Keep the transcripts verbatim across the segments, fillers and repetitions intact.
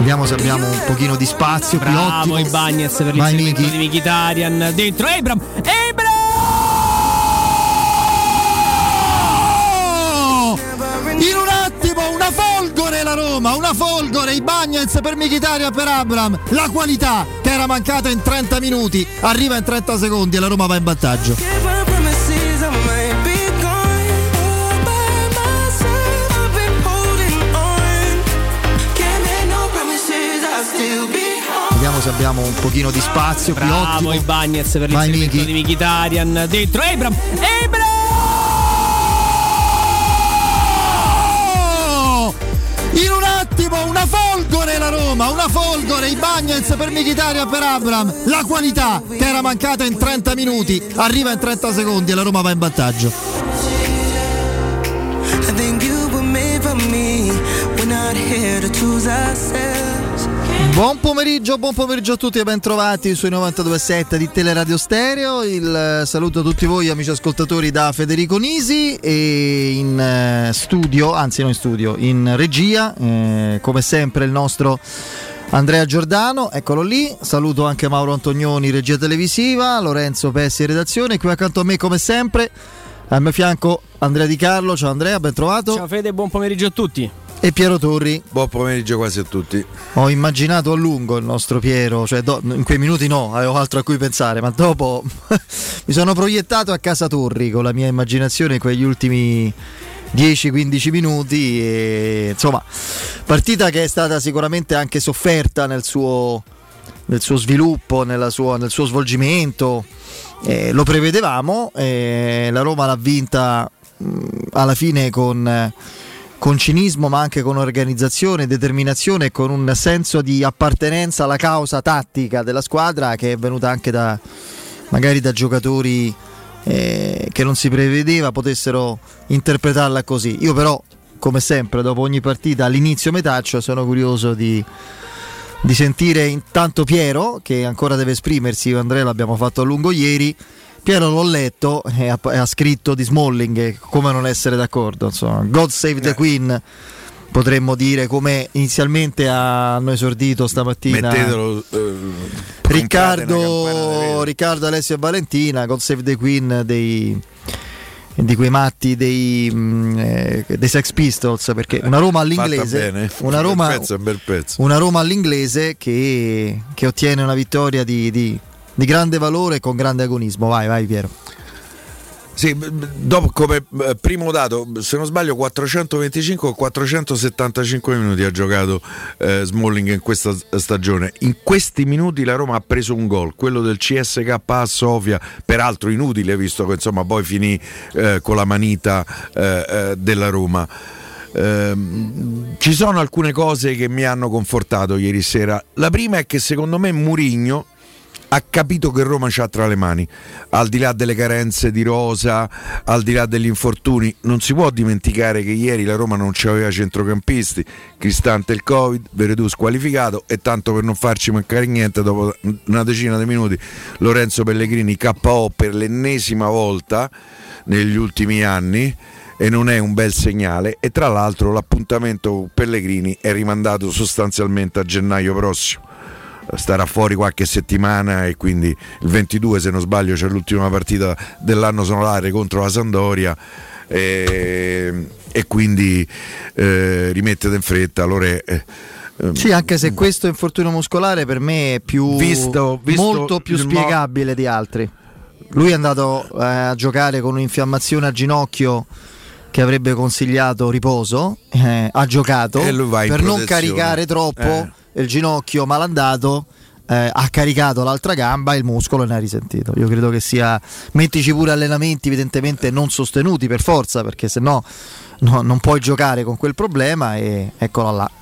Vediamo se abbiamo un pochino di spazio. Bravo i Bagnez per l'inserimento di Mkhitaryan dentro Abraham. Abraham! In un attimo una folgore la Roma, una folgore, i Bagnez per Mkhitaryan, per Abraham. La qualità che era mancata in trenta minuti arriva in trenta secondi e la Roma va in vantaggio. Vediamo se abbiamo un pochino di spazio. Bravo i Bagnez per l'inserimento di Mkhitaryan dentro Abraham. Abraham! In un attimo una folgore la Roma, una folgore, i Bagnez per Mkhitaryan, per Abraham. La qualità che era mancata in trenta minuti arriva in trenta secondi e la Roma va in vantaggio. Buon pomeriggio, buon pomeriggio a tutti e ben trovati sui novantadue virgola sette di Teleradio Stereo. Il saluto a tutti voi amici ascoltatori da Federico Nisi e in studio, anzi non in studio, in regia, eh, come sempre il nostro Andrea Giordano, eccolo lì. Saluto anche Mauro Antonioni, regia televisiva, Lorenzo Pessi, redazione. Qui accanto a me come sempre, al mio fianco Andrea Di Carlo. Ciao Andrea, ben trovato. Ciao Fede, buon pomeriggio a tutti. E Piero Torri. Buon pomeriggio quasi a tutti. Ho immaginato a lungo il nostro Piero, cioè do, in quei minuti no, avevo altro a cui pensare, ma dopo mi sono proiettato a casa Torri con la mia immaginazione in quegli ultimi dieci quindici minuti e, insomma, partita che è stata sicuramente anche sofferta nel suo, nel suo sviluppo, nella sua, nel suo svolgimento, eh, lo prevedevamo, eh, la Roma l'ha vinta mh, alla fine con... con cinismo, ma anche con organizzazione, determinazione e con un senso di appartenenza alla causa tattica della squadra che è venuta anche da magari da giocatori eh, che non si prevedeva potessero interpretarla così. Io però, come sempre, dopo ogni partita all'inizio metaccio sono curioso di, di sentire intanto Piero, che ancora deve esprimersi. Io e Andrea l'abbiamo fatto a lungo ieri. Piero l'ho letto e ha, ha scritto di Smalling, come non essere d'accordo, insomma, God save the Queen, potremmo dire, come inizialmente hanno esordito stamattina Mettetelo, eh, Riccardo, Riccardo, Alessio e Valentina, God save the Queen dei, di quei matti dei, eh, dei Sex Pistols, perché una Roma all'inglese, una Roma, bel pezzo, bel pezzo. una Roma all'inglese che, che ottiene una vittoria di, di di grande valore e con grande agonismo. Vai, vai Piero. Sì, dopo come primo dato, se non sbaglio quattrocentoventicinque o quattrocentosettantacinque minuti ha giocato eh, Smalling in questa stagione. In questi minuti la Roma ha preso un gol, quello del C S K A Sofia, peraltro inutile visto che insomma poi finì eh, con la manita eh, eh, della Roma. Eh, ci sono alcune cose che mi hanno confortato ieri sera. La prima è che secondo me Mourinho ha capito che Roma c'ha tra le mani, al di là delle carenze di rosa, al di là degli infortuni. Non si può dimenticare che ieri la Roma non c'aveva centrocampisti, Cristante il Covid, Veretù squalificato e, tanto per non farci mancare niente, dopo una decina di minuti Lorenzo Pellegrini K O per l'ennesima volta negli ultimi anni, e non è un bel segnale. E tra l'altro l'appuntamento Pellegrini è rimandato sostanzialmente a gennaio prossimo, starà fuori qualche settimana e quindi il ventidue, se non sbaglio, c'è l'ultima partita dell'anno solare contro la Sampdoria e, e quindi eh, rimettete in fretta. Allora, eh, sì, anche se questo infortunio muscolare per me è più visto, visto molto più spiegabile mo- di altri. Lui è andato eh, a giocare con un'infiammazione a ginocchio che avrebbe consigliato riposo, eh, ha giocato per non caricare troppo eh. il ginocchio malandato, eh, ha caricato l'altra gamba e il muscolo ne ha risentito. Io credo che sia, mettici pure allenamenti evidentemente non sostenuti per forza, perché se no, no non puoi giocare con quel problema, e eccola là.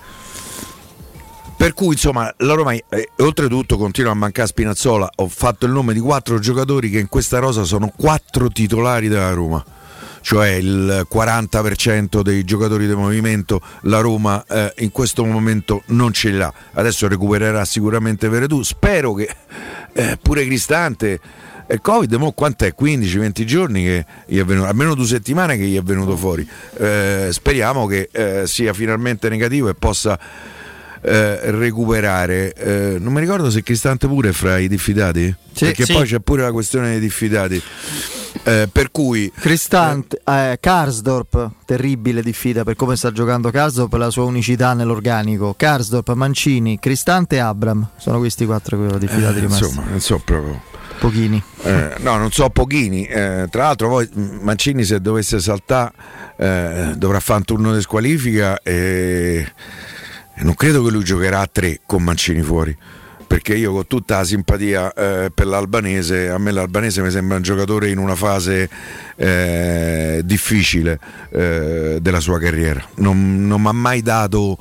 Per cui insomma la Roma eh, oltretutto continua a mancare Spinazzola. Ho fatto il nome di quattro giocatori che in questa rosa sono quattro titolari della Roma, cioè il quaranta per cento dei giocatori del movimento la Roma eh, in questo momento non ce l'ha. Adesso recupererà sicuramente Veretù, spero che eh, pure Cristante. Il Covid mo quant'è? quindici venti giorni che gli è venuto, almeno due settimane che gli è venuto fuori. Eh, speriamo che eh, sia finalmente negativo e possa eh, recuperare. Eh, non mi ricordo se Cristante pure è fra i diffidati, sì, perché sì. poi c'è pure la questione dei diffidati. Eh, per cui Cristante, eh, Karsdorp, terribile diffida per come sta giocando Karsdorp, per la sua unicità nell'organico. Karsdorp, Mancini, Cristante e Abram sono questi quattro diffidati eh, rimasti. Insomma, non so proprio. Pochini. Eh, no, non so pochini. Eh, tra l'altro poi Mancini, se dovesse saltare, eh, dovrà fare un turno di squalifica e... e non credo che lui giocherà a tre con Mancini fuori, perché io, con tutta la simpatia eh, per l'albanese, a me l'albanese mi sembra un giocatore in una fase eh, difficile eh, della sua carriera. Non, non mi ha mai dato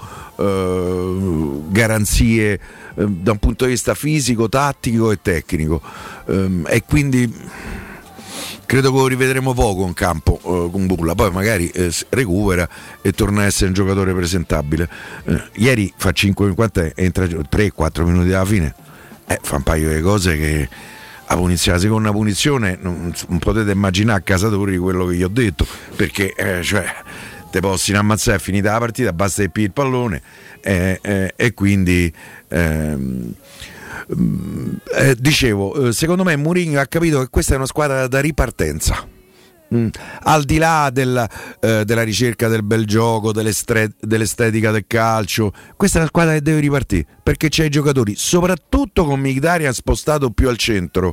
eh, garanzie eh, da un punto di vista fisico, tattico e tecnico, eh, e quindi credo che lo rivedremo poco in campo eh, con Bulla. Poi magari eh, recupera e torna a essere un giocatore presentabile. Eh, ieri fa cinque, entra tre quattro minuti alla fine, eh, fa un paio di cose che a punizione, la seconda punizione non, non potete immaginare a Casatori quello che gli ho detto, perché eh, cioè te possono ammazzare, è finita la partita, basta che pigli il pallone eh, eh, e quindi ehm, Eh, dicevo, eh, secondo me Mourinho ha capito che questa è una squadra da ripartenza, mm. al di là del, eh, della ricerca del bel gioco, dell'estetica del calcio. Questa è una squadra che deve ripartire, perché c'è i giocatori, soprattutto con Mkhitaryan spostato più al centro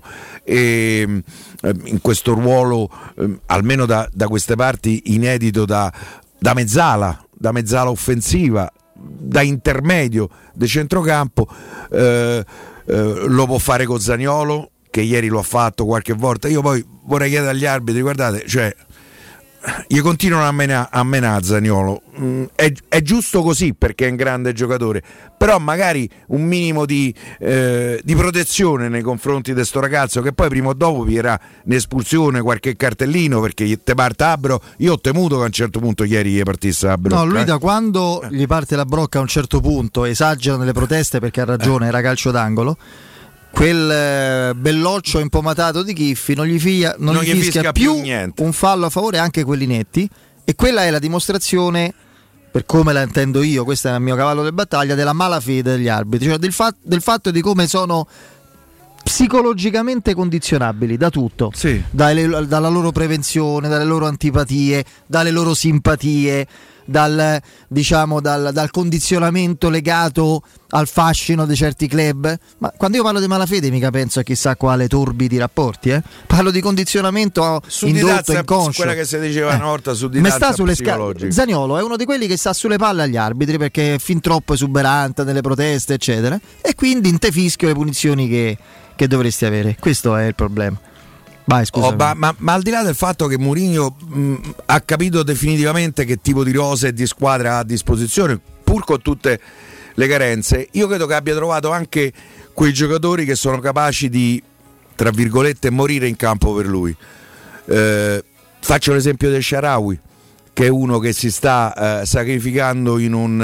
e eh, in questo ruolo eh, almeno da, da queste parti inedito, da, da mezzala da mezzala offensiva, da intermedio del centrocampo. eh, Uh, lo può fare con Zaniolo, che ieri lo ha fatto qualche volta. Io poi vorrei chiedere agli arbitri, guardate, cioè gli continuano a menare a mena Zaniolo, mm, è, è giusto così perché è un grande giocatore, però magari un minimo di, eh, di protezione nei confronti di sto ragazzo, che poi prima o dopo pierà un'espulsione, qualche cartellino, perché te parte Abro. Io ho temuto che a un certo punto ieri gli partisse la brocca. No, lui eh. da quando gli parte la brocca a un certo punto esagera nelle proteste, perché ha ragione, era calcio d'angolo. Quel eh, belloccio impomatato di Chiffi non gli, fia, non non gli, gli fischia, fischia più più niente. Un fallo a favore, anche quelli netti, e quella è la dimostrazione, per come la intendo io, questo è il mio cavallo di battaglia, della malafede degli arbitri, cioè del, fat- del fatto di come sono psicologicamente condizionabili da tutto, sì. dalle, dalla loro prevenzione, dalle loro antipatie, dalle loro simpatie, dal, diciamo, dal, dal condizionamento legato al fascino di certi club. Ma quando io parlo di malafede mica penso a chissà quale torbidi rapporti, eh? Parlo di condizionamento indotto, inconscio. Quella che si diceva eh. una volta su di sta sulle sca- Zaniolo è uno di quelli che sta sulle palle agli arbitri, perché è fin troppo esuberante nelle proteste eccetera, e quindi in te fischio le punizioni che, che dovresti avere. Questo è il problema. Vai, scusa. Oh, ma, ma, ma al di là del fatto che Mourinho mh, ha capito definitivamente che tipo di rose e di squadra ha a disposizione, pur con tutte le carenze, io credo che abbia trovato anche quei giocatori che sono capaci di, tra virgolette, morire in campo per lui. Eh, faccio l'esempio del Shaarawy, che è uno che si sta eh, sacrificando in un,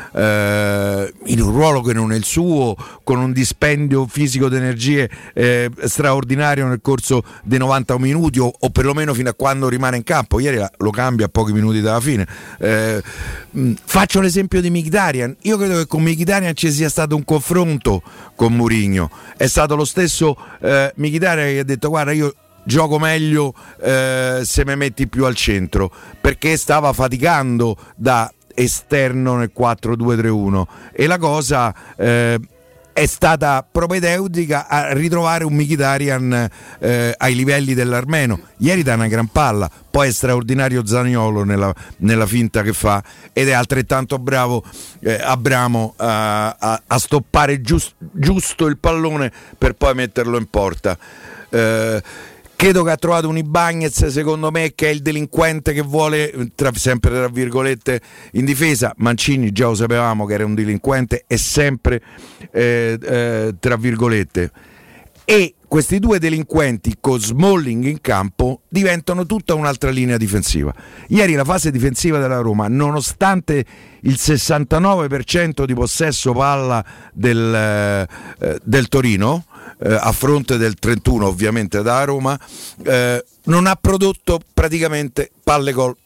eh, in un ruolo che non è il suo, con un dispendio fisico di energie eh, straordinario nel corso dei novanta minuti, o, o perlomeno fino a quando rimane in campo. Ieri lo cambia a pochi minuti dalla fine. Eh, mh, faccio l'esempio di Mkhitaryan. Io credo che con Mkhitaryan ci sia stato un confronto con Mourinho. È stato lo stesso eh, Mkhitaryan che ha detto: guarda, io gioco meglio eh, se mi metti più al centro, perché stava faticando da esterno nel quattro due tre uno, e la cosa eh, è stata propedeutica a ritrovare un Mkhitaryan eh, ai livelli dell'armeno. Ieri dà una gran palla, poi è straordinario Zaniolo nella, nella finta che fa, ed è altrettanto bravo eh, Abramo a, a, a stoppare giust, giusto il pallone per poi metterlo in porta. eh, Credo che ha trovato un Ibañez, secondo me, che è il delinquente che vuole, tra, sempre tra virgolette, in difesa. Mancini già lo sapevamo che era un delinquente, è sempre eh, eh, tra virgolette. E questi due delinquenti con Smalling in campo diventano tutta un'altra linea difensiva. Ieri la fase difensiva della Roma, nonostante il sessantanove per cento di possesso palla del, eh, del Torino, eh, a fronte del trentuno ovviamente da Roma, eh, non ha prodotto praticamente palle gol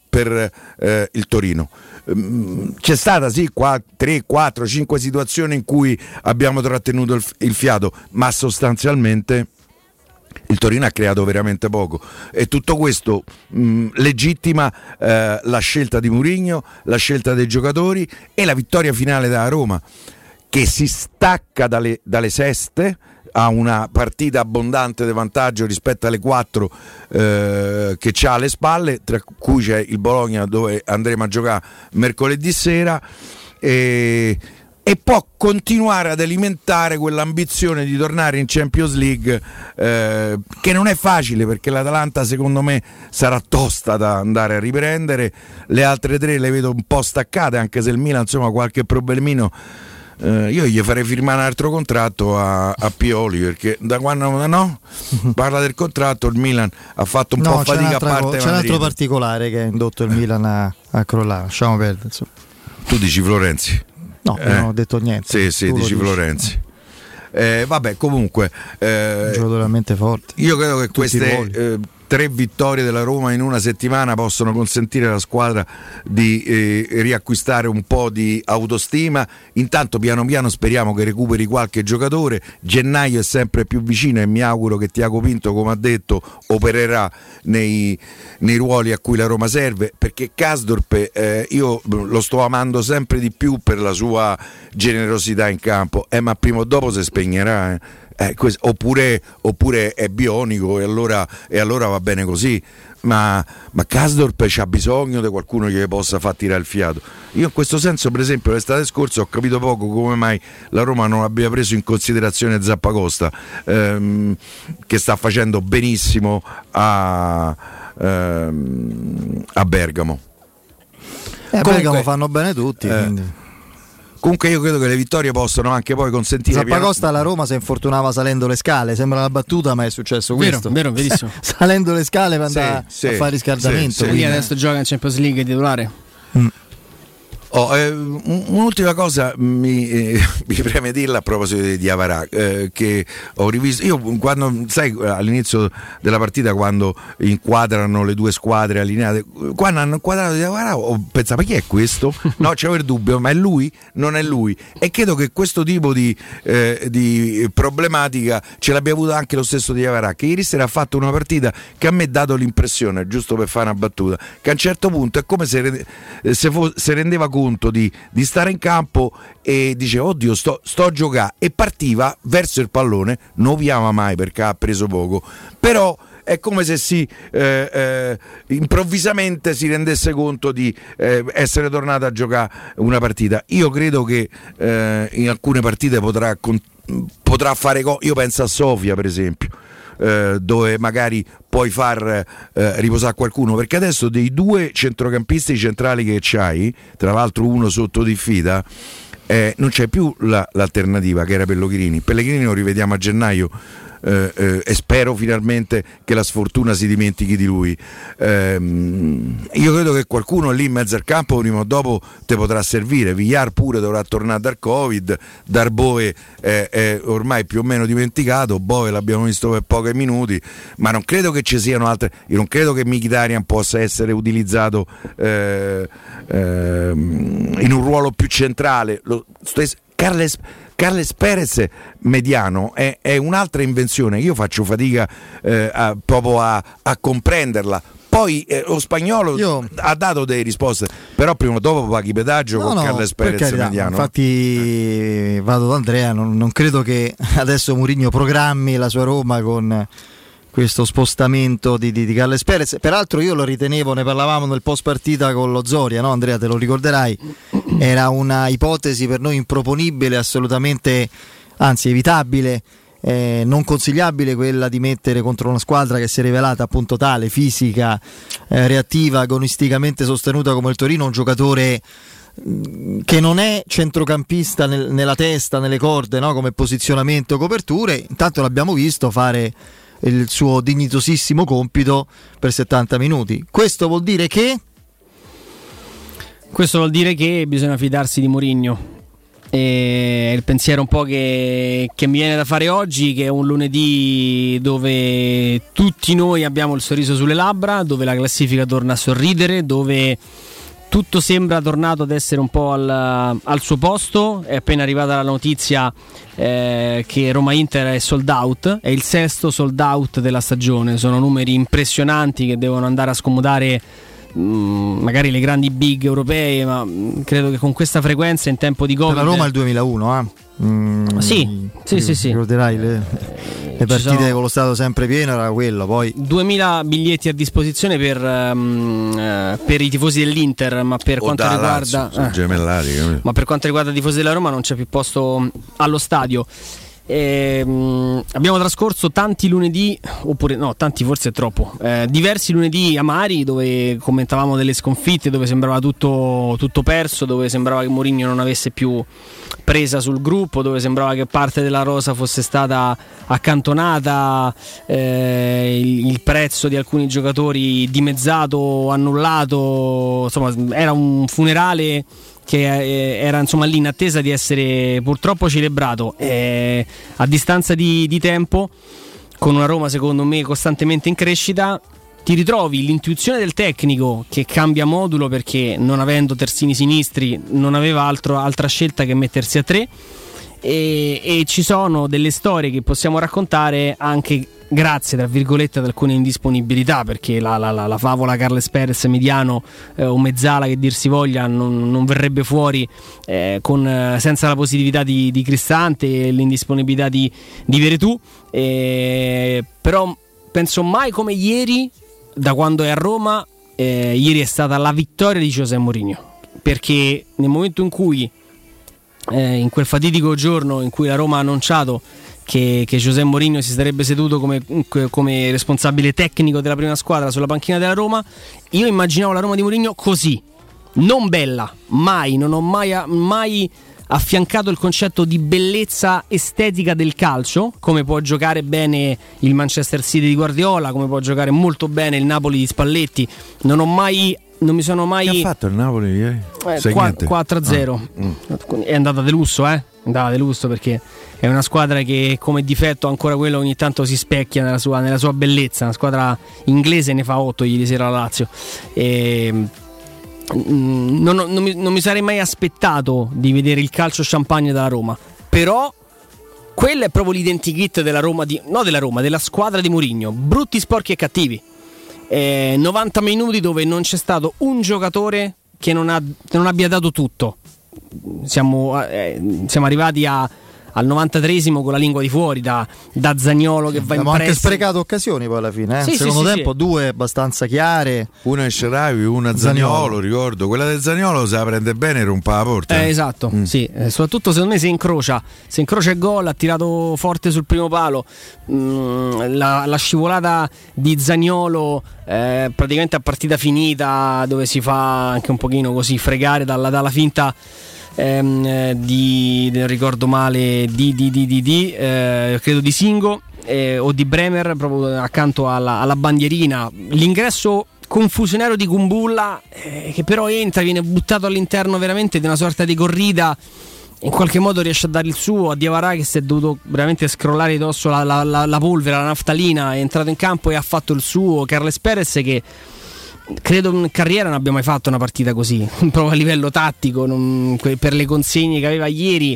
per eh, il Torino. C'è stata sì qua tre, quattro, cinque situazioni in cui abbiamo trattenuto il, il fiato, ma sostanzialmente il Torino ha creato veramente poco, e tutto questo mh, legittima eh, la scelta di Mourinho, la scelta dei giocatori e la vittoria finale della Roma, che si stacca dalle, dalle seste, ha una partita abbondante di vantaggio rispetto alle quattro eh, che c'ha alle spalle, tra cui c'è il Bologna dove andremo a giocare mercoledì sera, e, e può continuare ad alimentare quell'ambizione di tornare in Champions League, eh, che non è facile, perché l'Atalanta secondo me sarà tosta da andare a riprendere, le altre tre le vedo un po' staccate, anche se il Milan insomma qualche problemino. Uh, io gli farei firmare un altro contratto a, a Pioli, perché da quando no, parla del contratto il Milan ha fatto un no, po' fatica a parte. Co- c'è un altro particolare che ha indotto il Milan a, a crollare, lasciamo perdere insomma. Tu dici Florenzi? No, eh? non ho detto niente. Sì, sì, dici Florenzi. Eh, vabbè, comunque eh, un giocatore veramente forte. Io credo che queste eh, tre vittorie della Roma in una settimana possono consentire alla squadra di eh, riacquistare un po' di autostima. Intanto piano piano speriamo che recuperi qualche giocatore. Gennaio è sempre più vicino e mi auguro che Tiago Pinto, come ha detto, opererà nei, nei ruoli a cui la Roma serve, perché Karsdorp eh, io lo sto amando sempre di più per la sua generosità in campo, eh, ma prima o dopo si spegnerà, eh. Eh, questo, oppure, oppure è bionico e allora, e allora va bene così, ma, ma Karsdorp c'ha bisogno di qualcuno che possa far tirare il fiato. Io in questo senso, per esempio, l'estate scorsa ho capito poco come mai la Roma non abbia preso in considerazione Zappacosta, ehm, che sta facendo benissimo a, ehm, a Bergamo. Eh, Comunque, Bergamo fanno bene tutti, eh, quindi. Comunque io credo che le vittorie possono anche poi consentire. Zappacosta alla Roma si infortunava salendo le scale, sembra una battuta ma è successo questo. Vero, vero, verissimo. Salendo le scale per andare sì, a sì, fare riscaldamento. Sì, sì. Quindi adesso gioca in Champions League titolare. Mm. Oh, eh, un'ultima cosa mi, eh, mi preme dirla a proposito di Diawara, eh, che ho rivisto io quando, sai, all'inizio della partita, quando inquadrano le due squadre allineate, quando hanno inquadrato Diawara ho pensato: ma chi è questo? No, c'avevo il dubbio, ma è lui? Non è lui. E credo che questo tipo di, eh, di problematica ce l'abbia avuta anche lo stesso Diawara, che ieri sera ha fatto una partita che a me ha dato l'impressione, giusto per fare una battuta, che a un certo punto è come se, se, fo- se rendeva conto Di, di stare in campo e dice: oddio, sto, sto a giocare, e partiva verso il pallone, non viava mai perché ha preso poco, però è come se si eh, eh, improvvisamente si rendesse conto di eh, essere tornato a giocare una partita. Io credo che eh, in alcune partite potrà, con, potrà fare co- io penso a Sofia per esempio, Eh, dove magari puoi far eh, riposare qualcuno, perché adesso dei due centrocampisti centrali che c'hai, tra l'altro uno sotto diffida, eh, non c'è più la, l'alternativa che era Pellegrini. Pellegrini lo rivediamo a gennaio, eh, eh, e spero finalmente che la sfortuna si dimentichi di lui. Eh, io credo che qualcuno lì in mezzo al campo prima o dopo te potrà servire. Villar pure dovrà tornare dal Covid, Darboe è, è ormai più o meno dimenticato, Boe l'abbiamo visto per pochi minuti, ma non credo che ci siano altre. Io non credo che Mkhitaryan possa essere utilizzato eh, eh, in un ruolo più centrale. Lo stesso Carles Carles Perez mediano è, è un'altra invenzione. Io faccio fatica eh, a, proprio a, a comprenderla. Poi eh, lo spagnolo Io... ha dato delle risposte, però prima o dopo paghi pedaggio no, con no, Carles Perez carità, mediano. Infatti eh. vado da Andrea, non, non credo che adesso Mourinho programmi la sua Roma con questo spostamento di, di, di Carles Perez. Peraltro io lo ritenevo, ne parlavamo nel post partita con lo Zoria, no Andrea, te lo ricorderai, era una ipotesi per noi improponibile, assolutamente, anzi evitabile, eh, non consigliabile, quella di mettere contro una squadra che si è rivelata appunto tale, fisica, eh, reattiva, agonisticamente sostenuta come il Torino, un giocatore che non è centrocampista nel, nella testa, nelle corde, no? Come posizionamento, coperture. Intanto l'abbiamo visto fare il suo dignitosissimo compito per settanta minuti. Questo vuol dire che questo vuol dire che bisogna fidarsi di Mourinho. E il pensiero un po' che, che mi viene da fare oggi, che è un lunedì dove tutti noi abbiamo il sorriso sulle labbra, dove la classifica torna a sorridere, dove tutto sembra tornato ad essere un po' al, al suo posto. È appena arrivata la notizia eh, che Roma-Inter è sold out, è il sesto sold out della stagione. Sono numeri impressionanti che devono andare a scomodare mh, magari le grandi big europee, ma mh, credo che con questa frequenza in tempo di Covid. Per la Roma è il duemilauno, eh? Mm, sì, sì, sì, sì. Ricorderai le, le partite sono... con lo stato sempre pieno, era quello. Poi duemila biglietti a disposizione per, um, uh, per i tifosi dell'Inter, ma per o quanto riguarda Lazio, eh, gemellari, ma per quanto riguarda i tifosi della Roma non c'è più posto allo stadio. E, um, abbiamo trascorso tanti lunedì, oppure no, tanti forse è troppo, eh, diversi lunedì amari dove commentavamo delle sconfitte, dove sembrava tutto, tutto perso, dove sembrava che Mourinho non avesse più presa sul gruppo, dove sembrava che parte della rosa fosse stata accantonata, eh, il, il prezzo di alcuni giocatori dimezzato, annullato, insomma era un funerale che era insomma lì in attesa di essere purtroppo celebrato. E a distanza di, di tempo, con una Roma secondo me costantemente in crescita, ti ritrovi l'intuizione del tecnico che cambia modulo perché non avendo terzini sinistri non aveva altro, altra scelta che mettersi a tre, e, e ci sono delle storie che possiamo raccontare anche grazie tra virgolette ad alcune indisponibilità, perché la, la, la, la favola Carles Perez mediano eh, o mezzala che dir si voglia non, non verrebbe fuori eh, con, eh, senza la positività di, di Cristante e l'indisponibilità di, di Veretù, eh, però penso mai come ieri, da quando è a Roma, eh, ieri è stata la vittoria di José Mourinho, perché nel momento in cui eh, in quel fatidico giorno in cui la Roma ha annunciato che, che José Mourinho si sarebbe seduto come, come responsabile tecnico della prima squadra sulla panchina della Roma, io immaginavo la Roma di Mourinho così, non bella, mai, non ho mai, mai affiancato il concetto di bellezza estetica del calcio, come può giocare bene il Manchester City di Guardiola, come può giocare molto bene il Napoli di Spalletti. Non ho mai non mi sono mai. Che ha fatto il Napoli ieri? Eh, quattro a zero. Ah. Mm. È andata de lusso, eh? È andata de lusso perché è una squadra che come difetto ancora quello ogni tanto si specchia nella sua, nella sua bellezza. Una squadra inglese, ne fa otto ieri sera la Lazio. E Non, non, mi, non mi sarei mai aspettato di vedere il calcio champagne della Roma, però quello è proprio l'identikit della Roma, di, no della Roma, della squadra di Mourinho, brutti, sporchi e cattivi. Eh, novanta minuti dove non c'è stato un giocatore che non, ha, che non abbia dato tutto. Siamo, eh, siamo arrivati a al novantatreesimo con la lingua di fuori da, da Zaniolo che va in pressing. Abbiamo anche sprecato occasioni poi alla fine, eh? Sì, secondo sì, tempo sì. Due abbastanza chiare, una è Sharawi, una Zaniolo, Zaniolo, ricordo quella del Zaniolo se la prende bene, rompa la porta. Eh, esatto, mm. sì, eh, soprattutto secondo me se incrocia, se incrocia il gol, ha tirato forte sul primo palo, mm, la, la scivolata di Zaniolo eh, praticamente a partita finita, dove si fa anche un pochino così fregare dalla, dalla finta ehm, di, non ricordo male, di, di, di, di, di eh, credo di Singo eh, o di Bremer, proprio accanto alla, alla bandierina, l'ingresso confusionario di Kumbulla eh, che però entra, viene buttato all'interno veramente di una sorta di corrida, in qualche modo riesce a dare il suo a Diawara che si è dovuto veramente scrollare di dosso la, la, la, la polvere, la naftalina, è entrato in campo e ha fatto il suo. Carles Perez che credo in carriera non abbia mai fatto una partita così, proprio a livello tattico, non, per le consegne che aveva ieri,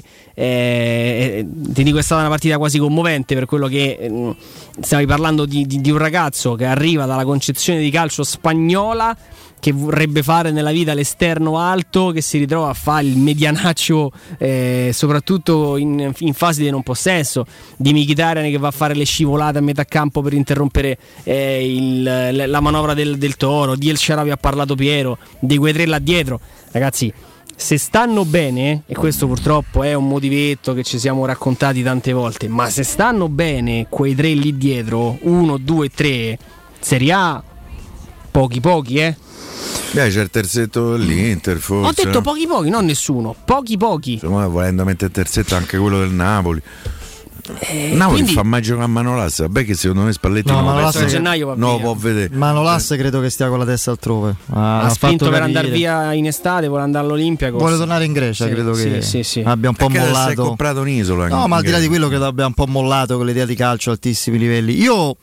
eh, ti dico è stata una partita quasi commovente, per quello che eh, stiamo parlando di, di, di un ragazzo che arriva dalla concezione di calcio spagnola, che vorrebbe fare nella vita l'esterno alto, che si ritrova a fare il medianaccio eh, soprattutto in, in fase di non possesso, di Mkhitaryan che va a fare le scivolate a metà campo per interrompere eh, il, la manovra del, del Toro, di El Shaarawy ha parlato Piero, di quei tre là dietro. Ragazzi, se stanno bene, e questo purtroppo è un motivetto che ci siamo raccontati tante volte, ma se stanno bene quei tre lì dietro, uno, due, tre, Serie A, pochi pochi eh Beh, c'è il terzetto dell'Inter, forse. Ho detto pochi pochi, non nessuno. Pochi pochi. Insomma, volendo mettere il terzetto anche quello del Napoli. Eh, Napoli quindi... fa mai giocare a Manolas. Vabbè che secondo me Spalletti no, non Manolas a gennaio va no, via. può vedere. Manolas credo che stia con la testa altrove. Ha, ha spinto per andare via in estate, vuole andare all'Olimpia. Vuole tornare in Grecia, sì, credo sì, che sì, sì. abbia un po' perché mollato. Si è comprato un'isola. No, ma al di là di quello credo abbia un po' mollato con l'idea di calcio a altissimi livelli. Io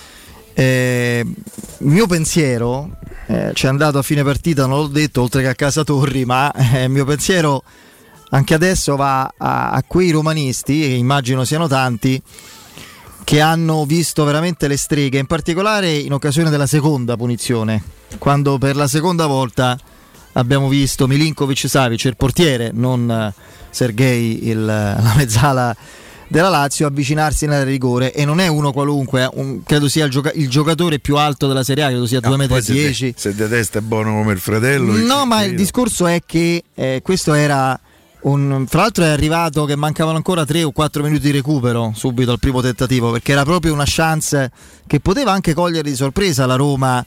eh, il mio pensiero eh, ci è andato a fine partita, non l'ho detto, oltre che a casa Torri, ma eh, il mio pensiero anche adesso va a, a quei romanisti, e immagino siano tanti, che hanno visto veramente le streghe, in particolare in occasione della seconda punizione, quando per la seconda volta abbiamo visto Milinkovic-Savic, il portiere, non Sergej, il, la mezzala della Lazio, avvicinarsi nell'area di rigore, e non è uno qualunque, un, credo sia il, gioca- il giocatore più alto della Serie A, credo sia due metri e dieci. Se de testa è buono come il fratello. No, ma il discorso è che eh, questo era un, fra l'altro è arrivato che mancavano ancora tre o quattro minuti di recupero subito al primo tentativo, perché era proprio una chance che poteva anche cogliere di sorpresa la Roma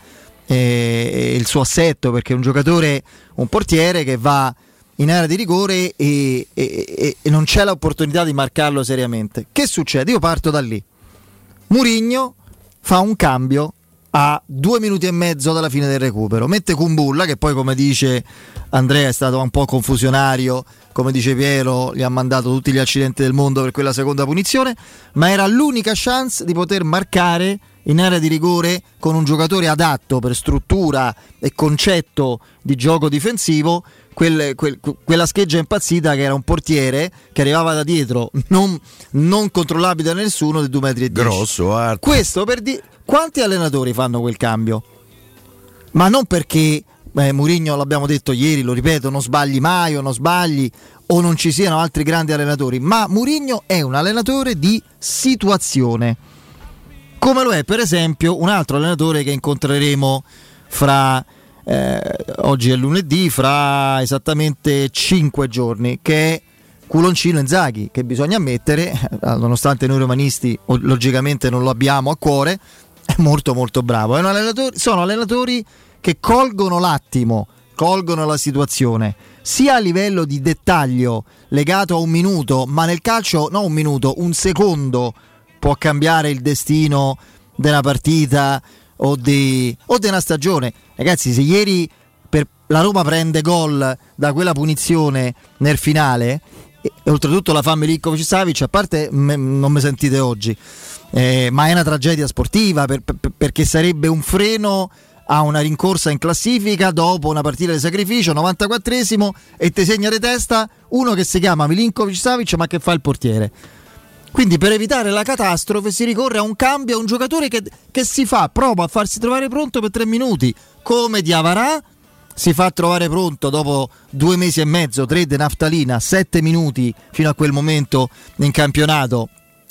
e il suo assetto, perché è un giocatore, un portiere che va in area di rigore e, e, e, e non c'è l'opportunità di marcarlo seriamente. Che succede? Io parto da lì. Mourinho fa un cambio a due minuti e mezzo dalla fine del recupero, mette Kumbulla, che poi, come dice Andrea, è stato un po' confusionario, come dice Piero, gli ha mandato tutti gli accidenti del mondo per quella seconda punizione, ma era l'unica chance di poter marcare in area di rigore con un giocatore adatto per struttura e concetto di gioco difensivo, quel, quel, quella scheggia impazzita che era un portiere che arrivava da dietro, non, non controllabile da nessuno, di due metri e dieci. Grosso, alto. Questo per dire, quanti allenatori fanno quel cambio? Ma non perché eh, Mourinho, l'abbiamo detto ieri, lo ripeto, non sbagli mai o non sbagli o non ci siano altri grandi allenatori, ma Mourinho è un allenatore di situazione, come lo è per esempio un altro allenatore che incontreremo fra eh, oggi è lunedì, fra esattamente cinque giorni, che è Culoncino Inzaghi, che bisogna ammettere, nonostante noi romanisti logicamente non lo abbiamo a cuore, è molto molto bravo. È un allenatore, sono allenatori che colgono l'attimo, colgono la situazione, sia a livello di dettaglio legato a un minuto, ma nel calcio no un minuto, un secondo può cambiare il destino della partita o di o di una stagione. Ragazzi, se ieri per la Roma prende gol da quella punizione nel finale e, e oltretutto la fa Milinkovic-Savic, a parte me, non mi sentite oggi, eh, ma è una tragedia sportiva per, per, perché sarebbe un freno a una rincorsa in classifica dopo una partita di sacrificio, novantaquattresimo, e ti segna di testa uno che si chiama Milinkovic-Savic ma che fa il portiere. Quindi per evitare la catastrofe si ricorre a un cambio, a un giocatore che, che si fa, prova a farsi trovare pronto per tre minuti, come Diawara si fa trovare pronto dopo due mesi e mezzo, tre di naftalina, sette minuti fino a quel momento in campionato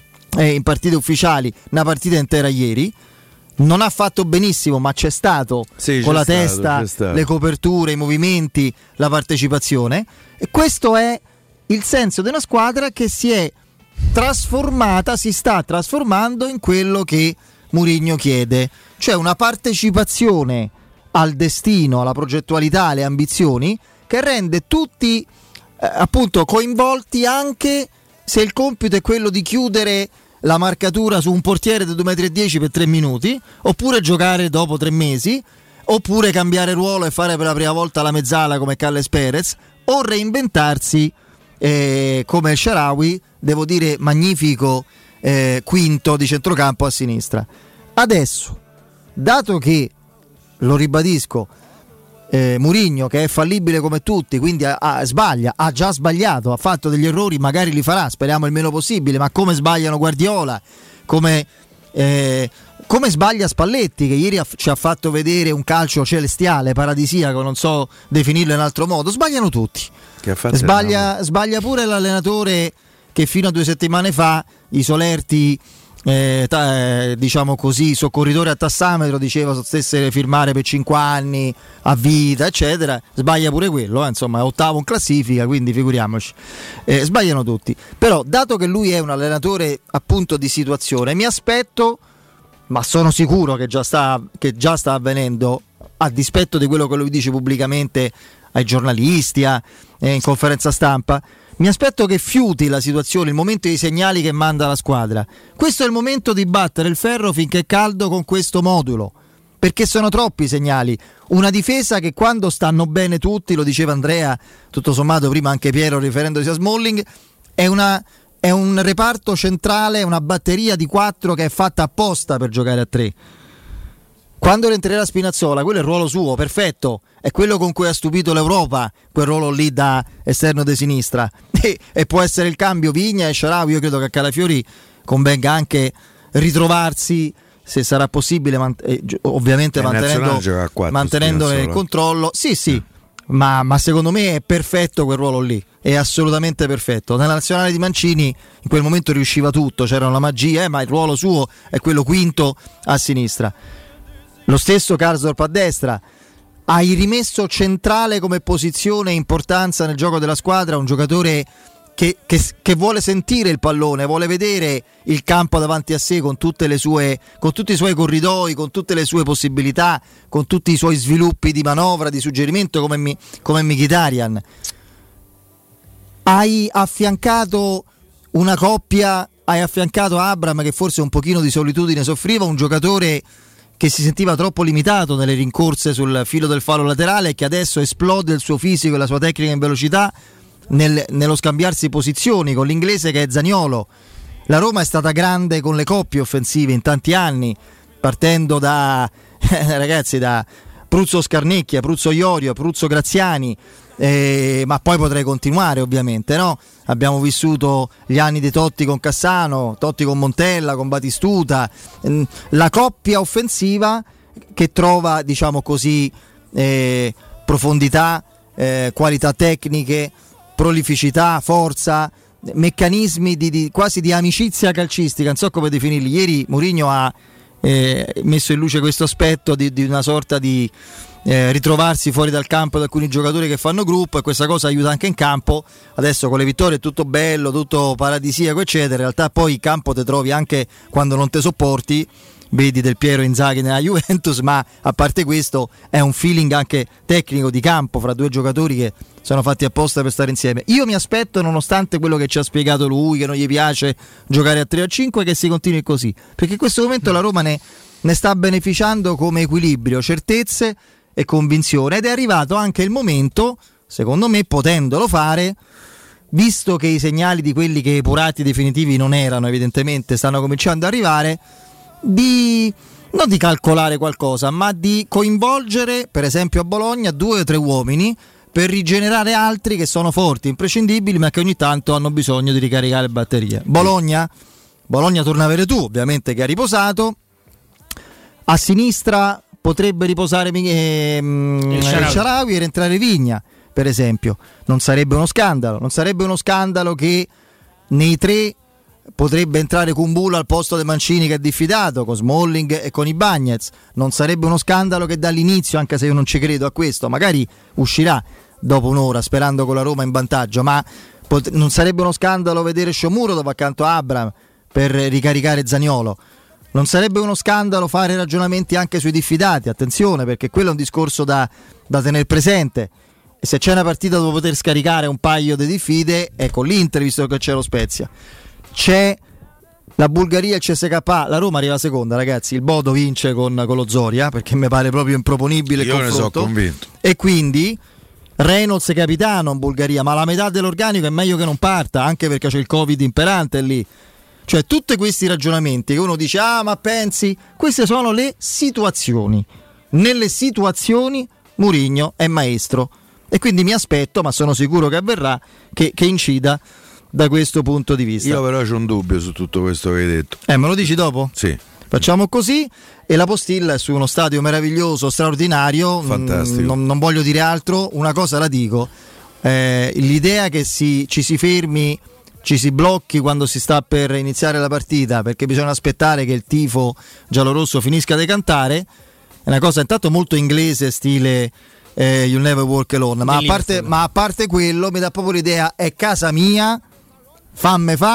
e in partite ufficiali, una partita intera ieri. Non ha fatto benissimo, ma c'è stato sì, con c'è la stato, testa, c'è stato. le coperture, i movimenti, la partecipazione, e questo è il senso di una squadra che si è trasformata, si sta trasformando in quello che Mourinho chiede, cioè una partecipazione al destino, alla progettualità, alle ambizioni, che rende tutti eh, appunto coinvolti, anche se il compito è quello di chiudere la marcatura su un portiere di due metri e dieci per tre minuti, oppure giocare dopo tre mesi, oppure cambiare ruolo e fare per la prima volta la mezzala come Carles Perez, o reinventarsi eh, come il Shaarawy, devo dire magnifico eh, quinto di centrocampo a sinistra. Adesso, dato che, lo ribadisco, eh, Mourinho, che è fallibile come tutti, quindi ha, ha, sbaglia, ha già sbagliato, ha fatto degli errori, magari li farà, speriamo il meno possibile, ma come sbagliano Guardiola, come, eh, come sbaglia Spalletti, che ieri ha, ci ha fatto vedere un calcio celestiale, paradisiaco, non so definirlo in altro modo, sbagliano tutti. Che ha sbaglia, sbaglia pure l'allenatore che fino a due settimane fa i solerti Eh, ta, eh, diciamo così, soccorritore a tassametro diceva stesse firmare per cinque anni a vita eccetera. Sbaglia pure quello, eh, insomma è ottavo in classifica, quindi figuriamoci, eh, sbagliano tutti. Però dato che lui è un allenatore appunto di situazione, mi aspetto, ma sono sicuro che già sta, che già sta avvenendo, a dispetto di quello che lui dice pubblicamente ai giornalisti, a, eh, in conferenza stampa, mi aspetto che fiuti la situazione, il momento dei segnali che manda la squadra. Questo è il momento di battere il ferro finché è caldo con questo modulo, perché sono troppi i segnali. Una difesa che quando stanno bene tutti, lo diceva Andrea, tutto sommato prima anche Piero riferendosi a Smalling, è, una, è un reparto centrale, una batteria di quattro che è fatta apposta per giocare a tre. Quando rientrerà Spinazzola, quello è il ruolo suo, perfetto, è quello con cui ha stupito l'Europa, quel ruolo lì da esterno di sinistra, e, e può essere il cambio Vigna e Shaarawy. Io credo che a Calafiori convenga anche ritrovarsi, se sarà possibile, man- eh, ovviamente mantenendo, mantenendo il controllo. Sì, sì, eh. ma, ma secondo me è perfetto quel ruolo lì, è assolutamente perfetto. Nella nazionale di Mancini in quel momento riusciva tutto, c'era una magia, eh, ma il ruolo suo è quello quinto a sinistra. Lo stesso Karsdorp a destra. Hai rimesso centrale come posizione e importanza nel gioco della squadra un giocatore che, che, che vuole sentire il pallone, vuole vedere il campo davanti a sé con tutte le sue, con tutti i suoi corridoi, con tutte le sue possibilità, con tutti i suoi sviluppi di manovra, di suggerimento, come, mi, come Mkhitaryan. Hai affiancato una coppia, hai affiancato Abraham, che forse un pochino di solitudine soffriva, un giocatore che si sentiva troppo limitato nelle rincorse sul filo del fallo laterale e che adesso esplode il suo fisico e la sua tecnica in velocità nel, nello scambiarsi posizioni con l'inglese che è Zaniolo. La Roma è stata grande con le coppie offensive in tanti anni, partendo da eh, ragazzi da Pruzzo Scarnecchia, Pruzzo Iorio, Pruzzo Graziani, eh, ma poi potrei continuare ovviamente, no? Abbiamo vissuto gli anni di Totti con Cassano, Totti con Montella, con Batistuta, la coppia offensiva che trova, diciamo così, eh, profondità, eh, qualità tecniche, prolificità, forza, meccanismi di, di, quasi di amicizia calcistica, non so come definirli. Ieri Mourinho ha eh, messo in luce questo aspetto di, di una sorta di eh, ritrovarsi fuori dal campo da alcuni giocatori che fanno gruppo, e questa cosa aiuta anche in campo. Adesso con le vittorie è tutto bello, tutto paradisiaco eccetera, in realtà poi in campo te trovi anche quando non te sopporti, vedi Del Piero Inzaghi nella Juventus, ma a parte questo è un feeling anche tecnico di campo fra due giocatori che sono fatti apposta per stare insieme. Io mi aspetto, nonostante quello che ci ha spiegato lui, che non gli piace giocare a tre a cinque, che si continui così, perché in questo momento la Roma ne, ne sta beneficiando come equilibrio, certezze e convinzione, ed è arrivato anche il momento, secondo me, potendolo fare, visto che i segnali di quelli che epurati definitivi non erano, evidentemente stanno cominciando ad arrivare, di non di calcolare qualcosa, ma di coinvolgere, per esempio a Bologna, due o tre uomini per rigenerare altri che sono forti, imprescindibili, ma che ogni tanto hanno bisogno di ricaricare batterie. Bologna, Bologna torna a avere tu, ovviamente, che ha riposato. A sinistra potrebbe riposare ehm, il Shaarawy e rientrare Vigna, per esempio. Non sarebbe uno scandalo, non sarebbe uno scandalo che nei tre potrebbe entrare Kumbula al posto di Mancini, che è diffidato, con Smalling e con Ibañez. Non sarebbe uno scandalo che dall'inizio, anche se io non ci credo a questo, magari uscirà dopo un'ora sperando con la Roma in vantaggio, ma pot- non sarebbe uno scandalo vedere Shomurodov accanto a Abraham per ricaricare Zaniolo. Non sarebbe uno scandalo fare ragionamenti anche sui diffidati, attenzione, perché quello è un discorso da, da tenere presente. E se c'è una partita dove poter scaricare un paio di diffide è con l'Inter, visto che c'è lo Spezia. C'è la Bulgaria e il C S K A, la Roma arriva seconda, ragazzi. Il Bodo vince con, con lo Zoria, perché mi pare proprio improponibile il Io confronto. ne sono convinto. E quindi Reynolds capitano in Bulgaria, ma la metà dell'organico è meglio che non parta, anche perché c'è il Covid imperante lì. Cioè, tutti questi ragionamenti che uno dice, ah ma pensi, queste sono le situazioni. Nelle situazioni Mourinho è maestro, e quindi mi aspetto, ma sono sicuro che avverrà, che, che incida da questo punto di vista. Io però c'ho un dubbio su tutto questo che hai detto. Eh, me lo dici dopo? Sì. Facciamo così, e la postilla è su uno stadio meraviglioso, straordinario. Fantastico. Non, non voglio dire altro, una cosa la dico. Eh, l'idea che si, ci si fermi, ci si blocchi quando si sta per iniziare la partita, perché bisogna aspettare che il tifo giallorosso finisca di cantare, è una cosa intanto molto inglese, stile eh, You'll Never Walk Alone, ma a, parte, ma a parte quello mi dà proprio l'idea, è casa mia, famme fa,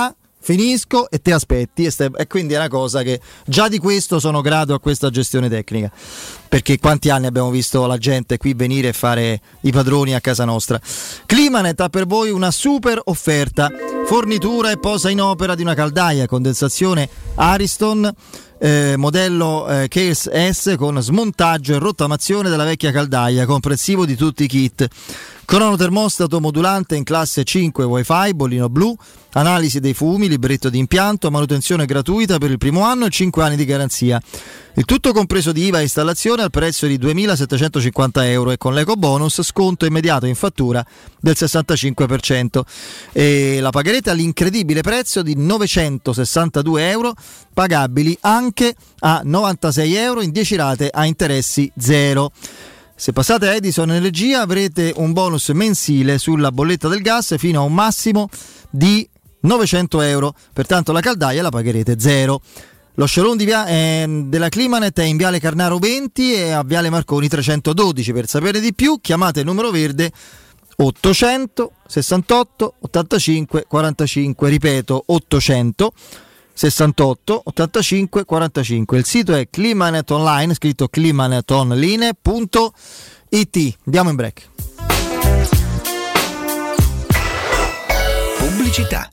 finisco e te aspetti e, stai, e quindi è una cosa che già di questo sono grato a questa gestione tecnica, perché quanti anni abbiamo visto la gente qui venire e fare i padroni a casa nostra. Climanet ha per voi una super offerta: fornitura e posa in opera di una caldaia condensazione Ariston eh, modello eh, Case S con smontaggio e rottamazione della vecchia caldaia, comprensivo di tutti i kit. Cronotermostato modulante in classe cinque Wi-Fi, bollino blu, analisi dei fumi, libretto di impianto, manutenzione gratuita per il primo anno e cinque anni di garanzia. Il tutto compreso di I V A e installazione al prezzo di duemilasettecentocinquanta euro e con l'eco bonus sconto immediato in fattura del sessantacinque per cento. E la pagherete all'incredibile prezzo di novecentosessantadue euro, pagabili anche a novantasei euro in dieci rate a interessi zero. Se passate a Edison Energia avrete un bonus mensile sulla bolletta del gas fino a un massimo di novecento euro, pertanto la caldaia la pagherete zero. Lo showroom di via, eh, della Climanet è in Viale Carnaro venti e a Viale Marconi trecentododici. Per sapere di più chiamate il numero verde ottocento sessantotto ottantacinque quarantacinque, ripeto ottocento sessantotto ottantacinque quarantacinque. Il sito è Climanet Online, scritto climanetonline punto it. Andiamo in break. Pubblicità.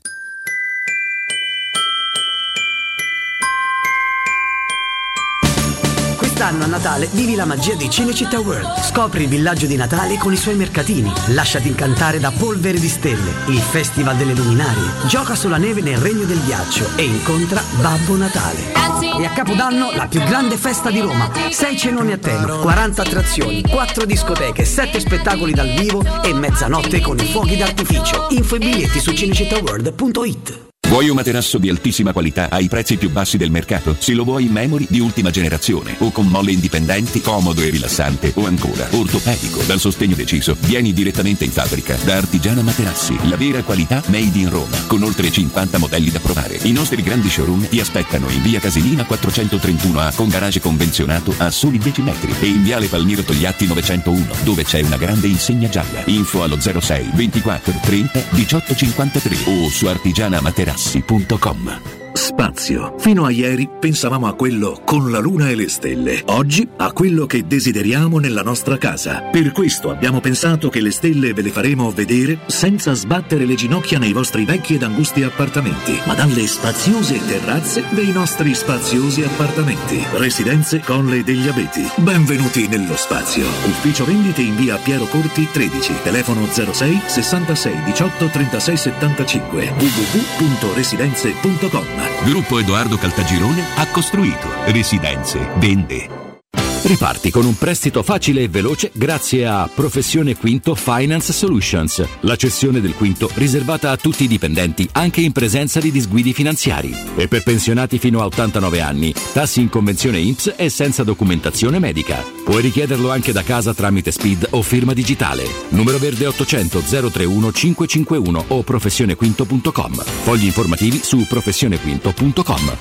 Quest'anno a Natale vivi la magia di Cinecittà World. Scopri il villaggio di Natale con i suoi mercatini. Lasciati incantare da Polvere di Stelle, il festival delle luminarie. Gioca sulla neve nel regno del ghiaccio e incontra Babbo Natale. E a Capodanno la più grande festa di Roma. sei cenoni a tema, quaranta attrazioni, quattro discoteche, sette spettacoli dal vivo e mezzanotte con i fuochi d'artificio. Info e biglietti su cinecittàworld punto it. Vuoi un materasso di altissima qualità ai prezzi più bassi del mercato? Se lo vuoi in memory di ultima generazione o con molle indipendenti, comodo e rilassante, o ancora ortopedico dal sostegno deciso, vieni direttamente in fabbrica da Artigiana Materassi, la vera qualità made in Roma, con oltre cinquanta modelli da provare. I nostri grandi showroom ti aspettano in via Casilina quattrocentotrentuno A con garage convenzionato a soli dieci metri e in viale Palmiro Togliatti novecentouno, dove c'è una grande insegna gialla. Info allo zero sei ventiquattro trenta diciotto cinquantatré o su artigiana materassi punto com. Spazio. Fino a ieri pensavamo a quello con la luna e le stelle. Oggi a quello che desideriamo nella nostra casa. Per questo abbiamo pensato che le stelle ve le faremo vedere senza sbattere le ginocchia nei vostri vecchi ed angusti appartamenti, ma dalle spaziose terrazze dei nostri spaziosi appartamenti. Residenze Colle degli Abeti. Benvenuti nello spazio. Ufficio vendite in via Piero Corti tredici. Telefono zero sei sessantasei diciotto trentasei settantacinque. w w w punto residenze punto com. Gruppo Edoardo Caltagirone ha costruito residenze, vende. Riparti con un prestito facile e veloce grazie a Professione Quinto Finance Solutions, la cessione del quinto riservata a tutti i dipendenti anche in presenza di disguidi finanziari. E per pensionati fino a ottantanove anni, tassi in convenzione I N P S e senza documentazione medica. Puoi richiederlo anche da casa tramite S P I D o firma digitale. Numero verde ottocento zero trentuno cinquecentocinquantuno o professionequinto punto com. Fogli informativi su professionequinto punto com.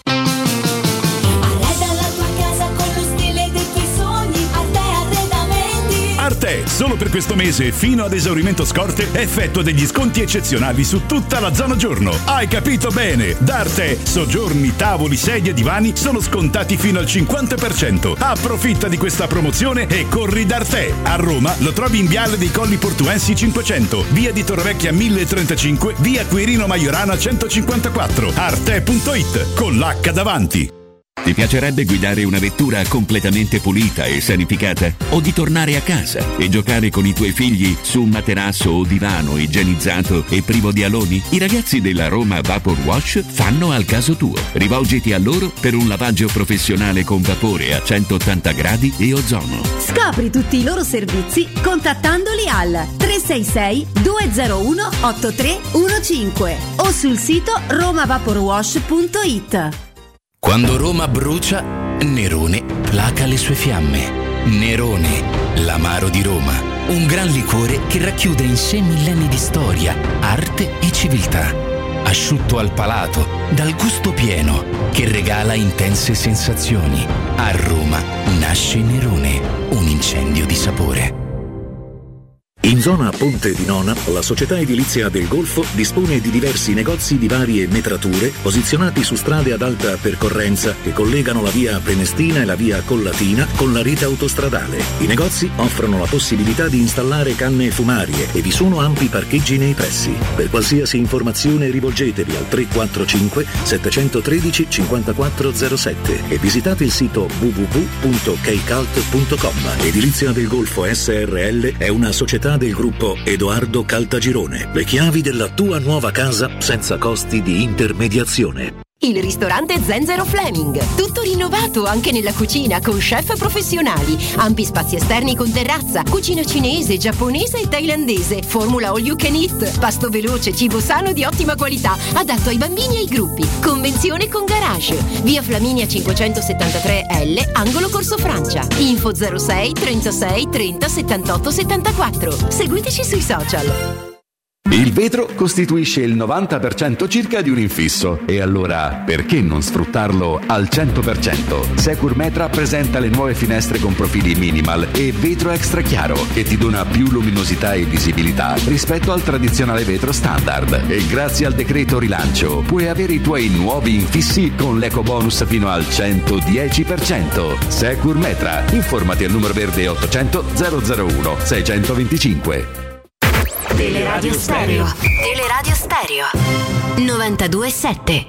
Arte, solo per questo mese fino ad esaurimento scorte effettua degli sconti eccezionali su tutta la zona giorno. Hai capito bene? Da Arte, soggiorni, tavoli, sedie, divani sono scontati fino al cinquanta per cento. Approfitta di questa promozione e corri da Arte. A Roma lo trovi in Viale dei Colli Portuensi cinquecento, via di Torrevecchia mille e trentacinque, via Quirino Maiorana centocinquantaquattro. arte punto it con l'H davanti. Ti piacerebbe guidare una vettura completamente pulita e sanificata? O di tornare a casa e giocare con i tuoi figli su un materasso o divano igienizzato e privo di aloni? I ragazzi della Roma Vapor Wash fanno al caso tuo. Rivolgiti a loro per un lavaggio professionale con vapore a centottanta gradi e ozono. Scopri tutti i loro servizi contattandoli al tre sei sei due zero uno otto tre uno cinque o sul sito roma vapor wash punto it. Quando Roma brucia, Nerone placa le sue fiamme. Nerone, l'amaro di Roma. Un gran liquore che racchiude in sé millenni di storia, arte e civiltà. Asciutto al palato, dal gusto pieno, che regala intense sensazioni. A Roma nasce Nerone, un incendio di sapore. In zona Ponte di Nona, la società edilizia del Golfo dispone di diversi negozi di varie metrature posizionati su strade ad alta percorrenza che collegano la via Prenestina e la via Collatina con la rete autostradale. I negozi offrono la possibilità di installare canne fumarie e vi sono ampi parcheggi nei pressi. Per qualsiasi informazione rivolgetevi al tre quattro cinque sette uno tre cinque zero sette e visitate il sito w w w punto keicalt punto com. Edilizia del Golfo S R L è una società del gruppo Edoardo Caltagirone. Le chiavi della tua nuova casa senza costi di intermediazione. Il ristorante Zenzero Fleming, tutto rinnovato anche nella cucina con chef professionali, ampi spazi esterni con terrazza, cucina cinese, giapponese e thailandese, formula all you can eat, pasto veloce, cibo sano di ottima qualità, adatto ai bambini e ai gruppi, convenzione con garage, via Flaminia cinquecentosettantatré L, angolo Corso Francia, info zero sei trentasei trenta settantotto settantaquattro, seguiteci sui social. Il vetro costituisce il novanta per cento circa di un infisso e allora perché non sfruttarlo al cento per cento? Securmetra presenta le nuove finestre con profili minimal e vetro extra chiaro che ti dona più luminosità e visibilità rispetto al tradizionale vetro standard e grazie al decreto rilancio puoi avere i tuoi nuovi infissi con l'eco bonus fino al centodieci per cento. Securmetra, informati al numero verde ottocento zero zero uno seicentoventicinque. Teleradio Stereo. Teleradio Stereo. novantadue sette.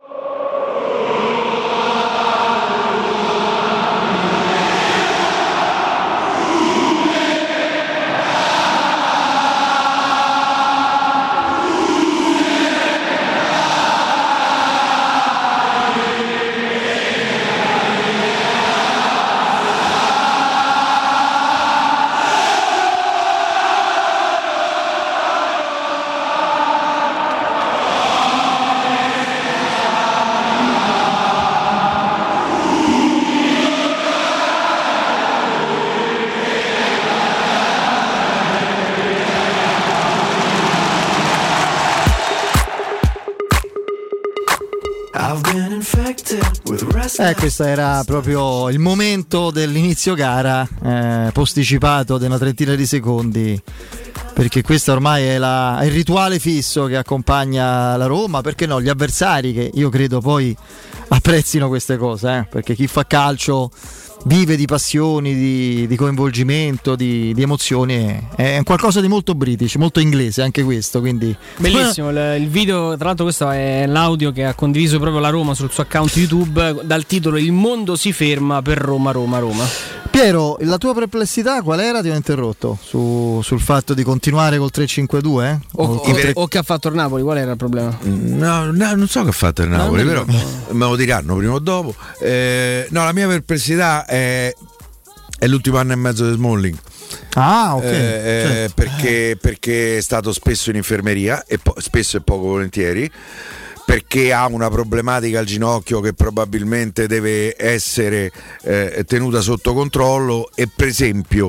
Eh, questo era proprio il momento dell'inizio gara, eh, posticipato di una trentina di secondi, perché questo ormai è, la, è il rituale fisso che accompagna la Roma, perché no, gli avversari che io credo poi apprezzino queste cose, eh, perché chi fa calcio vive di passioni, di, di coinvolgimento, di, di emozioni, è, è qualcosa di molto british, molto inglese anche questo, quindi bellissimo il, il video. Tra l'altro questo è l'audio che ha condiviso proprio la Roma sul suo account YouTube dal titolo "Il mondo si ferma per Roma Roma Roma". Piero, la tua perplessità qual era? Ti ho interrotto su, sul fatto di continuare col tre cinque due? Eh? O, o, o, o che ha fatto il Napoli, qual era il problema? No, no, non so che ha fatto il Napoli, no, però me lo diranno prima o dopo. Eh, no, la mia perplessità è, è l'ultimo anno e mezzo di Smalling. Ah, ok. Eh, certo. perché, perché è stato spesso in infermeria e po- spesso e poco volentieri, perché ha una problematica al ginocchio che probabilmente deve essere eh, tenuta sotto controllo, e per esempio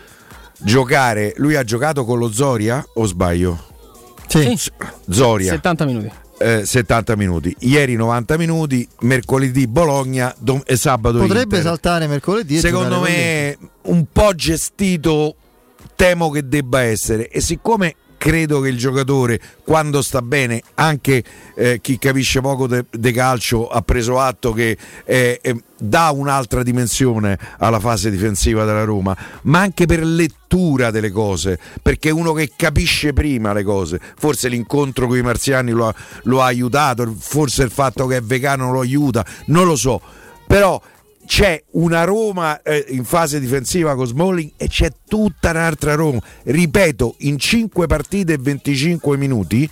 giocare, lui ha giocato con lo Zoria o sbaglio? Sì. Zoria settanta minuti. Eh, settanta minuti, ieri novanta minuti, mercoledì Bologna dom- e sabato potrebbe Inter. saltare mercoledì e secondo me un po' gestito, temo che debba essere, e siccome credo che il giocatore, quando sta bene, anche eh, chi capisce poco de, de calcio ha preso atto che eh, eh, dà un'altra dimensione alla fase difensiva della Roma, ma anche per lettura delle cose, perché uno che capisce prima le cose, forse l'incontro con i marziani lo ha, lo ha aiutato, forse il fatto che è vegano lo aiuta, non lo so, però c'è una Roma eh, in fase difensiva con Smalling e c'è tutta un'altra Roma, ripeto, in cinque partite e venticinque minuti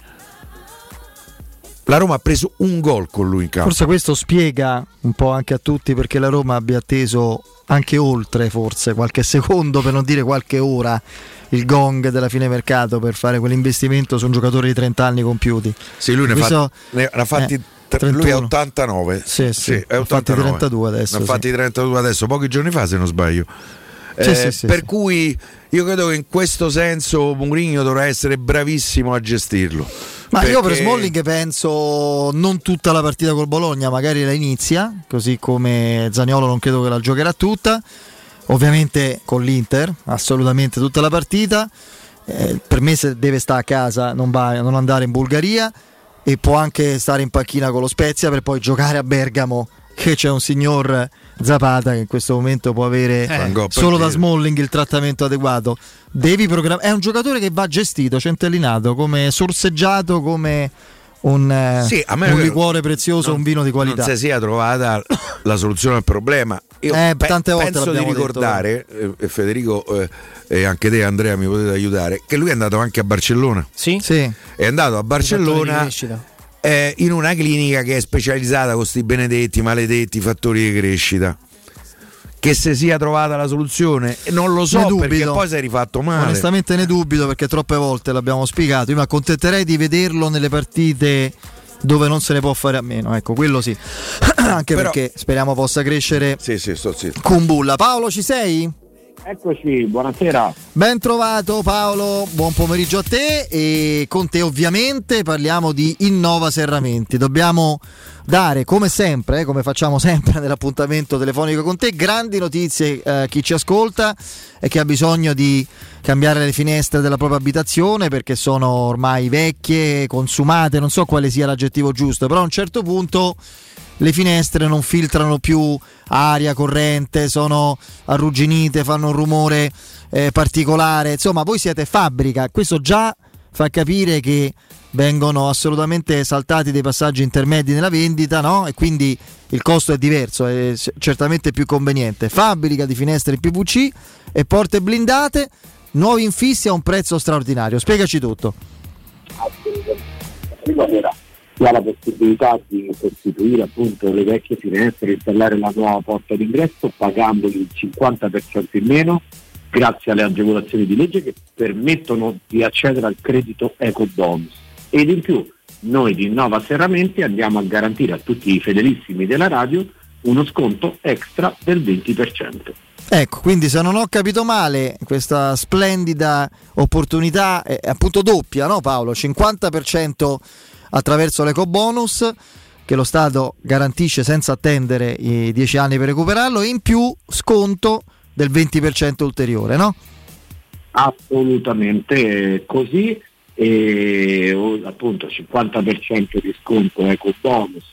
la Roma ha preso un gol con lui in campo. Forse questo spiega un po' anche a tutti perché la Roma abbia atteso anche oltre forse qualche secondo, per non dire qualche ora, il gong della fine mercato per fare quell'investimento su un giocatore di trenta anni compiuti. Sì, lui ne, questo, fa, ne ha fatti eh, trentuno. Lui è ottantanove. Sì, sì, sì è ha fatti trentadue adesso. Ne ha fatti sì. trentadue adesso, pochi giorni fa se non sbaglio. Sì, eh, sì, sì, per sì. cui io credo che in questo senso Mourinho dovrà essere bravissimo a gestirlo. Ma perché... io per Smalling penso non tutta la partita col Bologna, magari la inizia, così come Zaniolo non credo che la giocherà tutta, ovviamente con l'Inter, assolutamente tutta la partita. eh, per me se deve stare a casa non, va, non andare in Bulgaria, e può anche stare in panchina con lo Spezia per poi giocare a Bergamo, che c'è un signor Zapata che in questo momento può avere eh, solo da Smalling il trattamento adeguato. Devi programmare. È un giocatore che va gestito, centellinato, come sorseggiato, come un, sì, a me un liquore prezioso, non, un vino di qualità. Non si sia trovata la soluzione al problema. Io eh, pe- tante volte penso di ricordare, eh, e Federico eh, e anche te Andrea mi potete aiutare, che lui è andato anche a Barcellona. Sì, sì. È andato a Barcellona eh, in una clinica che è specializzata con questi benedetti, maledetti fattori di crescita. Che se sia trovata la soluzione non lo so, perché poi si è rifatto male. Onestamente ne dubito, perché troppe volte l'abbiamo spiegato. Io mi accontenterei di vederlo nelle partite dove non se ne può fare a meno, ecco, quello sì. Anche però, perché speriamo possa crescere sì, sì, sto zitto. Kumbulla. Paolo, ci sei? Eccoci, buonasera. Ben trovato Paolo, buon pomeriggio a te, e con te ovviamente parliamo di Innova Serramenti. Dobbiamo dare, come sempre, eh, come facciamo sempre nell'appuntamento telefonico con te, grandi notizie a eh, chi ci ascolta e che ha bisogno di cambiare le finestre della propria abitazione perché sono ormai vecchie, consumate, non so quale sia l'aggettivo giusto, però a un certo punto le finestre non filtrano più aria, corrente, sono arrugginite, fanno un rumore eh, particolare. Insomma, voi siete fabbrica, questo già fa capire che vengono assolutamente saltati dei passaggi intermedi nella vendita, no? E quindi il costo è diverso, è certamente più conveniente. Fabbrica di finestre P V C e porte blindate, nuovi infissi a un prezzo straordinario. Spiegaci tutto. Assolutamente. Si ha la possibilità di sostituire appunto le vecchie finestre, installare la nuova porta d'ingresso pagandoli il cinquanta per cento in meno grazie alle agevolazioni di legge che permettono di accedere al credito eco bonus. Ed in più noi di Innova Serramenti andiamo a garantire a tutti i fedelissimi della radio uno sconto extra del venti per cento. Ecco, quindi se non ho capito male, questa splendida opportunità è appunto doppia, no Paolo? cinquanta per cento attraverso l'ecobonus che lo Stato garantisce senza attendere i dieci anni per recuperarlo, e in più sconto del venti per cento ulteriore, no? Assolutamente così, e appunto cinquanta per cento di sconto ecobonus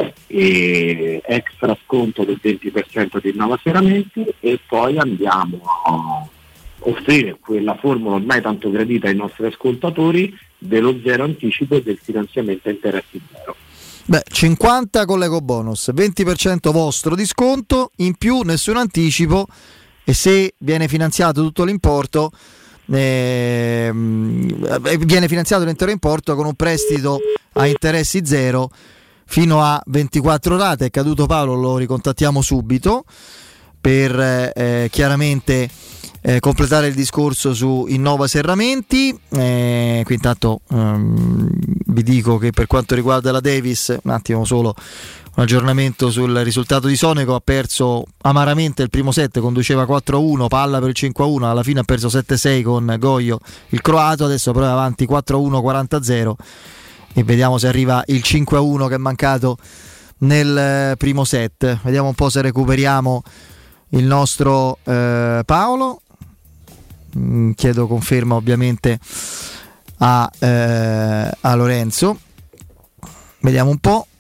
e extra sconto del venti per cento di Innova Serramenti, e poi andiamo a offrire quella formula ormai tanto gradita ai nostri ascoltatori dello zero anticipo e del finanziamento a interessi zero. Beh, cinquanta con l'eco bonus, venti per cento vostro di sconto, in più nessun anticipo, e se viene finanziato tutto l'importo eh, viene finanziato l'intero importo con un prestito a interessi zero fino a ventiquattro rate. È caduto Paolo, lo ricontattiamo subito per eh, chiaramente Eh, completare il discorso su Innova Serramenti. Eh, qui intanto um, vi dico che per quanto riguarda la Davis, un attimo solo un aggiornamento sul risultato di Sonego. Ha perso amaramente il primo set, conduceva quattro a uno, palla per il cinque a uno, alla fine ha perso sette a sei con Goio il croato, adesso però è avanti quattro a uno, quaranta a zero, e vediamo se arriva il cinque a uno che è mancato nel primo set. Vediamo un po' se recuperiamo il nostro eh, Paolo. Chiedo conferma ovviamente a, eh, a Lorenzo. Vediamo un po'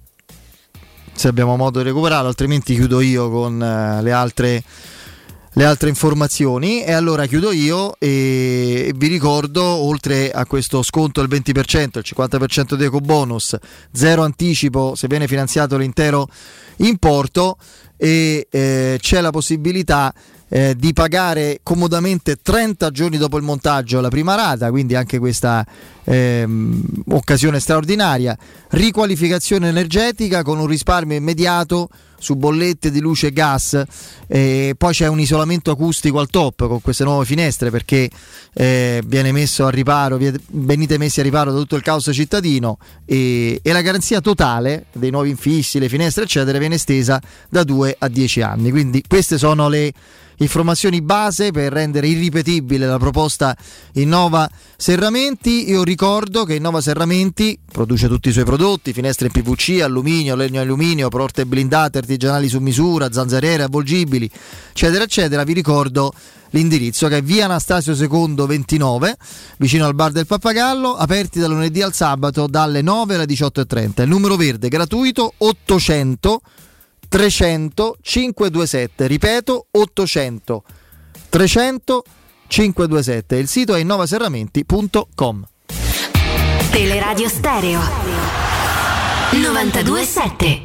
se abbiamo modo di recuperarlo, altrimenti chiudo io con eh, le altre le altre informazioni. E allora chiudo io e, e vi ricordo, oltre a questo sconto del venti per cento, il cinquanta per cento di ecobonus, zero anticipo se viene finanziato l'intero importo, e eh, c'è la possibilità Eh, di pagare comodamente trenta giorni dopo il montaggio la prima rata, quindi anche questa ehm, occasione straordinaria. Riqualificazione energetica con un risparmio immediato su bollette di luce e gas, e poi c'è un isolamento acustico al top con queste nuove finestre, perché eh, viene messo a riparo, venite messi a riparo da tutto il caos cittadino, e, e la garanzia totale dei nuovi infissi, le finestre eccetera viene estesa da due a dieci anni. Quindi queste sono le informazioni base per rendere irripetibile la proposta Innova Serramenti. Io ricordo ricordo che Innova Serramenti produce tutti i suoi prodotti, finestre in P V C, alluminio, legno alluminio, porte blindate artigianali su misura, zanzariere, avvolgibili, eccetera eccetera. Vi ricordo l'indirizzo, che è via Anastasio secondo ventinove, vicino al bar del Pappagallo, aperti dal lunedì al sabato dalle nove alle diciotto e trenta. Il numero verde gratuito ottocento trecento cinquecentoventisette, ripeto ottocento trecento cinquecentoventisette. Il sito è innovaserramenti punto com. Teleradio Stereo novantadue sette.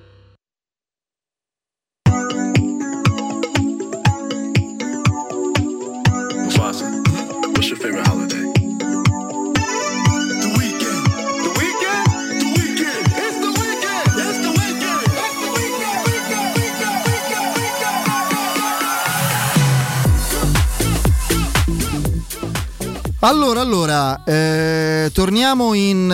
What's your favorite holiday? The weekend. The weekend? The weekend. It's the weekend. It's the weekend. It's the weekend. Weekend. Weekend. Weekend. Allora, allora, eh, torniamo in,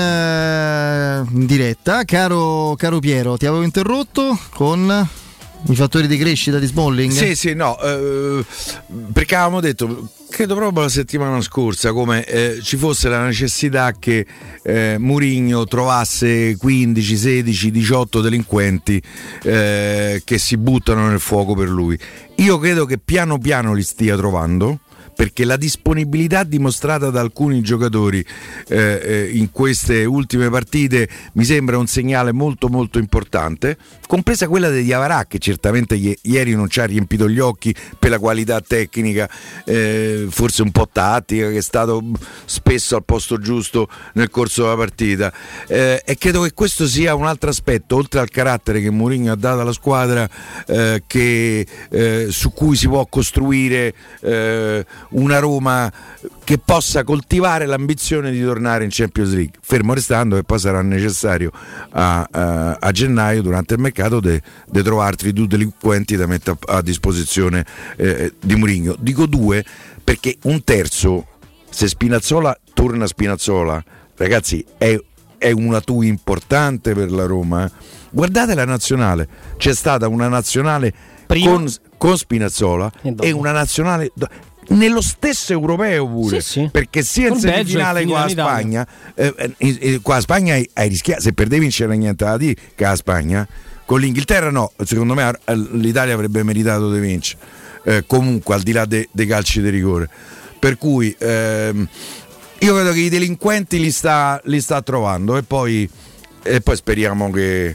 eh, in diretta. Caro, caro Piero, ti avevo interrotto con i fattori di crescita di Smalling? Sì, sì, no, eh, perché avevamo detto, credo proprio la settimana scorsa, come eh, ci fosse la necessità che eh, Mourinho trovasse quindici, sedici, diciotto delinquenti eh, che si buttano nel fuoco per lui. Io credo che piano piano li stia trovando, perché la disponibilità dimostrata da alcuni giocatori eh, eh, in queste ultime partite mi sembra un segnale molto molto importante, compresa quella di Diawara, che certamente i- ieri non ci ha riempito gli occhi per la qualità tecnica, eh, forse un po' tattica, che è stato spesso al posto giusto nel corso della partita, eh, e credo che questo sia un altro aspetto, oltre al carattere che Mourinho ha dato alla squadra, eh, che, eh, su cui si può costruire eh, una Roma che possa coltivare l'ambizione di tornare in Champions League, fermo restando che poi sarà necessario a, a, a gennaio, durante il mercato, di trovare altri due delinquenti da mettere a, a disposizione eh, di Mourinho. Dico due perché un terzo, se Spinazzola torna Spinazzola, ragazzi, è, è una tu importante per la Roma. Guardate la nazionale, c'è stata una nazionale con, con Spinazzola e, e una nazionale nello stesso europeo pure, sì, sì. Perché sia in Col semifinale con la Spagna, eh, eh, eh, con la Spagna hai, hai rischiato, se perdevi non c'era niente da dire che la Spagna, con l'Inghilterra no, secondo me l'Italia avrebbe meritato di vincere, eh, comunque al di là dei de calci di rigore, per cui ehm, io credo che i delinquenti li sta, li sta trovando e poi, e poi speriamo che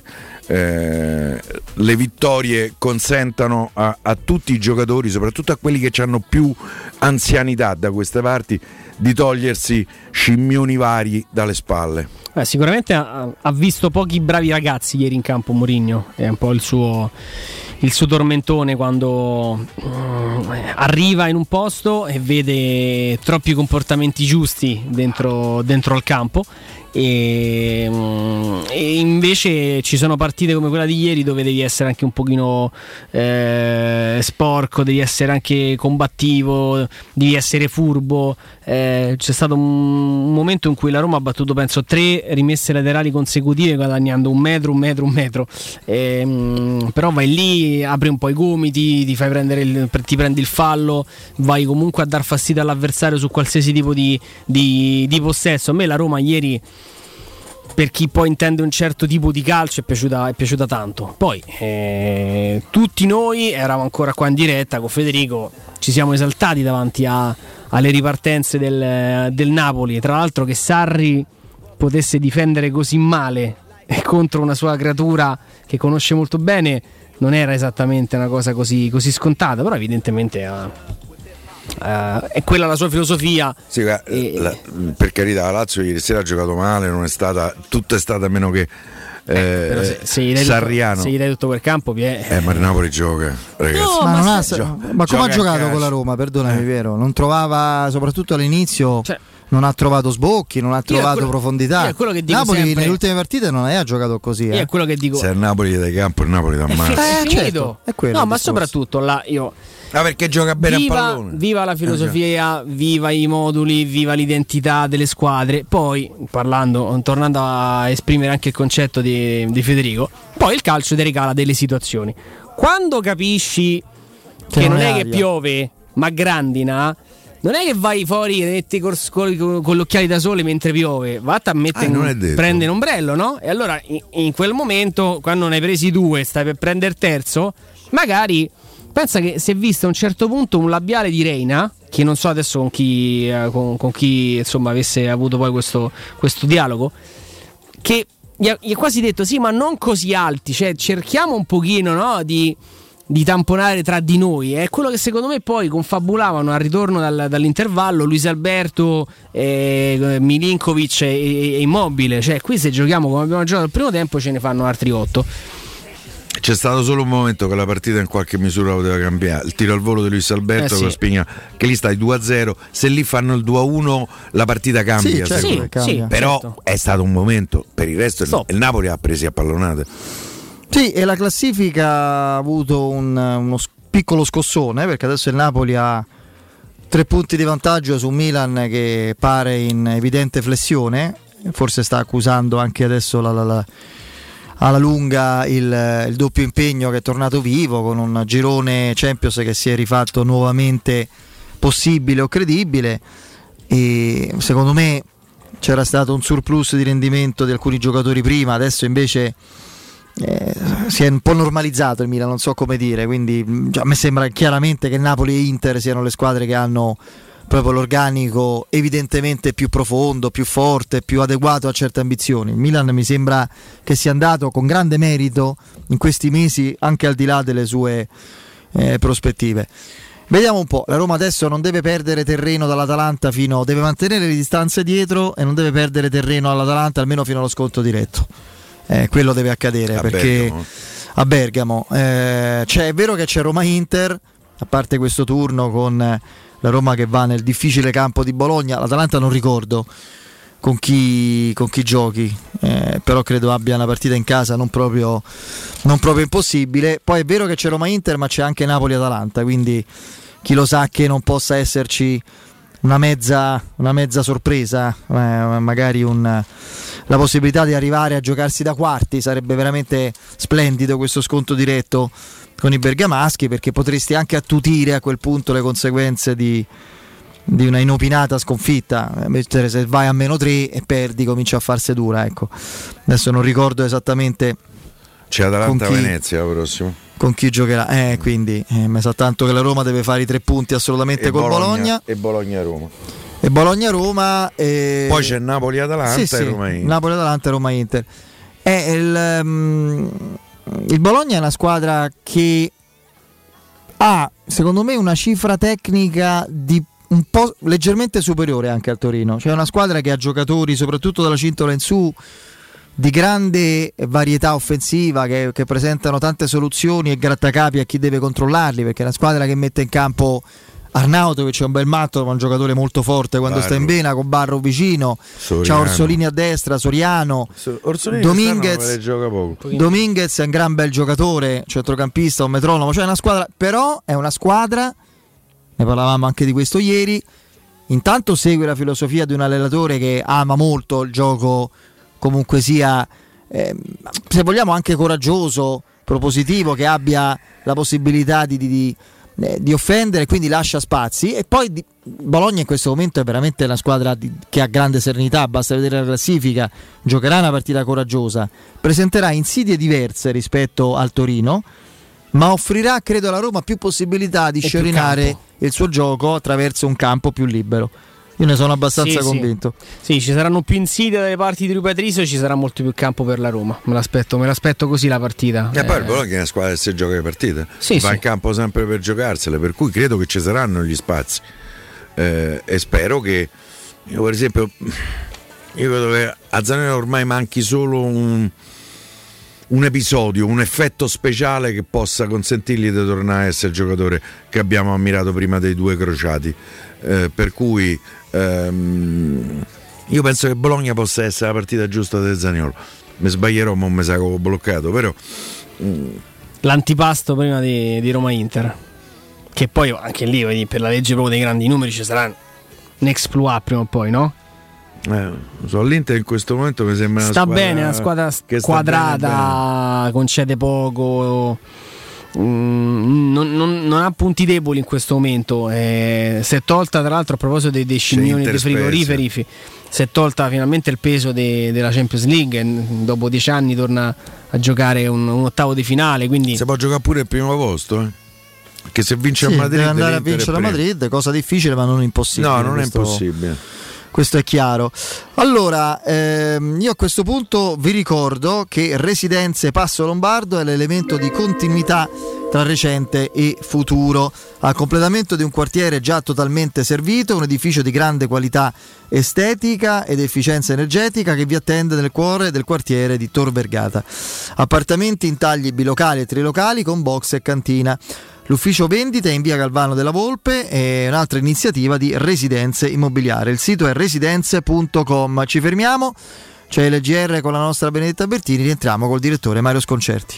Eh, le vittorie consentano a, a tutti i giocatori, soprattutto a quelli che hanno più anzianità da queste parti, di togliersi scimmioni vari dalle spalle. Eh, sicuramente ha, ha visto pochi bravi ragazzi ieri in campo Mourinho, è un po' il suo, il suo tormentone quando um, arriva in un posto e vede troppi comportamenti giusti dentro, dentro il campo. E, e invece ci sono partite come quella di ieri dove devi essere anche un pochino eh, sporco, devi essere anche combattivo, devi essere furbo. Eh, c'è stato un momento in cui la Roma ha battuto penso tre rimesse laterali consecutive guadagnando un metro, un metro, un metro. Eh, però vai lì, apri un po' i gomiti, ti fai prendere il, ti prendi il fallo, vai comunque a dar fastidio all'avversario su qualsiasi tipo di, di, di possesso. A me la Roma ieri, per chi poi intende un certo tipo di calcio, è piaciuta, è piaciuta tanto. Poi eh, tutti noi eravamo ancora qua in diretta con Federico, ci siamo esaltati davanti a, alle ripartenze del, del Napoli. Tra l'altro che Sarri potesse difendere così male contro una sua creatura che conosce molto bene non era esattamente una cosa così, così scontata, però evidentemente ha... Uh, è quella la sua filosofia. Sì, e... la, per carità, la Lazio ieri sera ha giocato male, non è stata, tutto è stato a meno che eh, eh, se, se gli Sarriano. Se gli dai tutto quel campo, è... eh, ma il Napoli gioca, ragazzi. No, ma, ma, se... gio- ma come ha giocato con la Roma? Perdonami, eh. vero? Non trovava, soprattutto all'inizio, cioè, non ha trovato sbocchi, non ha trovato quello, profondità. Napoli sempre... nelle ultime partite non ha giocato così. Eh. È quello che dico. Se il Napoli dai campo, il Napoli da mano. È finito. È quello no, ma soprattutto là io. Ah, perché gioca bene viva, a pallone. Viva la filosofia, viva i moduli, viva l'identità delle squadre. Poi, parlando, tornando a esprimere anche il concetto di, di Federico, poi il calcio ti regala delle situazioni. Quando capisci che, che non è, è che piove, ma grandina, non è che vai fuori e metti col, col, con gli occhiali da sole mentre piove, vatti a mettere, Ah, non è detto. prende un ombrello, no? E allora in, in quel momento, quando ne hai presi due, stai per prendere il terzo, magari pensa che si è visto a un certo punto un labiale di Reina, che non so adesso con chi, eh, con, con chi insomma avesse avuto poi questo, questo dialogo, che gli ha, gli ha quasi detto sì, ma non così alti, cioè cerchiamo un pochino, no, di, di tamponare tra di noi. È quello che secondo me poi confabulavano al ritorno dal, dall'intervallo Luis Alberto, eh, Milinkovic e, e Immobile. Cioè qui se giochiamo come abbiamo giocato al primo tempo ce ne fanno altri otto. C'è stato solo un momento che la partita in qualche misura poteva cambiare. Il tiro al volo di Luis Alberto Eh sì. con Spigna, che lì stai due a zero. Se lì fanno il due a uno, la partita cambia. Sì, certo secondo che me. cambia. Però certo. è stato un momento. Per il resto, il, Stop. il Napoli ha presi a pallonate. Sì, e la classifica ha avuto un, uno s- piccolo scossone, perché adesso il Napoli ha tre punti di vantaggio su Milan che pare in evidente flessione, forse sta accusando anche adesso la, la, la, alla lunga il, il doppio impegno che è tornato vivo, con un girone Champions che si è rifatto nuovamente possibile o credibile, e secondo me c'era stato un surplus di rendimento di alcuni giocatori prima, adesso invece Eh, si è un po' normalizzato il Milan, non so come dire, quindi già, a me sembra chiaramente che Napoli e Inter siano le squadre che hanno proprio l'organico evidentemente più profondo, più forte, più adeguato a certe ambizioni. Il Milan mi sembra che sia andato con grande merito in questi mesi anche al di là delle sue eh, prospettive. Vediamo un po', la Roma adesso non deve perdere terreno dall'Atalanta, fino deve mantenere le distanze dietro e non deve perdere terreno all'Atalanta almeno fino allo sconto diretto. Eh, quello deve accadere A perché Bergamo. a Bergamo eh, c'è, è vero che c'è Roma-Inter, a parte questo turno con la Roma che va nel difficile campo di Bologna. L'Atalanta non ricordo con chi, con chi giochi, eh, però credo abbia una partita in casa non proprio, non proprio impossibile. Poi è vero che c'è Roma-Inter, ma c'è anche Napoli-Atalanta, quindi chi lo sa che non possa esserci una mezza, una mezza sorpresa, eh, magari un, la possibilità di arrivare a giocarsi da quarti. Sarebbe veramente splendido questo sconto diretto con i bergamaschi, perché potresti anche attutire a quel punto le conseguenze di, di una inopinata sconfitta, mentre se vai a meno tre e perdi comincia a farsi dura, ecco. Adesso non ricordo esattamente C'è con chi- Atalanta-Venezia la prossima. con chi giocherà, eh, quindi eh, mi sa tanto che la Roma deve fare i tre punti assolutamente E col Bologna, e Bologna-Roma. e Bologna-Roma e... Poi c'è Napoli-Atalanta Sì, sì, e Roma-Inter. Napoli-Atalanta e Roma-Inter. Eh, il, um, il Bologna è una squadra che ha, secondo me, una cifra tecnica di un po' leggermente superiore anche al Torino. Cioè una squadra che ha giocatori, soprattutto dalla cintola in su, di grande varietà offensiva, che, che presentano tante soluzioni e grattacapi a chi deve controllarli, perché è una squadra che mette in campo Arnautovic, è un bel matto, ma un giocatore molto forte quando Barro. sta in vena, con Barro vicino, c'ha Soriano. Orsolini a destra, Soriano, So- Orsolini Dominguez. quest'anno me le gioca poco. Dominguez è un gran bel giocatore, centrocampista, un metronomo, cioè è una squadra, però è una squadra, ne parlavamo anche di questo ieri, intanto segue la filosofia di un allenatore che ama molto il gioco, comunque sia, eh, se vogliamo anche coraggioso, propositivo, che abbia la possibilità di, di, di, eh, di offendere, quindi lascia spazi. E poi di, Bologna in questo momento è veramente una squadra di, che ha grande serenità, basta vedere la classifica, giocherà una partita coraggiosa, presenterà insidie diverse rispetto al Torino, ma offrirà, credo, alla Roma più possibilità di più sciorinare campo. il suo gioco attraverso un campo più libero. Io ne sono abbastanza Sì, convinto. Sì. Sì, ci saranno più insidie dalle parti di Rui Patricio e ci sarà molto più campo per la Roma. Me l'aspetto, me l'aspetto così la partita. E poi Eh, il Bologna è una squadra che si gioca le partite, Sì, va sì. in campo sempre per giocarsele, per cui credo che ci saranno gli spazi. Eh, e spero che, io per esempio, io credo che a Zanella ormai manchi solo un, un episodio, un effetto speciale che possa consentirgli di tornare a essere il giocatore che abbiamo ammirato prima dei due crociati. Eh, per cui ehm, io penso che Bologna possa essere la partita giusta del Zaniolo. Mi sbaglierò, ma mi sa che ho bloccato, però mm, L'antipasto prima di, di Roma-Inter. Che poi anche lì, vedi, per la legge proprio dei grandi numeri ci sarà un exploit prima o poi, no? eh, so, l'Inter in questo momento mi sembra una Sta squadra bene, una squadra che sta quadrata, bene, bene. concede poco, Mm, non, non, non ha punti deboli in questo momento. Eh, si è tolta, tra l'altro, a proposito dei, dei scimmioni dei frigoriferi, fi, si è tolta finalmente il peso de, della Champions League. E dopo dieci anni torna a giocare un, un ottavo di finale. Quindi si può giocare pure il primo posto, eh? Che se vince sì, a Madrid deve andare a vincere a Madrid, cosa difficile ma non impossibile. No, non questo, è impossibile. Questo è chiaro. Allora, ehm, io a questo punto vi ricordo che Residenze Passo Lombardo è l'elemento di continuità tra recente e futuro. Al completamento di un quartiere già totalmente servito, un edificio di grande qualità estetica ed efficienza energetica che vi attende nel cuore del quartiere di Tor Vergata. Appartamenti in tagli bilocali e trilocali con box e cantina. L'ufficio vendita è in via Galvano della Volpe, è un'altra iniziativa di Residenze Immobiliare. Il sito è residenze punto com. Ci fermiamo, c'è il G R con la nostra Benedetta Bertini, rientriamo col direttore Mario Sconcerti.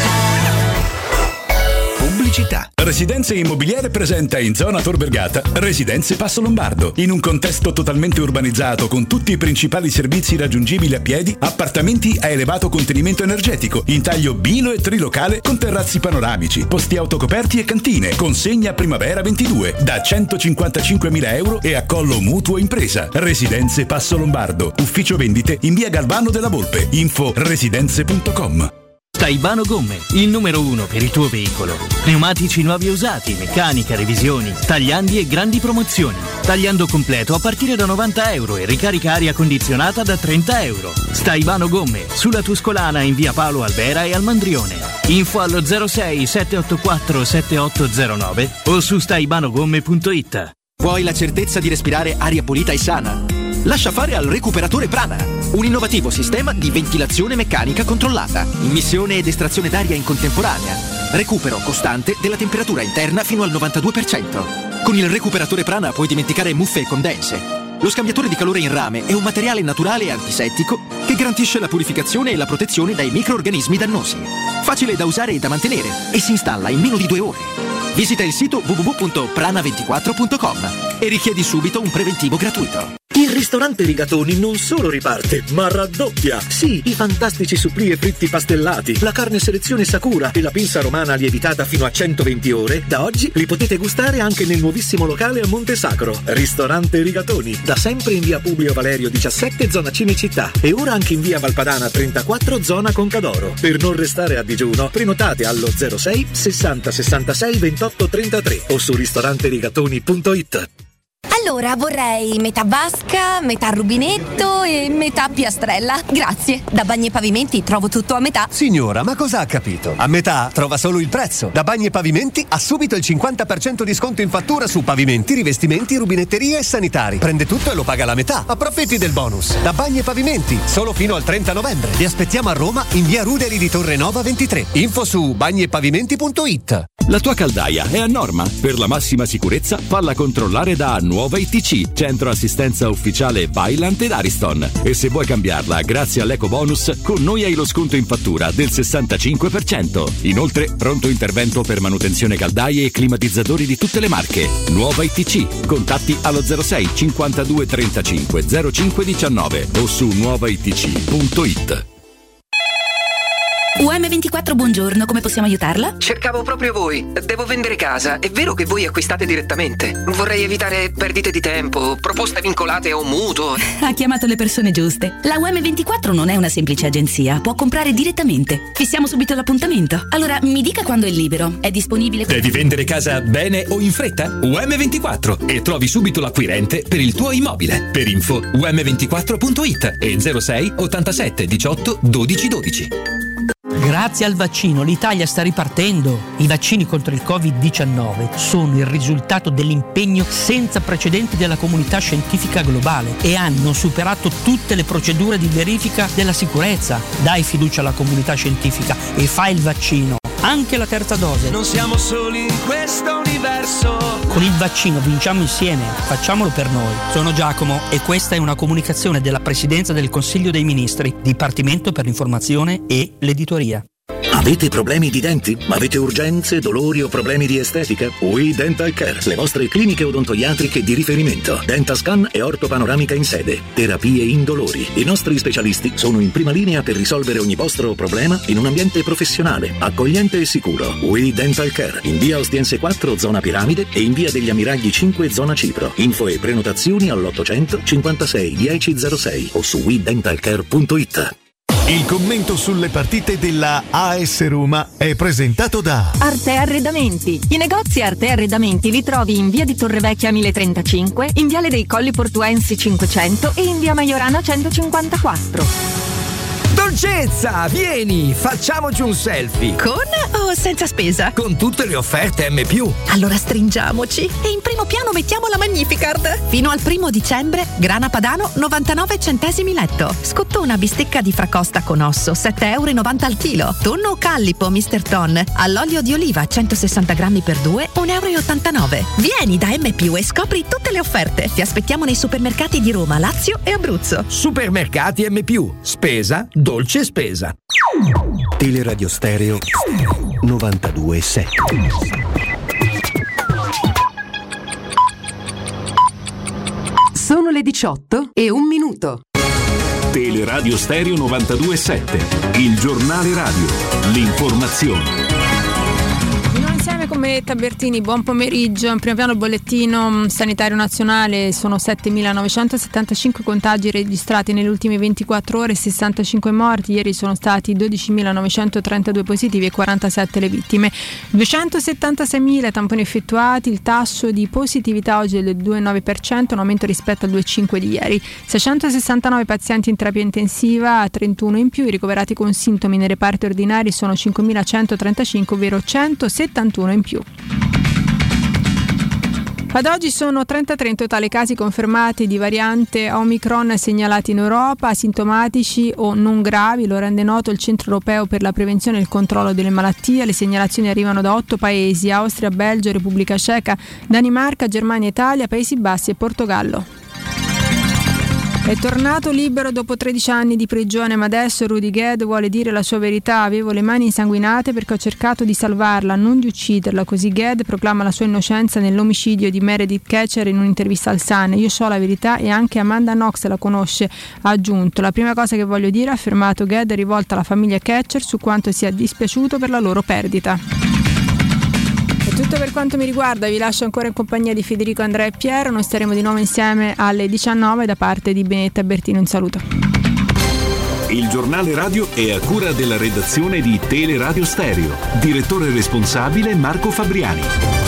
Pubblicità. Residenze Immobiliare presenta in zona Tor Vergata Residenze Passo Lombardo. In un contesto totalmente urbanizzato con tutti i principali servizi raggiungibili a piedi, appartamenti a elevato contenimento energetico, in taglio bilo e trilocale con terrazzi panoramici, posti autocoperti e cantine, consegna primavera ventidue da centocinquantacinquemila euro e accollo mutuo impresa. Residenze Passo Lombardo. Ufficio vendite in via Galvano della Volpe. Info residenze punto com. Staibano Gomme, il numero uno per il tuo veicolo. Pneumatici nuovi e usati, meccanica, revisioni, tagliandi e grandi promozioni. Tagliando completo a partire da novanta euro e ricarica aria condizionata da trenta euro. Staibano Gomme, sulla Tuscolana in via Paolo Albera e al Mandrione. Info allo zero sei sette otto quattro sette otto zero nove o su staibanogomme punto it. Vuoi la certezza di respirare aria pulita e sana? Lascia fare al recuperatore Prana, un innovativo sistema di ventilazione meccanica controllata, immissione ed estrazione d'aria in contemporanea, recupero costante della temperatura interna fino al novantadue per cento. Con il recuperatore Prana puoi dimenticare muffe e condense. Lo scambiatore di calore in rame è un materiale naturale e antisettico che garantisce la purificazione e la protezione dai microrganismi dannosi. Facile da usare e da mantenere e si installa in meno di due ore. Visita il sito w w w punto prana ventiquattro punto com e richiedi subito un preventivo gratuito. Il ristorante Rigatoni non solo riparte, ma raddoppia. Sì, i fantastici supplì e fritti pastellati, la carne selezione Sakura e la pinza romana lievitata fino a centoventi ore, da oggi li potete gustare anche nel nuovissimo locale a Monte Sacro. Ristorante Rigatoni, da sempre in via Publio Valerio diciassette, zona Cinecittà, e ora anche in via Valpadana trentaquattro, zona Concadoro. Per non restare a digiuno, prenotate allo zero sei sessanta sessantasei ventotto trentatré o su ristoranterigatoni punto it. Allora vorrei metà vasca, metà rubinetto e metà piastrella. Grazie. Da Bagni e Pavimenti trovo tutto a metà. Signora, ma cosa ha capito? A metà trova solo il prezzo. Da Bagni e Pavimenti ha subito il cinquanta per cento di sconto in fattura su pavimenti, rivestimenti, rubinetterie e sanitari. Prende tutto e lo paga la metà. Approfitti del bonus. Da Bagni e Pavimenti, solo fino al trenta novembre. Vi aspettiamo a Roma in via Ruderi di Torrenova ventitré. Info su bagni e pavimenti punto it. La tua caldaia è a norma. Per la massima sicurezza, falla controllare da Nuova I T C, centro assistenza ufficiale Vaillant ed Ariston. E se vuoi cambiarla grazie all'eco bonus, con noi hai lo sconto in fattura del sessantacinque per cento. Inoltre, pronto intervento per manutenzione caldaie e climatizzatori di tutte le marche. Nuova I T C. Contatti allo zero sei cinquantadue trentacinque zero cinque diciannove o su nuova i t c punto it. U M ventiquattro, buongiorno, come possiamo aiutarla? Cercavo proprio voi. Devo vendere casa. È vero che voi acquistate direttamente? Vorrei evitare perdite di tempo, proposte vincolate o mutuo. Ha chiamato le persone giuste. La U M ventiquattro non è una semplice agenzia, può comprare direttamente. Fissiamo subito l'appuntamento. Allora, mi dica quando è libero. È disponibile? Devi vendere casa bene o in fretta? U M ventiquattro e trovi subito l'acquirente per il tuo immobile. Per info u m ventiquattro punto it e zero sei ottantasette diciotto dodici dodici. Grazie al vaccino l'Italia sta ripartendo. I vaccini contro il covid diciannove sono il risultato dell'impegno senza precedenti della comunità scientifica globale e hanno superato tutte le procedure di verifica della sicurezza. Dai fiducia alla comunità scientifica e fai il vaccino. Anche la terza dose. Non siamo soli in questo universo. Con il vaccino vinciamo insieme, facciamolo per noi. Sono Giacomo e questa è una comunicazione della Presidenza del Consiglio dei Ministri, Dipartimento per l'informazione e l'editoria. A Avete problemi di denti? Ma avete urgenze, dolori o problemi di estetica? We Dental Care, le vostre cliniche odontoiatriche di riferimento. Dentascan e ortopanoramica in sede. Terapie indolori. I nostri specialisti sono in prima linea per risolvere ogni vostro problema in un ambiente professionale, accogliente e sicuro. We Dental Care, in via Ostiense quattro, zona Piramide, e in via degli Ammiragli cinque, zona Cipro. Info e prenotazioni all'ottocento cinquantasei dieci zero sei o su we dental care punto it. Il commento sulle partite della A S Roma è presentato da Arte Arredamenti. I negozi Arte Arredamenti li trovi in via di Torrevecchia mille trentacinque, in viale dei Colli Portuensi cinquecento e in via Maiorana centocinquantaquattro. Dolcezza, vieni, facciamoci un selfie. Con o senza spesa? Con tutte le offerte M più. Allora stringiamoci e in primo piano mettiamo la Magnificard. Fino al primo dicembre, grana padano novantanove centesimi letto. Scottona bistecca di fracosta con osso sette virgola novanta euro al chilo. Tonno callipo mister Ton all'olio di oliva centosessanta grammi per due un virgola ottantanove euro. Vieni da M più e scopri tutte le offerte. Ti aspettiamo nei supermercati di Roma, Lazio e Abruzzo. Supermercati M più. Spesa, dolce spesa. Teleradio Stereo novantadue sette. Sono le diciotto e un minuto. Teleradio Stereo novantadue sette, il giornale radio, l'informazione. Insieme con me Tabertini, buon pomeriggio. In primo piano il bollettino sanitario nazionale, sono settemilanovecentossettantacinque contagi registrati nelle ultime ventiquattro ore, sessantacinque morti, ieri sono stati dodicimilanovecentotrentadue positivi e quarantasette le vittime, duecentosettantaseimila tamponi effettuati, il tasso di positività oggi è del due virgola nove per cento, un aumento rispetto al due virgola cinque per cento di ieri, seicentosessantanove pazienti in terapia intensiva, trentuno in più, i ricoverati con sintomi nei reparti ordinari sono cinquemilacentotrentacinque, ovvero centosettantuno in più. Ad oggi sono trentatré in totale casi confermati di variante Omicron segnalati in Europa, asintomatici o non gravi, lo rende noto il Centro Europeo per la Prevenzione e il Controllo delle Malattie. Le segnalazioni arrivano da otto paesi: Austria, Belgio, Repubblica Ceca, Danimarca, Germania, Italia, Paesi Bassi e Portogallo. È tornato libero dopo tredici anni di prigione, ma adesso Rudy Gued vuole dire la sua verità. Avevo le mani insanguinate perché ho cercato di salvarla, non di ucciderla. Così Gued proclama la sua innocenza nell'omicidio di Meredith Ketcher in un'intervista al Sun. Io so la verità e anche Amanda Knox la conosce, ha aggiunto. La prima cosa che voglio dire, ha affermato Gued, è rivolta alla famiglia Ketcher su quanto sia dispiaciuto per la loro perdita. È tutto per quanto mi riguarda, vi lascio ancora in compagnia di Federico, Andrea e Piero. Noi staremo di nuovo insieme alle diciannove da parte di Benedetta Bertino. Un saluto. Il giornale radio è a cura della redazione di Teleradio Stereo. Direttore responsabile Marco Fabriani.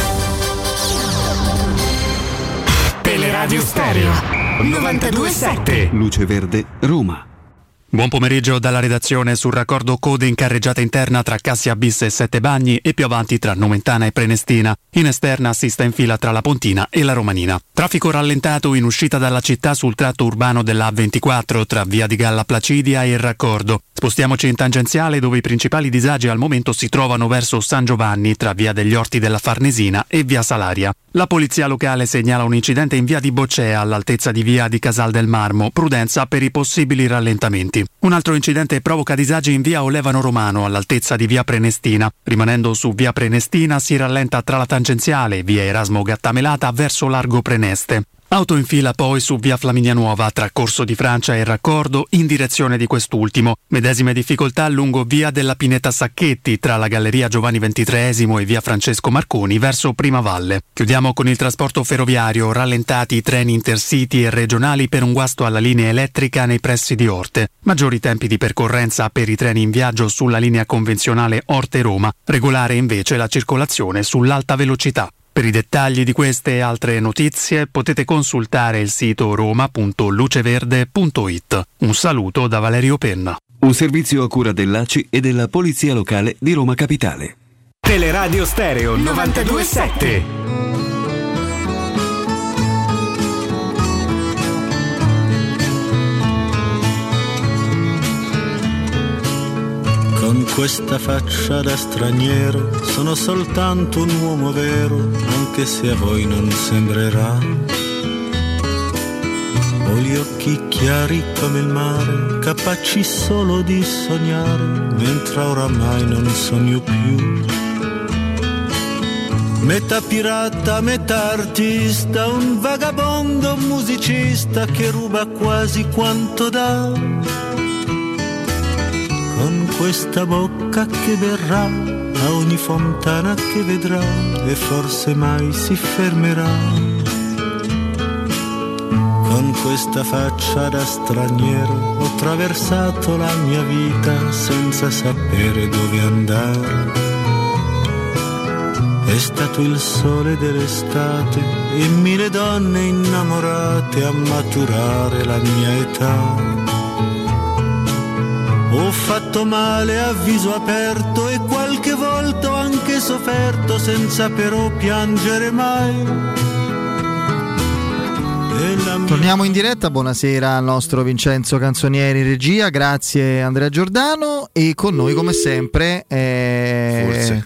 Teleradio Stereo novantadue sette. Luce Verde, Roma. Buon pomeriggio dalla redazione. Sul raccordo code in carreggiata interna tra Cassia Bis e Sette Bagni e più avanti tra Nomentana e Prenestina. In esterna si sta in fila tra la Pontina e la Romanina. Traffico rallentato in uscita dalla città sul tratto urbano della A ventiquattro tra via di Galla Placidia e il raccordo. Spostiamoci in tangenziale dove i principali disagi al momento si trovano verso San Giovanni tra via degli Orti della Farnesina e via Salaria. La polizia locale segnala un incidente in via di Boccea all'altezza di via di Casal del Marmo. Prudenza per i possibili rallentamenti. Un altro incidente provoca disagi in via Olevano Romano all'altezza di via Prenestina. Rimanendo su via Prenestina si rallenta tra la tangenziale e via Erasmo Gattamelata verso largo Preneste. Auto in fila poi su via Flaminia Nuova tra Corso di Francia e Raccordo in direzione di quest'ultimo. Medesime difficoltà lungo via della Pineta Sacchetti tra la Galleria Giovanni ventitreesimo e via Francesco Marconi verso Primavalle. Chiudiamo con il trasporto ferroviario, rallentati i treni intercity e regionali per un guasto alla linea elettrica nei pressi di Orte. Maggiori tempi di percorrenza per i treni in viaggio sulla linea convenzionale Orte-Roma. Regolare invece la circolazione sull'alta velocità. Per i dettagli di queste e altre notizie potete consultare il sito roma punto luceverde punto it. Un saluto da Valerio Penna. Un servizio a cura dell'A C I e della Polizia Locale di Roma Capitale. Teleradio Stereo novantadue sette. Con questa faccia da straniero sono soltanto un uomo vero, anche se a voi non sembrerà. Ho gli occhi chiari come il mare, capaci solo di sognare, mentre oramai non sogno più. Metà pirata, metà artista, un vagabondo musicista che ruba quasi quanto dà. Con questa bocca che berrà a ogni fontana che vedrà e forse mai si fermerà. Con questa faccia da straniero ho attraversato la mia vita senza sapere dove andare. È stato il sole dell'estate e mille donne innamorate a maturare la mia età. Ho fatto male a viso aperto e qualche volta ho anche sofferto senza però piangere mai. Torniamo in diretta, buonasera al nostro Vincenzo Canzonieri in regia, grazie Andrea Giordano e con noi come sempre eh, Forse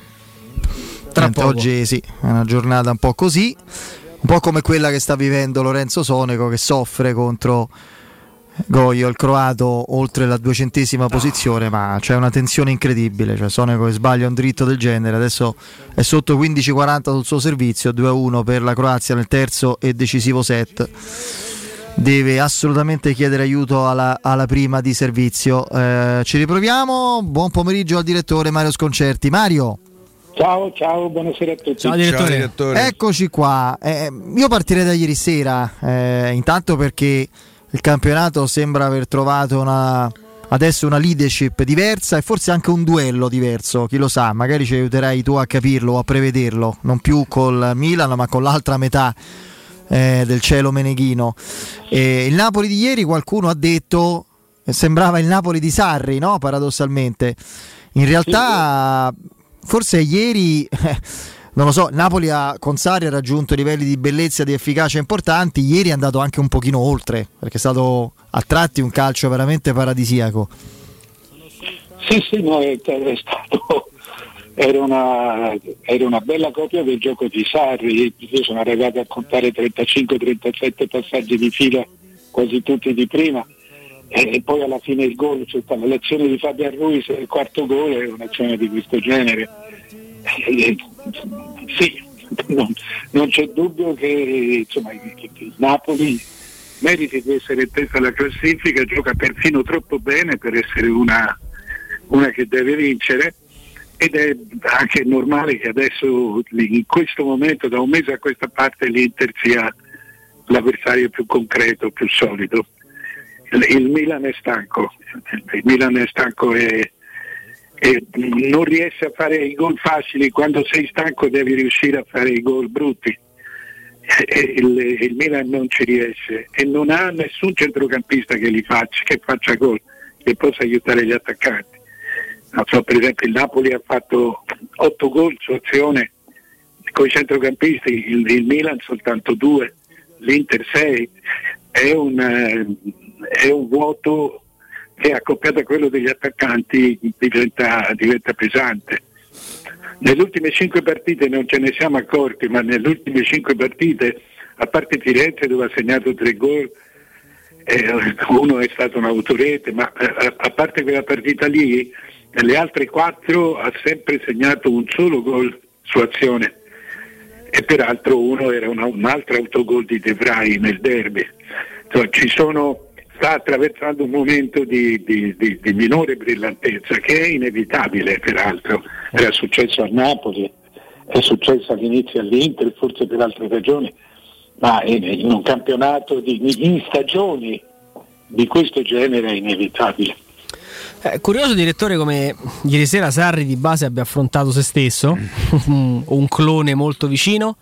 Tra oggi sì, è una giornata un po' così, un po' come quella che sta vivendo Lorenzo Sonego che soffre contro Goio, il croato, oltre la duecentesima posizione, ma c'è una tensione incredibile, cioè Sonego che sbaglia un dritto del genere, adesso è sotto quindici quaranta sul suo servizio, due a uno per la Croazia nel terzo e decisivo set. Deve assolutamente chiedere aiuto alla, alla prima di servizio. Eh, ci riproviamo, buon pomeriggio al direttore Mario Sconcerti. Mario. Ciao, ciao, buonasera a tutti. Ciao direttore. Ciao, direttore. Eccoci qua. Eh, io partirei da ieri sera, eh, intanto perché il campionato sembra aver trovato una, adesso una leadership diversa e forse anche un duello diverso, chi lo sa, magari ci aiuterai tu a capirlo o a prevederlo, non più col Milan ma con l'altra metà eh, del cielo meneghino. Eh, il Napoli di ieri qualcuno ha detto eh, sembrava il Napoli di Sarri, no? Paradossalmente. In realtà forse ieri... Eh, non lo so, Napoli ha, con Sarri ha raggiunto livelli di bellezza e di efficacia importanti, ieri è andato anche un pochino oltre, perché è stato a tratti un calcio veramente paradisiaco. Sì, sì, no, è, è stato, era una, era una bella copia del gioco di Sarri, io sono arrivato a contare trentacinque trentasette passaggi di fila, quasi tutti di prima, e, e poi alla fine il gol, cioè l'azione di Fabian Ruiz, il quarto gol è un'azione di questo genere. Eh, sì, non, non c'è dubbio che insomma il Napoli meriti di essere in testa alla classifica, gioca perfino troppo bene per essere una, una che deve vincere, ed è anche normale che adesso in questo momento, da un mese a questa parte, l'Inter sia l'avversario più concreto, più solido. Il, il Milan è stanco, il Milan è stanco e e non riesce a fare i gol facili. Quando sei stanco devi riuscire a fare i gol brutti, e il, il Milan non ci riesce e non ha nessun centrocampista che li faccia, che faccia gol, che possa aiutare gli attaccanti. Non so, per esempio il Napoli ha fatto otto gol su azione con i centrocampisti, il, il Milan soltanto due, l'Inter sei. È un, è un vuoto che accoppiato a quello degli attaccanti diventa, diventa pesante. Nelle ultime cinque partite non ce ne siamo accorti, ma nelle ultime cinque partite, a parte Firenze dove ha segnato tre gol, eh, uno è stato un autorete, ma a, a parte quella partita lì, nelle altre quattro ha sempre segnato un solo gol su azione, e peraltro uno era una, un altro autogol di De Vrij nel derby. Insomma, ci sono sta attraversando un momento di, di, di, di minore brillantezza, che è inevitabile, peraltro era successo a Napoli, è successo all'inizio all'Inter, forse per altre ragioni, ma in, in un campionato di, in stagioni di questo genere è inevitabile. Eh, curioso direttore come ieri sera Sarri di base abbia affrontato se stesso, un, un clone molto vicino,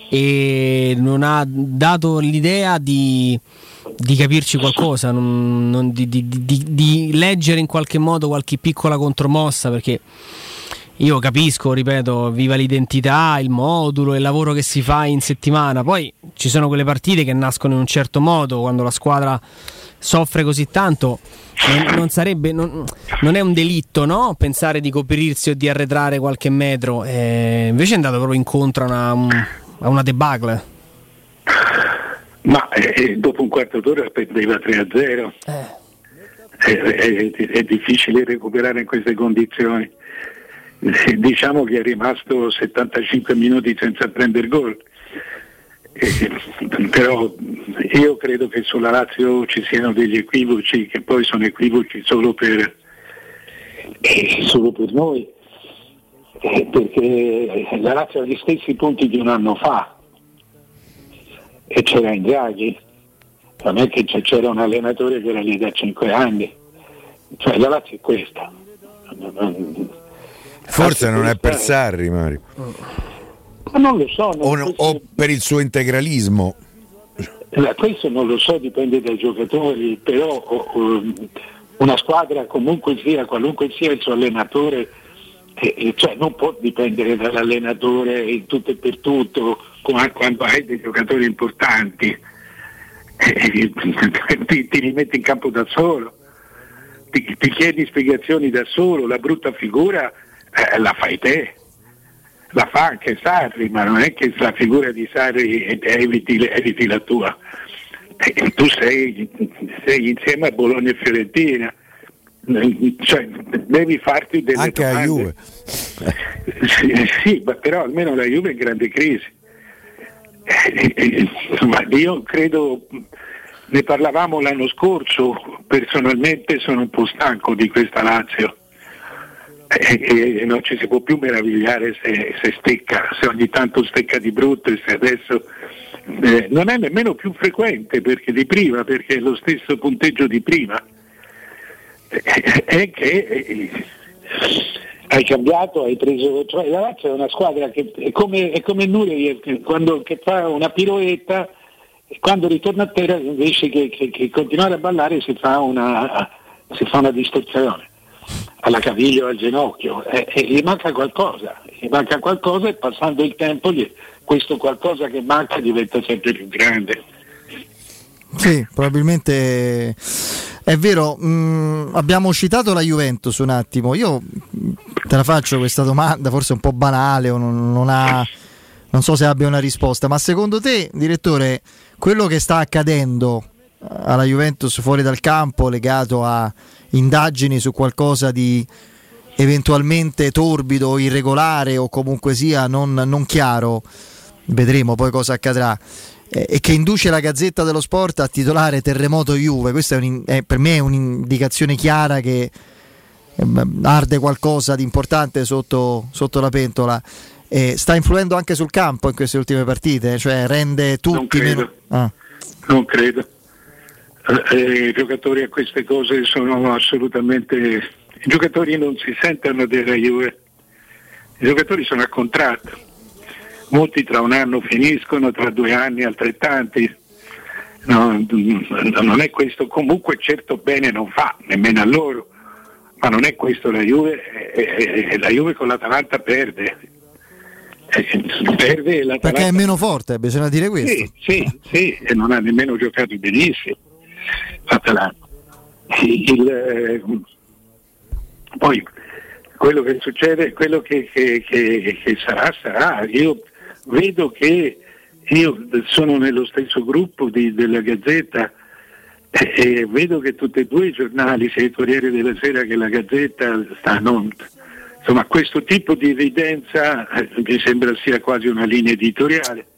e non ha dato l'idea di di capirci qualcosa, non, non, di, di, di, di leggere in qualche modo qualche piccola contromossa, perché io capisco, ripeto, viva l'identità, il modulo, il lavoro che si fa in settimana, poi ci sono quelle partite che nascono in un certo modo, quando la squadra soffre così tanto non, non sarebbe non, non è un delitto, no? Pensare di coprirsi o di arretrare qualche metro, eh, invece è andato proprio incontro a una, a una debacle. Ma eh, dopo un quarto d'ora perdeva tre a zero. Eh. È, è, è difficile recuperare in queste condizioni. Eh, diciamo che è rimasto settantacinque minuti senza prendere gol. Eh, però io credo che sulla Lazio ci siano degli equivoci che poi sono equivoci solo per, eh, solo per noi, eh, perché la Lazio ha gli stessi punti di un anno fa e c'era Inzaghi, non è che c'era un allenatore che era lì da cinque anni, cioè la Lazio è questa. Forse non è per Sarri, Mario. Ma non lo so. Non o, no, o per il suo integralismo. Questo non lo so, dipende dai giocatori, però oh, una squadra comunque sia, qualunque sia il suo allenatore, eh, cioè non può dipendere dall'allenatore in tutto e per tutto, quando hai dei giocatori importanti, eh, ti, ti rimetti in campo da solo, ti, ti chiedi spiegazioni da solo, la brutta figura eh, la fai te. La fa anche Sarri, ma non è che la figura di Sarri eviti, eviti la tua. Eh, tu sei, sei insieme a Bologna e Fiorentina, cioè devi farti delle anche domande. a Juve. Sì, sì, ma però almeno la Juve è in grande crisi. Eh, eh, ma io credo, ne parlavamo l'anno scorso, personalmente sono un po' stanco di questa Lazio. E, e non ci si può più meravigliare se, se stecca, se ogni tanto stecca di brutto e se adesso eh, non è nemmeno più frequente perché di prima, perché è lo stesso punteggio di prima, eh, è che eh, hai cambiato, hai preso, cioè la Lazio è una squadra che è come, è come Nuri che quando che fa una piroetta e quando ritorna a terra invece che, che, che continuare a ballare si fa una, si fa una distorsione alla caviglia o al ginocchio, e, e gli manca qualcosa, gli manca qualcosa e passando il tempo gli, questo qualcosa che manca diventa sempre più grande. Sì, probabilmente è vero. Mh, abbiamo citato la Juventus un attimo, io te la faccio questa domanda, forse un po' banale o non, non ha, non so se abbia una risposta, ma secondo te, direttore, quello che sta accadendo alla Juventus fuori dal campo legato a indagini su qualcosa di eventualmente torbido o irregolare o comunque sia non, non chiaro, vedremo poi cosa accadrà, eh, e che induce la Gazzetta dello Sport a titolare Terremoto Juve, questa è, un, è per me è un'indicazione chiara che eh, arde qualcosa di importante sotto, sotto la pentola. Eh, sta influendo anche sul campo in queste ultime partite, cioè rende tutti non credo, meno... ah. non credo. Eh, I giocatori a queste cose sono assolutamente, i giocatori non si sentono della Juve, i giocatori sono a contratto, molti tra un anno finiscono, tra due anni altrettanti, no, non è questo, comunque certo bene non fa, nemmeno a loro, ma non è questo la Juve, eh, eh, la Juve con l'Atalanta perde. Eh, perde l'Atalanta perché è meno forte, bisogna dire questo. Sì, sì, sì, e non ha nemmeno giocato benissimo l'Atalanta. Il, eh, poi quello che succede, quello che, che, che, che sarà, sarà. Io vedo che io sono nello stesso gruppo di, della Gazzetta e, e vedo che tutti e due i giornali, sia il Corriere della Sera che la Gazzetta, stanno, insomma, questo tipo di evidenza eh, mi sembra sia quasi una linea editoriale.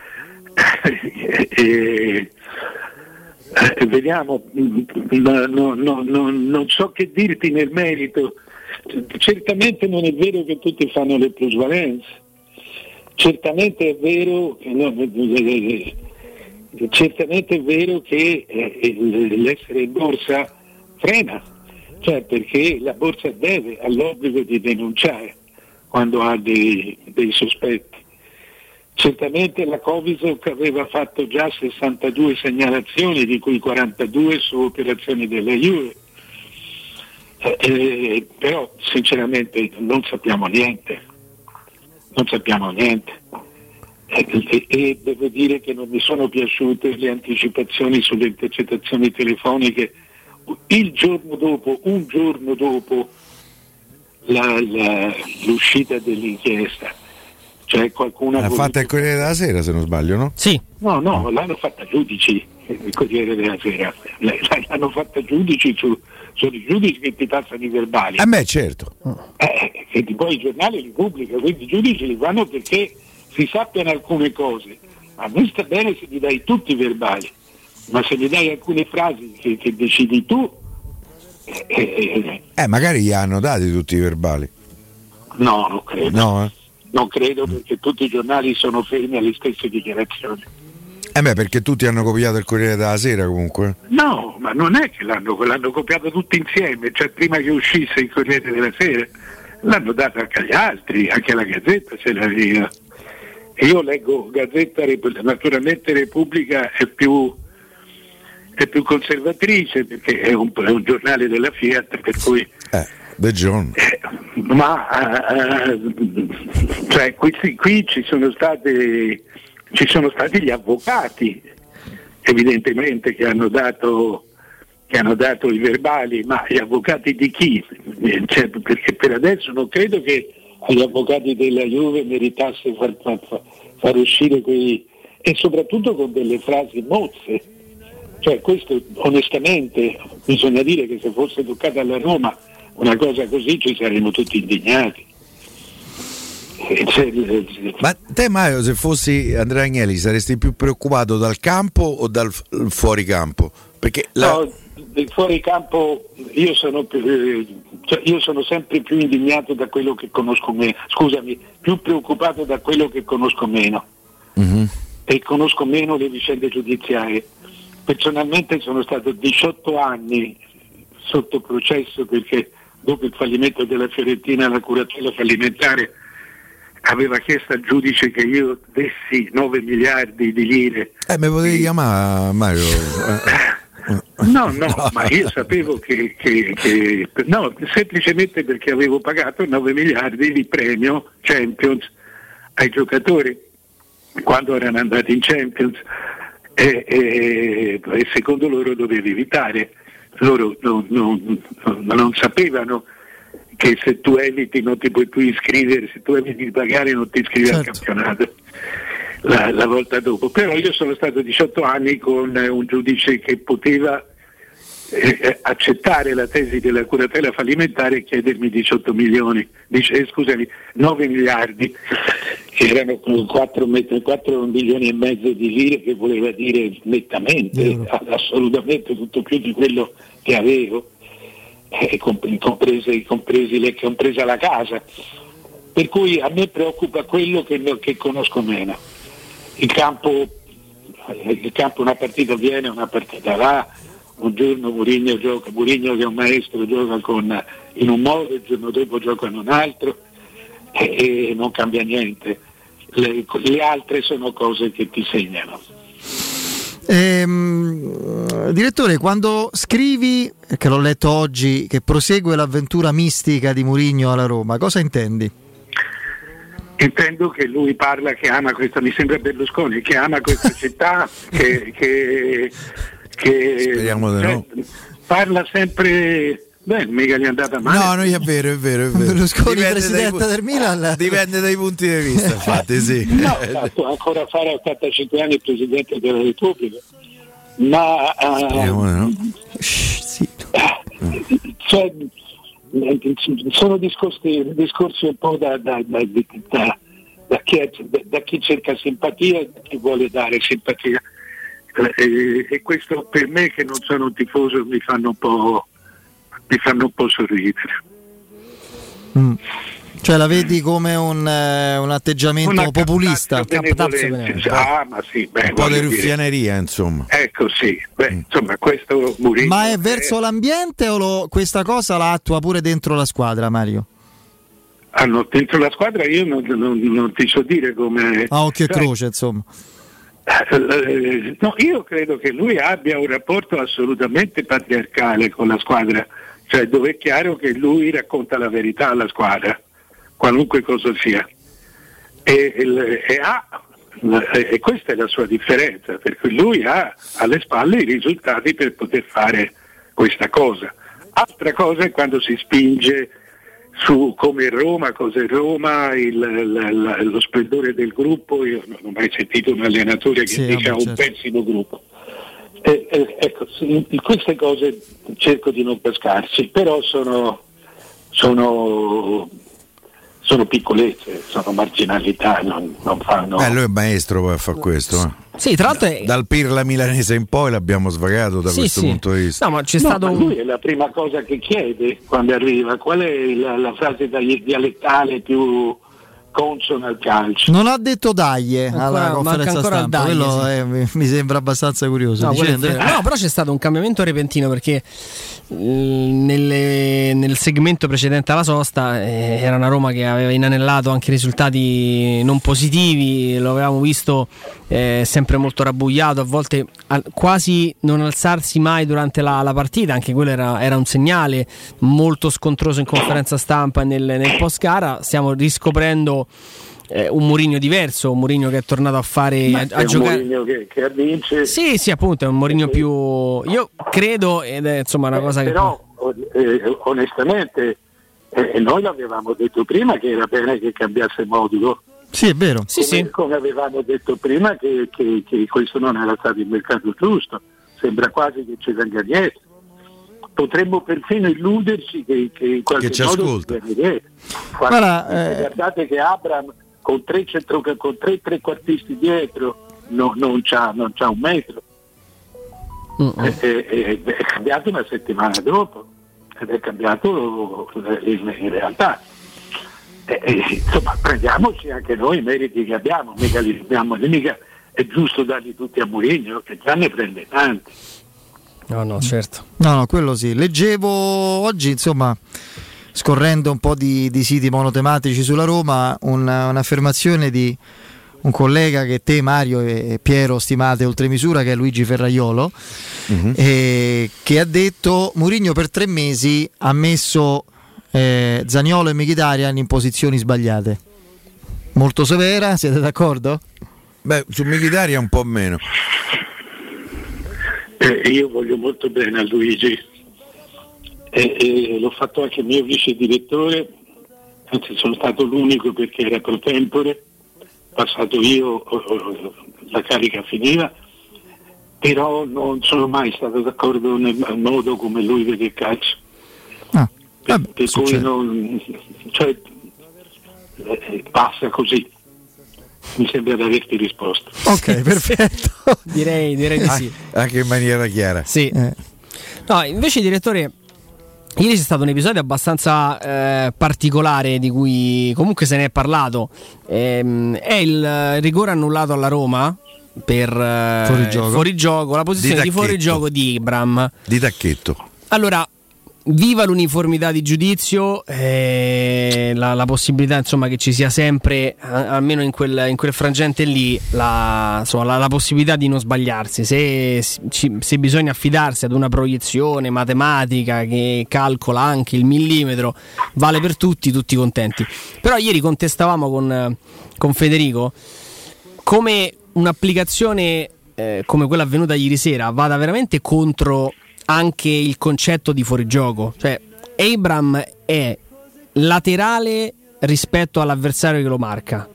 e, Eh, vediamo, no, no, no, no, non so che dirti nel merito. Certamente non è vero che tutti fanno le plusvalenze, certamente è vero che, no, eh, certamente è vero che eh, l'essere in borsa frena, cioè perché la borsa deve, ha l'obbligo di denunciare quando ha dei, dei sospetti. Certamente la Covisoc aveva fatto già sessantadue segnalazioni, di cui quarantadue su operazioni della Juve, eh, eh, però sinceramente non sappiamo niente, non sappiamo niente. Eh, e, e devo dire che non mi sono piaciute le anticipazioni sulle intercettazioni telefoniche il giorno dopo, un giorno dopo la, la, l'uscita dell'inchiesta. Cioè qualcuno l'ha fatta il Corriere della Sera, se non sbaglio, no? Sì. No, no, l'hanno fatta giudici, il Corriere della Sera. L'hanno fatta giudici su, sono i giudici che ti passano i verbali. Eh beh, certo. Eh, e poi il giornale li pubblica, quindi i giudici li fanno perché si sappiano alcune cose. A me sta bene se mi dai tutti i verbali, ma se mi dai alcune frasi che, che decidi tu, eh, eh, Eh, magari gli hanno dati tutti i verbali. no, non credo. No, eh? Non credo, perché tutti i giornali sono fermi alle stesse dichiarazioni. Eh beh, perché tutti hanno copiato il Corriere della Sera comunque. No, ma non è che l'hanno, l'hanno copiato tutti insieme, cioè prima che uscisse il Corriere della Sera l'hanno dato anche agli altri, anche alla Gazzetta se l'aveva. E io leggo Gazzetta, naturalmente Repubblica è più, è più conservatrice perché è un, è un giornale della Fiat, per cui eh, The John. Eh, ma uh, cioè questi qui ci sono state ci sono stati gli avvocati evidentemente che hanno dato che hanno dato i verbali, ma gli avvocati di chi? Cioè, perché per adesso non credo che agli avvocati della Juve meritasse far, far, far uscire quei, e soprattutto con delle frasi mozze. Cioè questo onestamente bisogna dire che se fosse toccata alla Roma una cosa così ci saremmo tutti indignati. Ma te Mario, se fossi Andrea Agnelli saresti più preoccupato dal campo o dal f- fuoricampo? Perché la... No, del fuoricampo io sono più, eh, cioè io sono sempre più indignato da quello che conosco meno, scusami, più preoccupato da quello che conosco meno. Mm-hmm. E conosco meno le vicende giudiziarie. Personalmente sono stato diciotto anni sotto processo perché dopo il fallimento della Fiorentina la curatela fallimentare aveva chiesto al giudice che io dessi nove miliardi di lire. Eh, mi potevi chiamare Mario? No, no, no, ma io sapevo che, che, che no, semplicemente perché avevo pagato nove miliardi di premio Champions ai giocatori quando erano andati in Champions e, e, e secondo loro dovevi evitare. Loro non, non, non, non sapevano che se tu eviti non ti puoi più iscrivere, se tu eviti di pagare non ti iscrivi certo. al campionato la, la volta dopo. Però io sono stato diciotto anni con un giudice che poteva eh, accettare la tesi della curatela fallimentare e chiedermi diciotto milioni, dice, eh, scusami, nove miliardi, che erano quattro milioni e mezzo di lire, che voleva dire nettamente, mm. assolutamente tutto più di quello che avevo. Eh, compresi, compresi le, compresa la casa, per cui a me preoccupa quello che, che conosco meno. Il campo, il campo una partita viene, una partita va, un giorno Mourinho gioca, Mourinho che è un maestro gioca con, in un modo, il giorno dopo gioca in un altro e, e non cambia niente. Le, le altre sono cose che ti segnano. Ehm, direttore, quando scrivi, che l'ho letto oggi, che prosegue l'avventura mistica di Mourinho alla Roma, cosa intendi? Intendo che lui parla che ama questa, mi sembra Berlusconi, che ama questa città, che, che, che speriamo di no. Parla sempre. Beh, mica gli è andata male. No, no, è vero, è vero, è vero. Berlusconi dipende presidente dai, del Milan. Dipende dai punti di vista, infatti, sì. No, fatto ancora fare ottantacinque anni presidente della Repubblica. Ma uh, no. sì. cioè, sono discorsi, discorsi un po' da, da, da, da, da, chi, da, da chi cerca simpatia e da chi vuole dare simpatia. E, e questo per me, che non sono un tifoso, mi fanno un po'. mi fanno un po' sorridere. Mm. Cioè la vedi come un, eh, un atteggiamento Una populista? Ah, ma sì, beh, un po' di ruffianeria, insomma. Ecco, sì, beh, insomma, questo Mourinho. Ma è verso è... l'ambiente o lo, questa cosa la attua pure dentro la squadra, Mario? Ah, no, dentro la squadra io non, non, non ti so dire come. Ah, occhio e croce, insomma. No, io credo che lui abbia un rapporto assolutamente patriarcale con la squadra, cioè dove è chiaro che lui racconta la verità alla squadra, qualunque cosa sia, e, e, e, ha, e questa è la sua differenza, per cui lui ha alle spalle i risultati per poter fare questa cosa. Altra cosa è quando si spinge su come Roma, cosa è Roma, il, la, la, lo splendore del gruppo. Io non ho mai sentito un allenatore che sì, dica vabbè, un certo. pessimo gruppo. Eh, eh, ecco, in queste cose cerco di non pescarci, però sono, sono, sono piccolezze, sono marginalità, non, non fanno... Eh, lui è maestro poi a fare questo. Eh. Sì, tra l'altro è... Dal Pirla milanese in poi l'abbiamo svagato da Sì, questo sì. punto di vista. No, ma c'è No, stato ma un... lui è la prima cosa che chiede quando arriva, qual è la, la frase dia- dialettale più consona al calcio? Non ha detto daglie Ancora- alla manca conferenza ancora il stampa, daglie, quello sì. eh, mi, mi sembra abbastanza curioso. No, Dice quello è Andrea? vero. No, però c'è stato un cambiamento repentino perché eh, nelle- nel segmento precedente alla sosta eh, era una Roma che aveva inanellato anche risultati non positivi, lo avevamo visto eh, sempre molto rabbuiato, a volte al- quasi non alzarsi mai durante la, la partita, anche quello era, era un segnale molto scontroso in conferenza stampa e nel, nel post gara. Stiamo riscoprendo eh, un Mourinho diverso, un Mourinho che è tornato a fare Ma a, è a un giocare. Mourinho che, che vince. Sì, sì, appunto, è un Mourinho più. Io credo, ed è insomma una Eh, cosa che. però eh, onestamente eh, noi l'avevamo detto prima che era bene che cambiasse modulo. Sì, è vero. Sì, come, sì. come avevamo detto prima che, che, che questo non era stato il mercato giusto, sembra quasi che ci venga dietro. Potremmo perfino illuderci che, che in qualche Che ci modo ascolta. ci viene dietro. Guarda, Eh, eh, guardate che Abraham con tre, centro, con tre trequartisti dietro no- non, c'ha, non c'ha un metro. Eh, eh, eh, è cambiato una settimana dopo ed è cambiato eh, in, in realtà. Eh, eh, insomma, prendiamoci anche noi i meriti che abbiamo, mica li abbiamo, mica è giusto darli tutti a Mourinho che già ne prende tanti. No, no, certo. No, no, quello sì. Leggevo oggi, insomma, scorrendo un po' di, di siti monotematici sulla Roma, una, un'affermazione di un collega che te, Mario e Piero stimate oltre misura, che è Luigi Ferraiolo, Mhm. eh, che ha detto Mourinho per tre mesi ha messo eh, Zaniolo e Mkhitaryan in posizioni sbagliate. Molto severa, siete d'accordo? Beh, su Mkhitaryan un po' meno. Eh, io voglio molto bene a Luigi e, e l'ho fatto anche mio vice direttore, anzi sono stato l'unico perché era pro tempore, passato io oh, oh, la carica finiva, però non sono mai stato d'accordo nel modo come lui vede il calcio. Ah, per, per cui non, cioè, eh, passa così. Mi sembra di averti risposto. Ok, perfetto. direi, direi di sì. Anche in maniera chiara. Sì. Eh. No, invece, direttore, ieri c'è stato un episodio abbastanza eh, particolare di cui comunque se ne è parlato. Ehm, è il rigore annullato alla Roma per eh, Fuorigioco. fuorigioco, la posizione Di di, fuorigioco di Ibram. Di tacchetto. Allora, viva l'uniformità di giudizio, eh, la, la possibilità insomma che ci sia sempre, a- almeno in quel, in quel frangente lì, la, insomma, la, la possibilità di non sbagliarsi. Se, ci- se bisogna affidarsi ad una proiezione matematica che calcola anche il millimetro, vale per tutti, tutti contenti. Però ieri contestavamo con, con Federico come un'applicazione eh, come quella avvenuta ieri sera vada veramente contro anche il concetto di fuorigioco. Cioè, Abraham è laterale rispetto all'avversario che lo marca,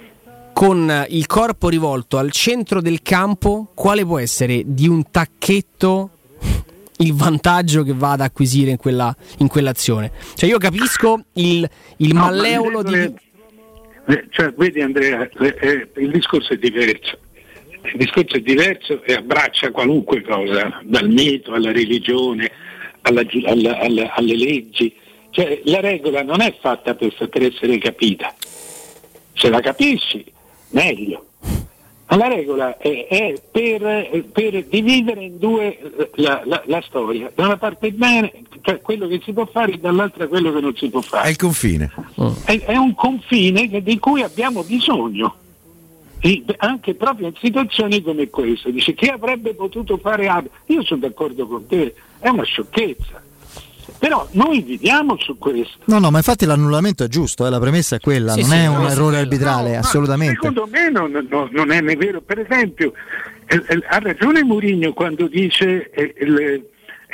con il corpo rivolto al centro del campo. Quale può essere di un tacchetto il vantaggio che va ad acquisire in quella in quell'azione? Cioè, io capisco il, il No, ma malleolo le di regole- eh, cioè, vedi Andrea, le- eh, il discorso è diverso. Il discorso è diverso e abbraccia qualunque cosa, dal mito alla religione, alla giu- alla- alla- alle leggi. Cioè, la regola non è fatta per, per essere capita. Se la capisci, meglio. Ma la regola è, è per, per dividere in due la, la- la storia. Da una parte bene, cioè quello che si può fare, e dall'altra quello che non si può fare. È il confine. È, è un confine che- di cui abbiamo bisogno. E anche proprio in situazioni come questa. Dice che avrebbe potuto fare Ab- io sono d'accordo con te, è una sciocchezza, però noi viviamo su questo. No, no, ma infatti l'annullamento è giusto, eh, la premessa è quella, Sì, non sì, è no, un sì, errore no, arbitrale, ma assolutamente. secondo me non, non- non è né vero. Per esempio, eh, eh, ha ragione Mourinho quando dice eh, il-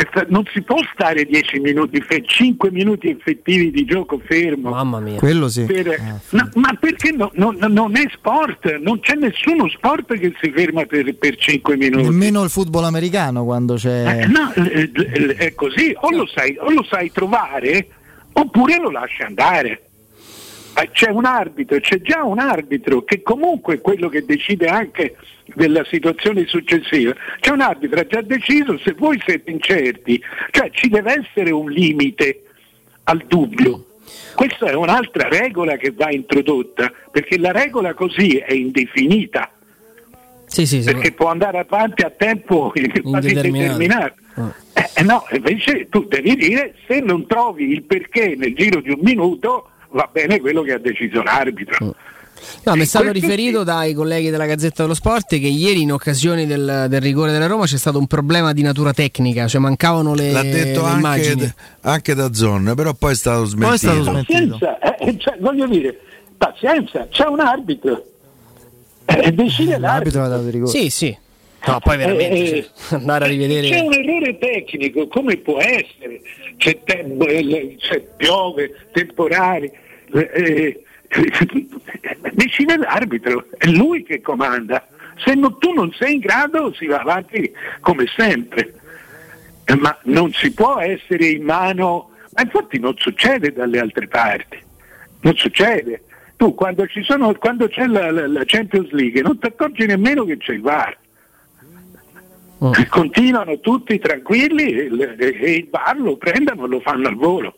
Non si può stare dieci minuti, cinque minuti effettivi di gioco fermo. Mamma mia. Quello sì. Per, ah, no, ma perché no, no, non è sport? Non c'è nessuno sport che si ferma per, per cinque minuti. Nemmeno il football americano quando c'è. Eh, no, è così. O lo sai, o lo sai trovare, oppure lo lasci andare. C'è un arbitro, c'è già un arbitro che comunque è quello che decide anche della situazione successiva. C'è un arbitro, ha già deciso, se voi siete incerti, cioè ci deve essere un limite al dubbio. Questa è un'altra regola che va introdotta, perché la regola così è indefinita. Sì, sì, perché sì. Può andare avanti a tempo quasi indeterminato. Oh. Eh, no, invece tu devi dire, se non trovi il perché nel giro di un minuto, va bene quello che ha deciso l'arbitro. Oh. No, mi è stato Questo riferito sì. dai colleghi della Gazzetta dello Sport che ieri in occasione del, del rigore della Roma c'è stato un problema di natura tecnica, cioè mancavano le, l'ha detto le anche, immagini. anche da Zon, però poi è stato smentito. Poi è stato smentito. Pazienza, eh, cioè, voglio dire, pazienza, c'è un arbitro. Eh, decide l'arbitro. l'arbitro. Ha dato il rigore. Sì, sì. No, poi veramente Eh, cioè, andare a rivedere. C'è un errore tecnico, come può essere? C'è, tempo, eh, c'è piove, temporali. Eh, decide l'arbitro, è lui che comanda. Se non, tu non sei in grado si va avanti come sempre, eh, ma non si può essere in mano, ma infatti non succede dalle altre parti, non succede. Tu quando ci sono, quando c'è la, la, la Champions League non ti accorgi nemmeno che c'è il V A R. Oh. Continuano tutti tranquilli e, e il V A R lo prendono e lo fanno al volo.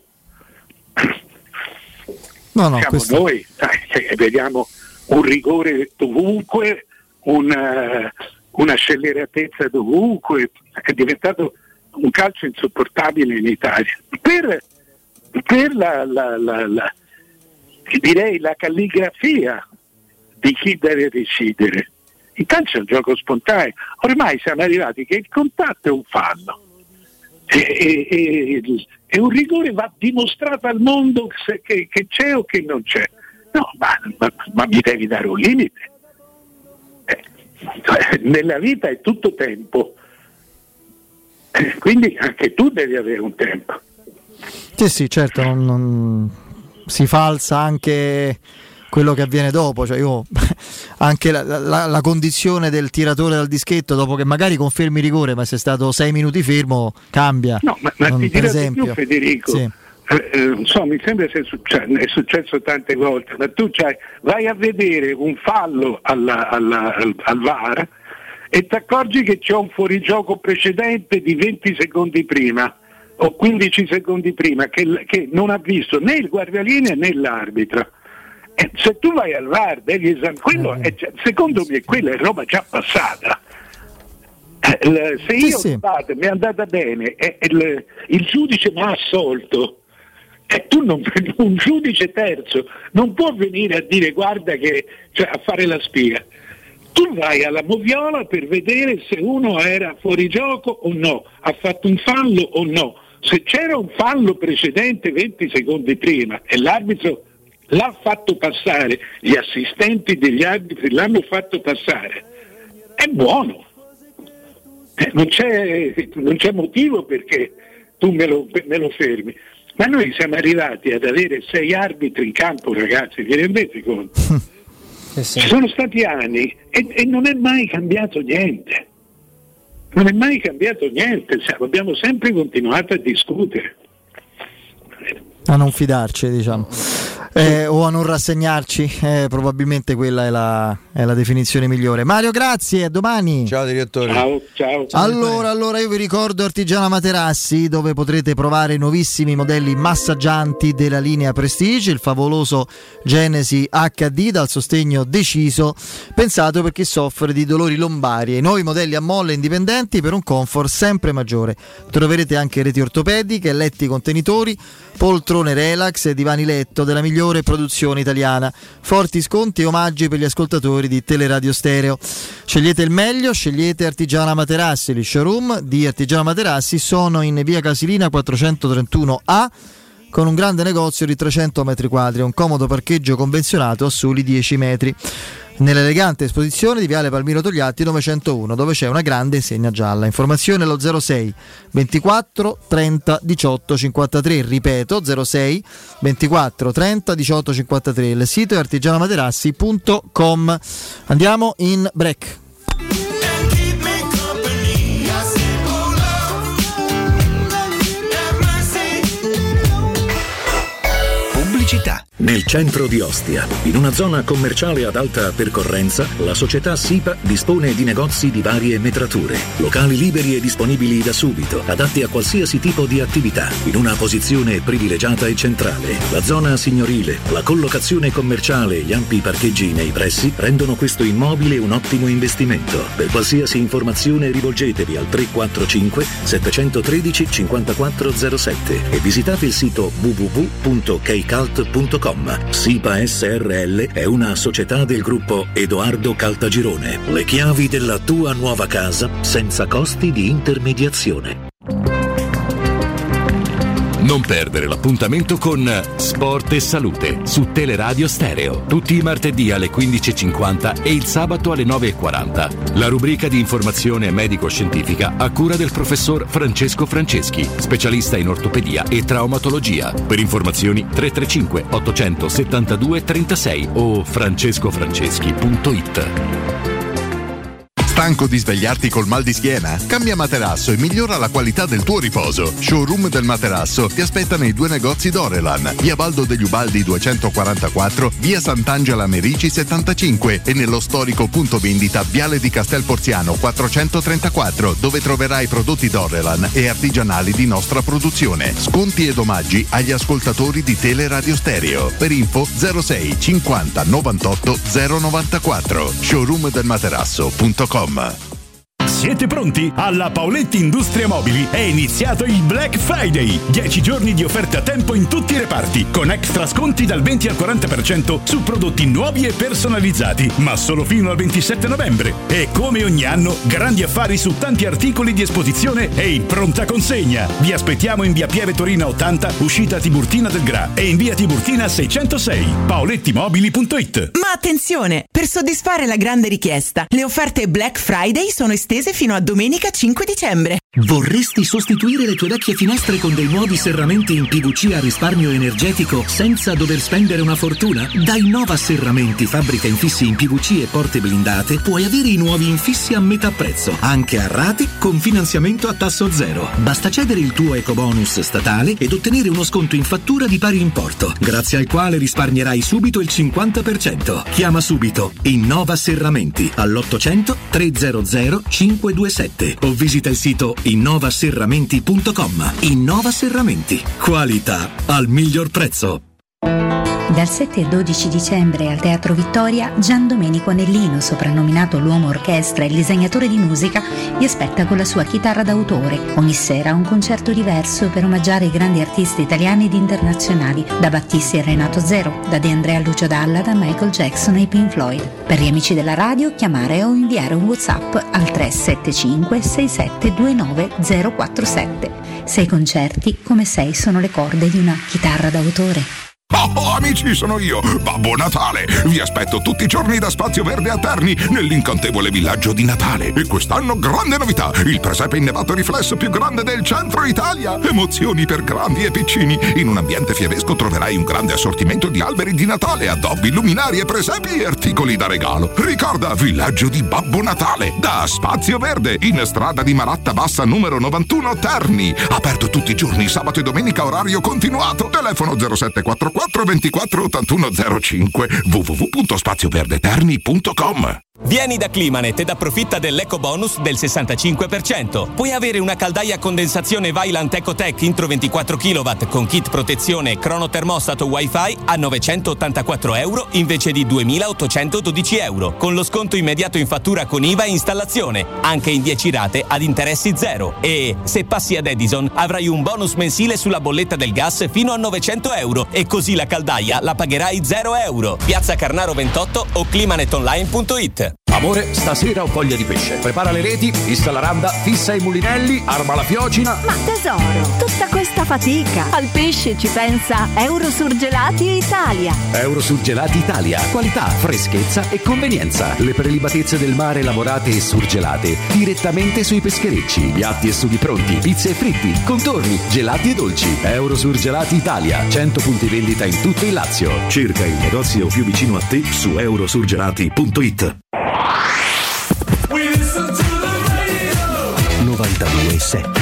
No, no, Siamo questo... noi, dai, vediamo un rigore dovunque, una, una scelleratezza dovunque, è diventato un calcio insopportabile in Italia. Per, per la, la, la, la, direi la calligrafia di chi deve decidere. Il calcio è un gioco spontaneo, ormai siamo arrivati che il contatto è un fallo. E, e, e, e un rigore va dimostrato al mondo se, che, che c'è o che non c'è. No, ma, ma, ma mi devi dare un limite. Eh, nella vita è tutto tempo, eh, quindi anche tu devi avere un tempo. Sì, sì, certo, non, non... si falsa anche quello che avviene dopo, cioè io anche la, la, la condizione del tiratore dal dischetto dopo che magari confermi rigore ma sei stato sei minuti fermo cambia. No, ma, ma non, ti per dirò di esempio più, Federico, sì. eh, eh, non so, mi sembra che è successo tante volte, ma tu c'hai, vai a vedere un fallo alla, alla, al, al V A R e ti accorgi che c'è un fuorigioco precedente di venti secondi prima o quindici secondi prima che, che non ha visto né il guardialinea né l'arbitro. Eh, se tu vai al V A R devi esaminare, quello è, secondo me quella è roba già passata. Eh, l- se io sì, sì. vado, mi è andata bene e, e l- il giudice mi ha assolto, e tu non, un giudice terzo non può venire a dire guarda che, cioè, a fare la spia. Tu vai alla moviola per vedere se uno era fuori gioco o no, ha fatto un fallo o no. Se c'era un fallo precedente venti secondi prima e l'arbitro l'ha fatto passare, gli assistenti degli arbitri l'hanno fatto passare, è buono, eh, non, c'è, non c'è motivo perché tu me lo, me lo fermi. Ma noi siamo arrivati ad avere sei arbitri in campo, ragazzi, vi rendete conto? Eh sì. Ci sono stati anni e, e non è mai cambiato niente, non è mai cambiato niente, abbiamo sempre continuato a discutere. A non fidarci, diciamo, eh, o a non rassegnarci, eh, probabilmente quella è la, è la definizione migliore. Mario, grazie, a domani. Ciao direttore. Ciao, ciao. Allora, allora io vi ricordo Artigiana Materassi, dove potrete provare i nuovissimi modelli massaggianti della linea Prestige, il favoloso Genesi acca di dal sostegno deciso, pensato per chi soffre di dolori lombari, e i nuovi modelli a molle indipendenti per un comfort sempre maggiore. Troverete anche reti ortopediche, letti contenitori, poltrone relax e divani letto della migliore produzione italiana. Forti sconti e omaggi per gli ascoltatori di Teleradio Stereo. Scegliete il meglio, scegliete Artigiana Materassi. Gli showroom di Artigiana Materassi sono in via Casilina quattrocentotrentuno A, con un grande negozio di trecento metri quadri e un comodo parcheggio convenzionato a soli dieci metri. nell'elegante esposizione di Viale Palmiro Togliatti novecentouno, dove c'è una grande insegna gialla. Informazione allo zero sei ventiquattro trenta diciotto cinquantatré, ripeto zero sei ventiquattro trenta diciotto cinquantatré. Il sito è artigianomaterassi punto com. Andiamo in break. Pubblicità. Nel centro di Ostia, in una zona commerciale ad alta percorrenza, la società SIPA dispone di negozi di varie metrature, locali liberi e disponibili da subito, adatti a qualsiasi tipo di attività, in una posizione privilegiata e centrale. La zona signorile, la collocazione commerciale e gli ampi parcheggi nei pressi rendono questo immobile un ottimo investimento. Per qualsiasi informazione rivolgetevi al tre quattro cinque sette uno tre cinque zero sette e visitate il sito w w w punto keycult punto com. SIPA S R L è una società del gruppo Edoardo Caltagirone. Le chiavi della tua nuova casa senza costi di intermediazione. Non perdere l'appuntamento con Sport e Salute su Teleradio Stereo, tutti i martedì alle quindici e cinquanta e il sabato alle nove e quaranta. La rubrica di informazione medico-scientifica a cura del professor Francesco Franceschi, specialista in ortopedia e traumatologia. Per informazioni tre tre cinque otto sette due tre sei o francescofranceschi punto it. Stanco di svegliarti col mal di schiena? Cambia materasso e migliora la qualità del tuo riposo. Showroom del materasso ti aspetta nei due negozi Dorelan, via Baldo degli Ubaldi duecentoquarantaquattro, via Sant'Angela Merici settantacinque e nello storico punto vendita Viale di Castel Porziano quattrocentotrentaquattro, dove troverai prodotti Dorelan e artigianali di nostra produzione. Sconti ed omaggi agli ascoltatori di Teleradio Stereo. Per info zero sei cinquanta novantotto zero novantaquattro. showroom del materasso punto com. Siete pronti? Alla Paoletti Industria Mobili è iniziato il Black Friday. dieci giorni di offerte a tempo in tutti i reparti, con extra sconti dal venti al quaranta per cento su prodotti nuovi e personalizzati, ma solo fino al ventisette novembre. E come ogni anno, grandi affari su tanti articoli di esposizione e in pronta consegna. Vi aspettiamo in via Pieve Torina ottanta, uscita Tiburtina del Gra, e in via Tiburtina seicentosei. paolettimobili punto it. Ma attenzione! Per soddisfare la grande richiesta, le offerte Black Friday sono estese fino a domenica cinque dicembre. Vorresti sostituire le tue vecchie finestre con dei nuovi serramenti in P V C a risparmio energetico senza dover spendere una fortuna? Da Innova Serramenti, fabbrica infissi in P V C e porte blindate, puoi avere i nuovi infissi a metà prezzo, anche a rate con finanziamento a tasso zero. Basta cedere il tuo ecobonus statale ed ottenere uno sconto in fattura di pari importo, grazie al quale risparmierai subito il cinquanta per cento. Chiama subito Innova Serramenti all'ottocento trecento cinque due sette o visita il sito innova serramenti punto com. Innova Serramenti, qualità al miglior prezzo. Dal sette al dodici dicembre al Teatro Vittoria, Gian Domenico Nellino, soprannominato l'uomo orchestra e il disegnatore di musica, vi aspetta con la sua chitarra d'autore. Ogni sera un concerto diverso per omaggiare i grandi artisti italiani ed internazionali, da Battisti a Renato Zero, da De Andrea a Lucio Dalla, da Michael Jackson ai Pink Floyd. Per gli amici della radio, chiamare o inviare un WhatsApp al tre sette cinque sei sette due nove zero quattro sette. Sei concerti come sei sono le corde di una chitarra d'autore. Oh, amici, sono io, Babbo Natale. Vi aspetto tutti i giorni da Spazio Verde a Terni, nell'incantevole villaggio di Natale. E quest'anno grande novità, il presepe innevato riflesso più grande del centro Italia. Emozioni per grandi e piccini. In un ambiente fiabesco troverai un grande assortimento di alberi di Natale, addobbi, luminari e presepi e articoli da regalo. Ricorda, villaggio di Babbo Natale, da Spazio Verde, in strada di Maratta Bassa numero novantuno Terni. Aperto tutti i giorni, sabato e domenica, orario continuato. Telefono zero sette quattro quattro ventiquattro ottantuno zero cinque w w w punto spazio verde terni punto com. Vieni da Climanet ed approfitta dell'eco bonus del sessantacinque per cento. Puoi avere una caldaia a condensazione Vaillant Ecotech Intro ventiquattro chilowatt con kit protezione e cronotermostato Wi-Fi a novecentottantaquattro euro invece di duemilaottocentododici euro, con lo sconto immediato in fattura con I V A e installazione, anche in dieci rate ad interessi zero. E se passi ad Edison avrai un bonus mensile sulla bolletta del gas fino a novecento euro e così la caldaia la pagherai zero euro. Piazza Carnaro ventotto o climanetonline punto it. Amore, stasera ho voglia di pesce. Prepara le reti, fissa la randa, fissa i mulinelli, arma la fiocina. Ma tesoro, tutta questa fatica. Al pesce ci pensa Eurosurgelati Italia. Eurosurgelati Italia. Qualità, freschezza e convenienza. Le prelibatezze del mare lavorate e surgelate direttamente sui pescherecci. Piatti e sughi pronti, pizze e fritti, contorni, gelati e dolci. Eurosurgelati Italia. cento punti vendita in tutto il Lazio. Cerca il negozio più vicino a te su eurosurgelati punto it. novantadue sette.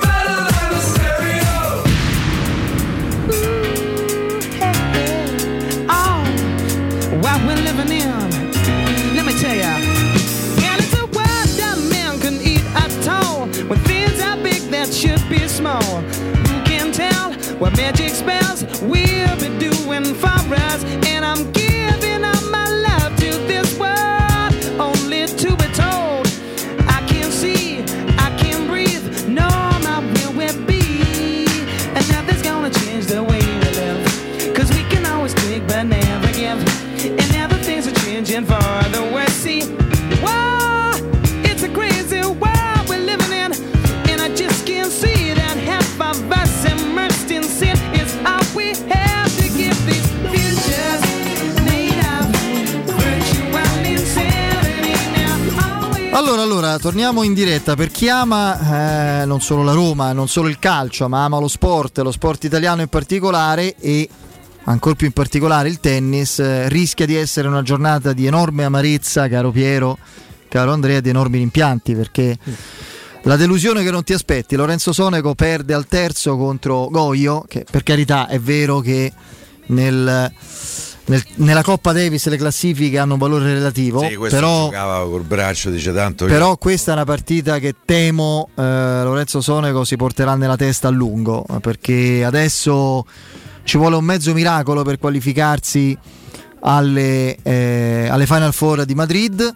What we're living in, let me tell ya. And it's a world that man can eat at all. When things are big that should be small. Who can tell what magic spells we'll be doing for us? And I'm giving up my love to this world, only to be told I can't see, I can't breathe, no, my will will be. And nothing's gonna change the way we live, cause we can always take but never give. And now the things are changing for the worse. See, whoa, it's a crazy world we're living in, and I just can't see that half of us immersed in sin is all we have to give these futures made of virtual insanity now. Allora, allora, torniamo in diretta. Per chi ama eh, non solo la Roma, non solo il calcio, ma ama lo sport, lo sport italiano in particolare, e ancor più in particolare il tennis, eh, rischia di essere una giornata di enorme amarezza, caro Piero, caro Andrea, di enormi rimpianti, perché mm. la delusione che non ti aspetti. Lorenzo Sonego perde al terzo contro Goio, che per carità è vero che nel, nel, nella Coppa Davis le classifiche hanno un valore relativo, sì, questo però giocava col braccio, dice tanto. Però io... questa è una partita che temo eh, Lorenzo Sonego si porterà nella testa a lungo, perché adesso ci vuole un mezzo miracolo per qualificarsi alle, eh, alle Final Four di Madrid,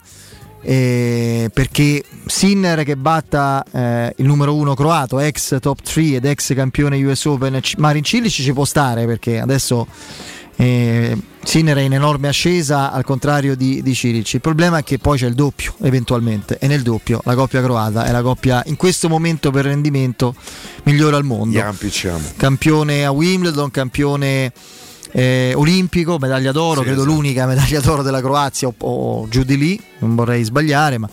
eh, perché Sinner che batta eh, il numero uno croato, ex top tre ed ex campione U S Open, Marin Cilic, ci può stare, perché adesso eh, Sinner è in enorme ascesa al contrario di, di Cilic. Il problema è che poi c'è il doppio eventualmente, e nel doppio la coppia croata è la coppia in questo momento per rendimento migliore al mondo. Campione a Wimbledon, campione eh, olimpico, medaglia d'oro, sì, credo esatto. L'unica medaglia d'oro della Croazia o, o giù di lì, non vorrei sbagliare, ma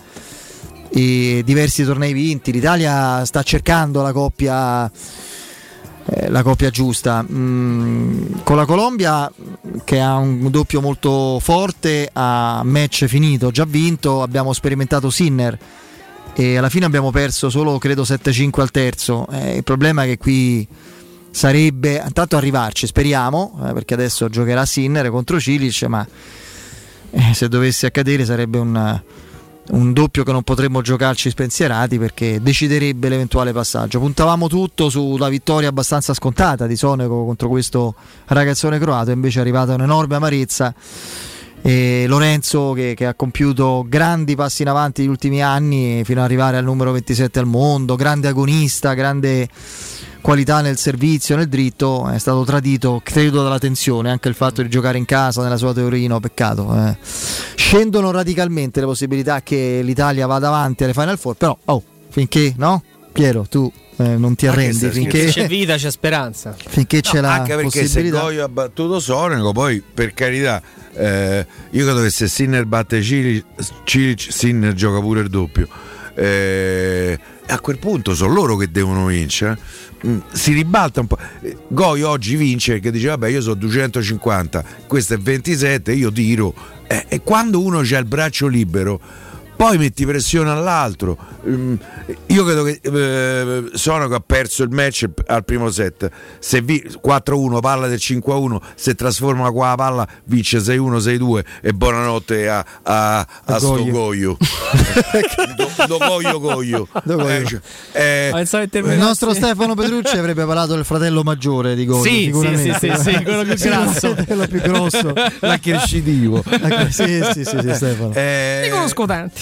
e diversi tornei vinti. L'Italia sta cercando la coppia eh, la coppia giusta, mm, con la Colombia che ha un doppio molto forte, a match finito, già vinto. Abbiamo sperimentato Sinner e alla fine abbiamo perso solo credo sette cinque al terzo. Eh, il problema è che qui sarebbe intanto arrivarci, speriamo, eh, perché adesso giocherà Sinner contro Cilic, ma eh, se dovesse accadere sarebbe un, un doppio che non potremmo giocarci spensierati, perché deciderebbe l'eventuale passaggio. Puntavamo tutto sulla vittoria abbastanza scontata di Sonego contro questo ragazzone croato, invece è arrivata un'enorme amarezza. E Lorenzo che, che ha compiuto grandi passi in avanti negli ultimi anni fino ad arrivare al numero ventisette al mondo, grande agonista, grande qualità nel servizio, nel dritto, è stato tradito credo dalla tensione, anche il fatto di giocare in casa nella sua Torino, peccato. Eh. Scendono radicalmente le possibilità che l'Italia vada avanti alle Final Four, però oh, finché, no? Piero, tu eh, non ti arrendi, finché c'è vita, c'è speranza, finché no, c'è la anche perché possibilità. Se Goio ha battuto Sonego, poi per carità, eh, io credo che se Sinner batte Cilic, Cilic Sinner gioca pure il doppio. Eh, a quel punto sono loro che devono vincere. Mm, si ribalta un po'. Goio oggi vince perché dice vabbè, io sono duecentocinquanta, questo è ventisette, io tiro. Eh, e quando uno c'ha il braccio libero, poi metti pressione all'altro. Mm, io credo che eh, Sonego ha perso il match al primo set. Se vi, quattro a uno, palla del cinque a uno, se trasforma qua la palla vince sei a uno, sei a due e buonanotte a, a, a, a sto Goio. do, do Goio Goio. Do eh, cioè, eh, il nostro Stefano Petrucci avrebbe parlato del fratello maggiore di Goio, sì, sicuramente. Sì, sì, sì, sì, quello più grasso, quello più grosso, l'accrescitivo. Sì, sì, sì, sì, Stefano. Eh, ne conosco tanti.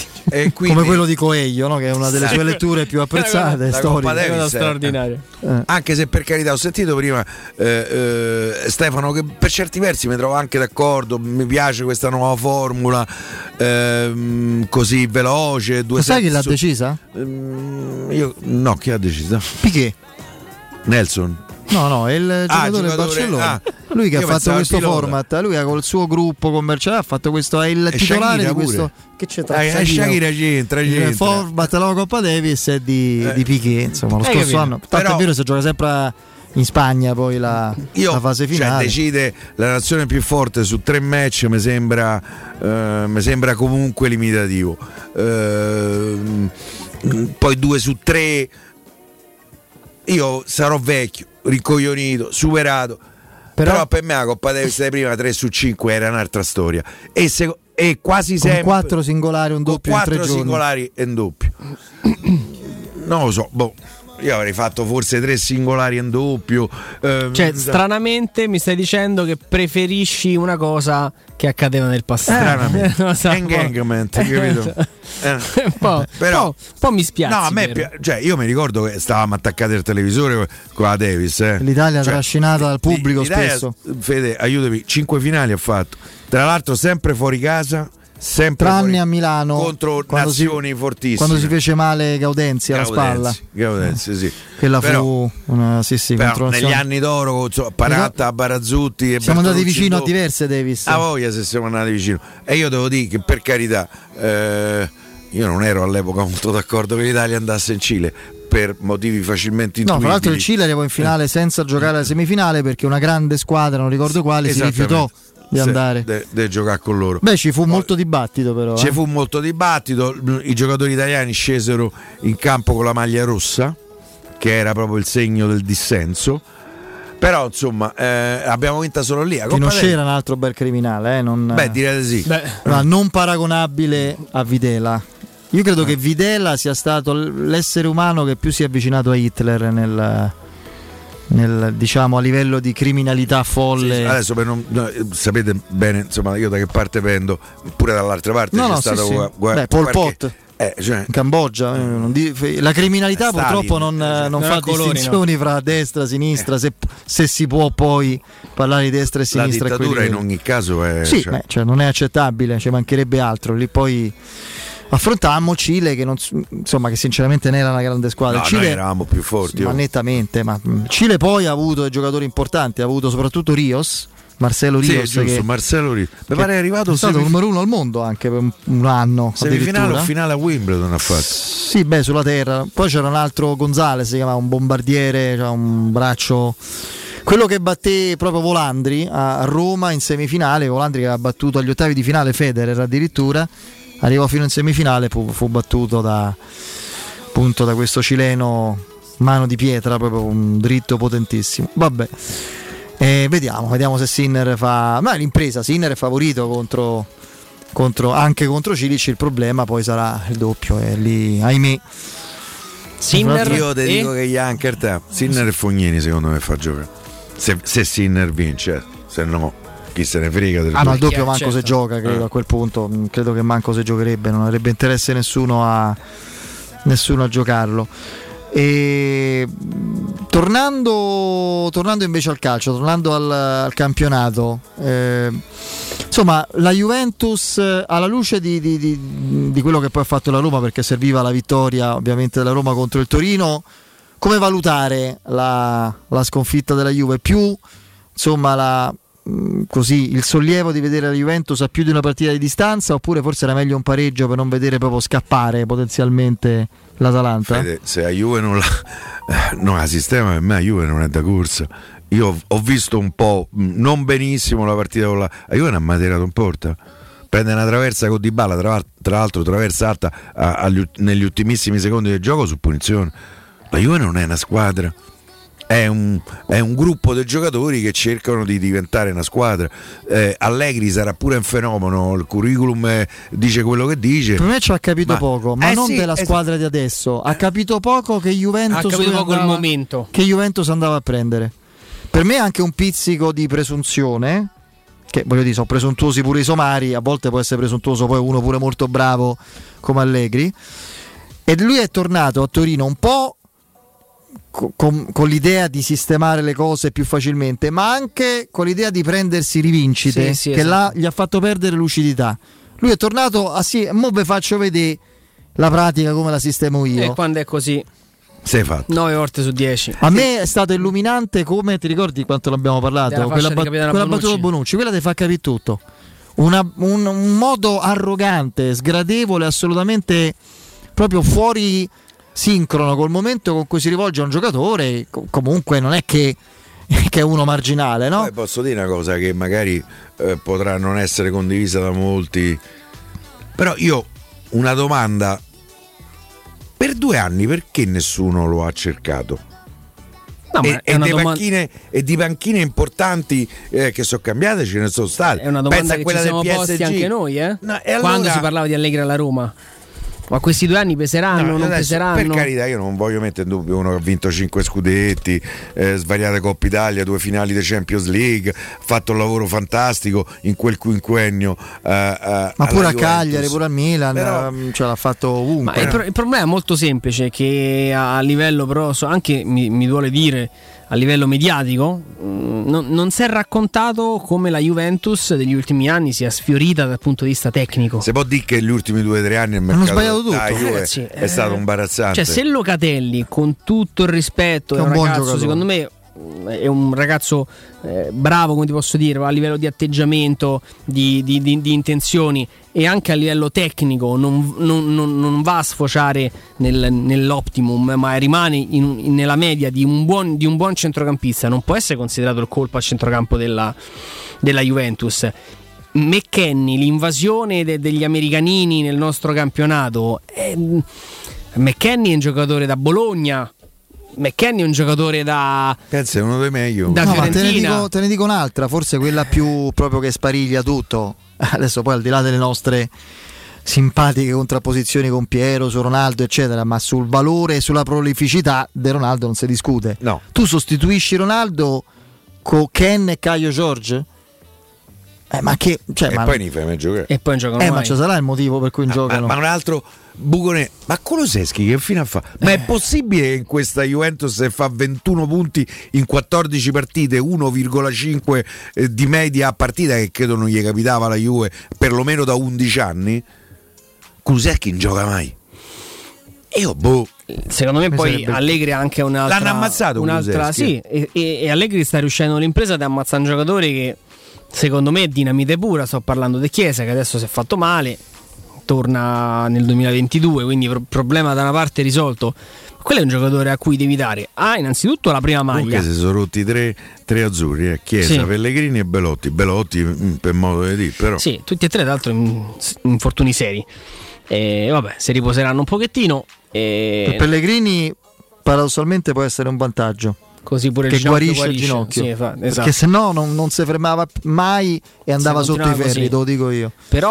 E quindi, come quello di Coelho, no? Che è una delle sue letture più apprezzate, la storiche. Coppa Davis, straordinaria. Eh. Anche se per carità ho sentito prima eh, eh, Stefano che per certi versi mi trovo anche d'accordo, mi piace questa nuova formula ehm, così veloce. Due Ma sai chi l'ha su- decisa? Ehm, io no, chi ha deciso? Piquet. Nelson. No, no, è il Ah, giocatore del giocatore- Barcellona. ah, lui che ha io fatto pensavo questo il pilota. format, lui ha col suo gruppo commerciale ha fatto questo, è il E titolare Shakira di questo pure. che c'è tra Eh, Shakira c'entra, il c'entra. format della Coppa Davis è di, Eh. di Piquet, insomma, lo Hai scorso capito? anno. Tanto Però- è vero, si gioca sempre in Spagna poi la, Io, la fase cioè, finale. decide la nazione più forte su tre match, mi sembra, eh, mi sembra comunque limitativo. Ehm, poi due su tre, io sarò vecchio, ricoglionito, superato. Però, Però- per me la Coppa Davis di prima tre su cinque era un'altra storia. E, se, e quasi Con sempre quattro singolari, un con doppio in tre quattro giorni. singolari e un doppio. Non lo so, boh. Io avrei fatto forse tre singolari e un doppio. ehm, Cioè, stranamente mi stai dicendo che preferisci una cosa che accadeva nel passato. Stranamente. Non so, un po'- Engagement, capito? Eh. un po', Però- un po', un po' mi spiace. No, a me pi- cioè, io mi ricordo che stavamo attaccati al televisore con la Davis. eh. L'Italia Cioè, trascinata dal pubblico l'Italia, spesso. Fede, aiutami, cinque finali ha fatto. Tra l'altro sempre fuori casa, sempre Tranne fuori- a Milano contro quando si- nazioni fortissime. Quando si fece male Gaudenzi alla spalla. Gaudenzi, Gaudenzi, sì. Quella Però- fu una, sì, sì, Però contro negli nazioni. anni d'oro, insomma, Paratta, Barazzutti e Siamo andati Bertolucci vicino a dopo. diverse Davis. A voglia se siamo andati vicino. E io devo dire che per carità, eh, io non ero all'epoca molto d'accordo che l'Italia andasse in Cile per motivi facilmente No, intuibili. tra l'altro il Cile arrivò in finale Eh. senza giocare alla semifinale perché una grande squadra, non ricordo quale, si Esattamente. rifiutò di Sì, andare. de, de giocare con loro. Beh, ci fu molto dibattito però. Ci eh. fu molto dibattito, i giocatori italiani scesero in campo con la maglia rossa, che era proprio il segno del dissenso. Però insomma eh, abbiamo vinta solo lì. La Coppa Pinochet Davis- era un altro bel criminale, eh, non, Beh, direi di sì. ma non paragonabile a Videla. Io credo che Videla sia stato l- l'essere umano che più si è avvicinato a Hitler nel, nel, diciamo, a livello di criminalità folle. Sì, adesso per non, no, sapete bene, insomma, io da che parte pendo, pure dall'altra parte No, c'è no, stato sì, sì. gua- gua- Beh, Pol qualche- Pot. eh, cioè, In Cambogia, eh, non di- la criminalità Stalin, purtroppo non, eh, non non fa ha colori, distinzioni fra destra e sinistra, se, se si può poi parlare di destra e la sinistra. a quei dittatura in livelli. ogni caso è Sì, cioè, beh, cioè, non è accettabile, ci mancherebbe altro. Lì poi affrontammo Cile che, non, insomma, che sinceramente non era una grande squadra. no, Cile, noi eravamo più forti. ma oh. nettamente, ma mh, Cile poi ha avuto dei giocatori importanti, ha avuto soprattutto Rios, Marcelo Sì, è Rios, giusto, che, Marcelo Rios. Mi che pare è arrivato è stato semif- numero uno al mondo anche per un, un anno. semifinale addirittura. o finale a Wimbledon ha fatto. Sì, beh, sulla terra. Poi c'era un altro Gonzales, si chiamava un bombardiere, cioè un braccio. Quello che batté proprio Volandri a Roma in semifinale, Volandri che aveva battuto agli ottavi di finale Federer addirittura, arrivò fino in semifinale, fu, fu battuto da, appunto, da questo cileno mano di pietra, proprio un dritto potentissimo. Vabbè, eh, vediamo, vediamo se Sinner fa. Ma l'impresa, Sinner è favorito contro, contro anche contro Cilic, il problema poi sarà il doppio, e lì, ahimè. Sinner Io ti e- dico che gli Anker Sinner e Fognini secondo me fa giocare. Se, se Sinner vince, se no chi se ne frega del Ah no, il doppio Chiaro, manco certo. se gioca, credo Eh. a quel punto, mh, credo che manco se giocherebbe, non avrebbe interesse nessuno a nessuno a giocarlo. E mh, tornando, tornando invece al calcio, tornando al, al campionato, eh, insomma la Juventus, eh, alla luce di, di, di, di quello che poi ha fatto la Roma, perché serviva la vittoria ovviamente della Roma contro il Torino, come valutare la, la sconfitta della Juve? Più insomma la, mh, così, il sollievo di vedere la Juventus a più di una partita di distanza, oppure forse era meglio un pareggio per non vedere proprio scappare potenzialmente l'Atalanta? Fede, se la Juve non la no, la sistema per me la Juve non è da corsa. Io ho- ho visto un po', mh, non benissimo la partita con la la Juve non ha materato in porta. Prende una traversa con Dybala, tra, tra l'altro traversa alta a- agli ut- negli ultimissimi secondi del gioco su punizione. La Juve non è una squadra, è un, è un gruppo di giocatori che cercano di diventare una squadra. eh, Allegri sarà pure un fenomeno, il curriculum eh, dice quello che dice. Per me ci ha capito Ma- poco, ma eh non sì, della es- squadra di adesso. Ha capito poco che Juventus, Ha capito lui poco il andava- momento. che Juventus andava a prendere. Per me anche un pizzico di presunzione, che voglio dire sono presuntuosi pure i somari, a volte può essere presuntuoso poi uno pure molto bravo come Allegri, e lui è tornato a Torino un po' con, con l'idea di sistemare le cose più facilmente, ma anche con l'idea di prendersi rivincite, sì, sì, che esatto. là gli ha fatto perdere lucidità. Lui è tornato a sì, mo vi faccio vedere la pratica come la sistemo io. E quando è così sei fatto nove volte su dieci. A me è stato illuminante, come ti ricordi quanto l'abbiamo parlato? Della Quella, fascia bat- di Capitano quella Bonucci. battuta Bonucci, quella ti fa capire tutto. Una, un, un modo arrogante, sgradevole, assolutamente proprio fuori sincrono col momento con cui si rivolge a un giocatore. Co- comunque non è che, che è uno marginale, no? Poi posso dire una cosa che magari eh, potrà non essere condivisa da molti, però io una domanda: per due anni perché nessuno lo ha cercato? No, e, ma è e, una di domanda- panchine, e di panchine importanti eh, che sono cambiate ce ne sono state. È una domanda Pensa a che quella ci siamo del posti P S G. anche noi, eh? No, e allora- Quando si parlava di Allegri alla Roma. Ma questi due anni peseranno, No, non adesso, peseranno? per carità, io non voglio mettere in dubbio uno che ha vinto cinque scudetti, eh, svariate Coppa Italia, due finali di Champions League, ha fatto un lavoro fantastico in quel quinquennio. Eh, eh, Ma pure a Juventus. Cagliari, pure a Milan, Però- ehm, ce l'ha fatto ovunque. Ma il, pro- il problema è molto semplice, che a livello però so- anche mi, mi duole dire a livello mediatico mh, non, non si è raccontato come la Juventus degli ultimi anni sia sfiorita dal punto di vista tecnico. Si può dire che gli ultimi due o tre anni il Hanno mercato sbagliato tutto. della Juve Ragazzi, è eh, stato imbarazzante. Cioè, se Locatelli, con tutto il rispetto, Che è è un un buon ragazzo, giocatore. secondo me mh, è un ragazzo eh, bravo, come ti posso dire, a livello di atteggiamento, di, di- di- di intenzioni, e anche a livello tecnico non, non- non- non va a sfociare nel- nell'optimum, ma rimane in- in- nella media di un, buon, di un buon centrocampista, non può essere considerato il colpo al centrocampo della, della Juventus. McKennie, l'invasione de- degli americanini nel nostro campionato, eh, McKennie è un giocatore da Bologna, McKennie è un giocatore da, Pensa, è uno dei meglio. da No, ma te ne, Fiorentina. dico, te ne dico un'altra, forse quella più proprio che spariglia tutto. Adesso poi al di là delle nostre simpatiche contrapposizioni con Piero su Ronaldo eccetera, ma sul valore e sulla prolificità di Ronaldo non si discute. No. Tu sostituisci Ronaldo con Ken e Caio George? Eh, ma che cioè, E ma, poi ne fai mai giocare. E poi non giocano eh, ma mai. ci sarà il motivo per cui Ma, giocano? ma un altro Bucone, ma Kulusevski che fine ha fatto? Ma è possibile che in questa Juventus se fa ventuno punti in quattordici partite, uno virgola cinque eh, di media a partita, che credo non gli capitava alla Juve perlomeno da undici anni? Kulusevski non gioca mai. Io boh. Secondo me Mi poi sarebbe- Allegri ha anche un'altra, L'hanno ammazzato un'altra Kulusevski. sì, e, e- e Allegri sta riuscendo all'impresa di ammazzare un giocatore che secondo me è dinamite pura. Sto parlando di Chiesa, che adesso si è fatto male, torna nel duemilaventidue, quindi pro- problema da una parte risolto. Quello è un giocatore a cui devi dare ah, innanzitutto la prima maglia. Comunque si sono rotti tre, tre azzurri, eh. Chiesa, Sì. Pellegrini e Belotti. Belotti mm, per modo di dire, però. Sì, tutti e tre tra l'altro in- infortuni seri. E vabbè, si riposeranno un pochettino e Per Pellegrini paradossalmente può essere un vantaggio. così pure il Che ginocchio guarisce il ginocchio, Sì, fa- esatto. perché se no non, non si fermava mai e andava Se sotto i continuava ferri, così. te lo dico io.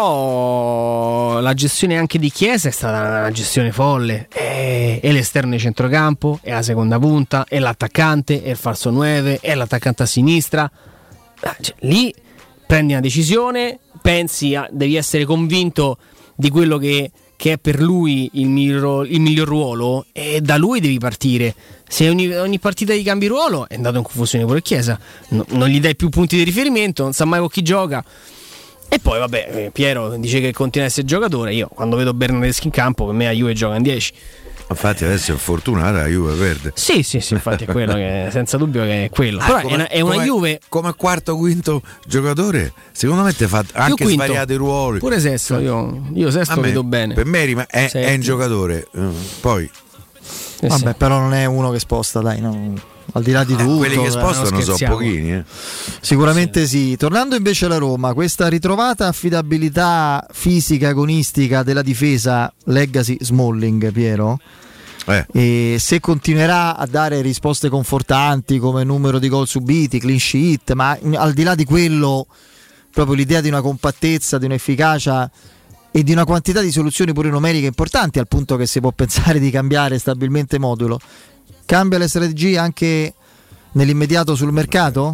Però la gestione anche di Chiesa è stata una gestione folle. E, e l'esterno di centrocampo, e la seconda punta, e l'attaccante, e il falso nove, e l'attaccante a sinistra. Ah, cioè, lì prendi una decisione, pensi, a- devi essere convinto di quello che, che è per lui il miglior, il miglior ruolo, e da lui devi partire. Se ogni, ogni partita di cambi ruolo è andato in confusione pure Chiesa, no- non gli dai più punti di riferimento, non sa mai con chi gioca. E poi vabbè, eh, Piero dice che continua a essere giocatore. Io quando vedo Bernardeschi in campo, per me la Juve gioca in dieci. Infatti adesso è fortunata, la Juve perde. Sì, sì, sì, infatti è quello che senza dubbio che è quello. Ah, Però come- è una, è una come- Juve come quarto quinto giocatore, secondo me ti fa anche quinto. svariati ruoli. Pure sesto, io, io sesto A me- vedo bene. Per me rima- è, è Settimo. un giocatore. eh, Poi Eh Vabbè, sì. però non è uno che sposta, dai, no. Al di là di eh, tutto, quelli che eh, spostano non sono scherziamo. pochini. eh. sicuramente sì. Tornando invece alla Roma, questa ritrovata affidabilità fisica agonistica della difesa, legacy Smalling, Piero, Eh. e se continuerà a dare risposte confortanti come numero di gol subiti, clean sheet, ma al di là di quello, proprio l'idea di una compattezza, di un'efficacia e di una quantità di soluzioni pure numeriche importanti, al punto che si può pensare di cambiare stabilmente modulo. Cambia le strategie anche nell'immediato sul mercato?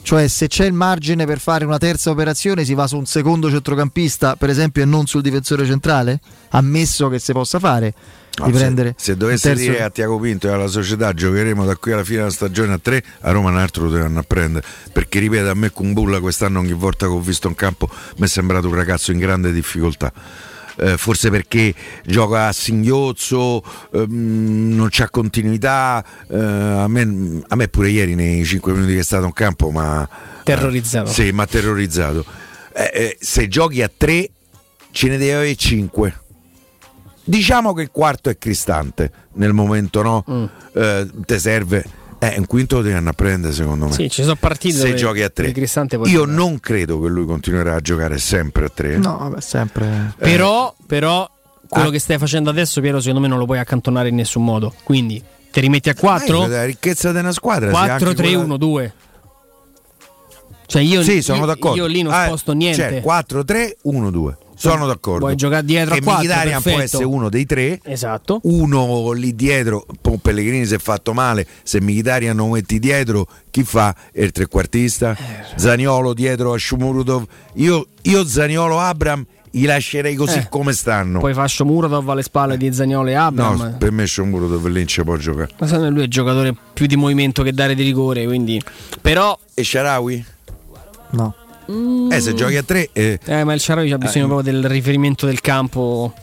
Cioè, se c'è il margine per fare una terza operazione, si va su un secondo centrocampista, per esempio, e non sul difensore centrale? Ammesso che si possa fare. No, di se, prendere se dovesse terzo... dire a Tiago Pinto e alla società giocheremo da qui alla fine della stagione a tre, a Roma un altro lo dovranno a prendere, perché ripeto, a me Kumbulla quest'anno ogni volta che ho visto in campo mi è sembrato un ragazzo in grande difficoltà. Eh, forse perché gioca a singhiozzo, ehm, non c'ha continuità, eh, a, me, a me pure ieri nei cinque minuti che è stato in campo ma terrorizzato. Eh, sì, ma terrorizzato. Eh, eh, se giochi a tre ce ne deve avere cinque. Diciamo che il quarto è Cristante nel momento, no? Mm. Eh, te serve. Eh, un quinto lo devi andare a prendere, secondo me. Sì, ci sono partite se giochi a tre. Io giocare. Non credo che lui continuerà a giocare sempre a tre. No, vabbè, sempre. Eh. Però, però quello ah. che stai facendo adesso, Piero, secondo me non lo puoi accantonare in nessun modo. Quindi ti rimetti a quattro. La ricchezza di una squadra. quattro tre uno due. Cioè io, sì, sono io, d'accordo. Io lì non ah, sposto niente. Cioè, quattro tre uno due. Sono d'accordo. Vuoi giocare dietro e a quattro, Mkhitaryan può essere uno dei tre. Esatto. Uno lì dietro. Pellegrini si è fatto male. Se Mkhitaryan non metti dietro, chi fa? È il trequartista. Eh, Zaniolo dietro a Shomurodov. Io, io Zaniolo Abram li lascerei così eh. come stanno. Poi fa Shomurodov alle spalle di Zaniolo e Abram. No, per me Shomurodov lì ci può giocare. Ma se lui è giocatore più di movimento che dare di rigore, quindi. Però. E Shaarawy? No. Mm. Eh, se giochi a tre eh, eh ma il Shaarawy ha bisogno eh. proprio del riferimento del campo.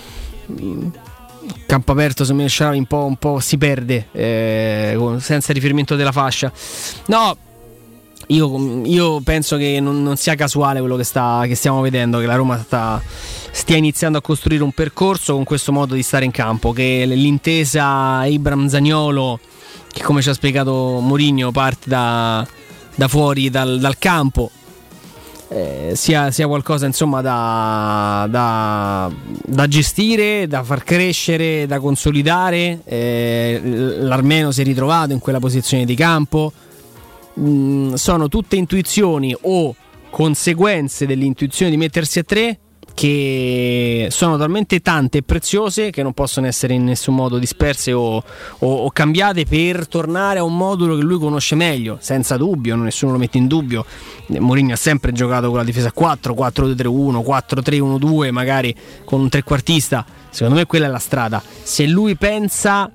Campo aperto, se me il Shaarawy un po', un po' si perde eh, senza riferimento della fascia. No, io, io penso che non, non sia casuale quello che, sta, che stiamo vedendo, che la Roma sta, stia iniziando a costruire un percorso con questo modo di stare in campo, che l'intesa Ibram-Zaniolo, che come ci ha spiegato Mourinho parte da, da fuori dal, dal campo, Eh, sia, sia qualcosa insomma da, da, da gestire, da far crescere, da consolidare. eh, L'Armeno si è ritrovato in quella posizione di campo. mm, sono tutte intuizioni o conseguenze dell'intuizione di mettersi a tre, che sono talmente tante e preziose che non possono essere in nessun modo disperse o, o, o cambiate per tornare a un modulo che lui conosce meglio, senza dubbio, nessuno lo mette in dubbio. Mourinho ha sempre giocato con la difesa a quattro, quattro due tre uno, quattro tre uno due, magari con un trequartista. Secondo me quella è la strada. Se lui pensa,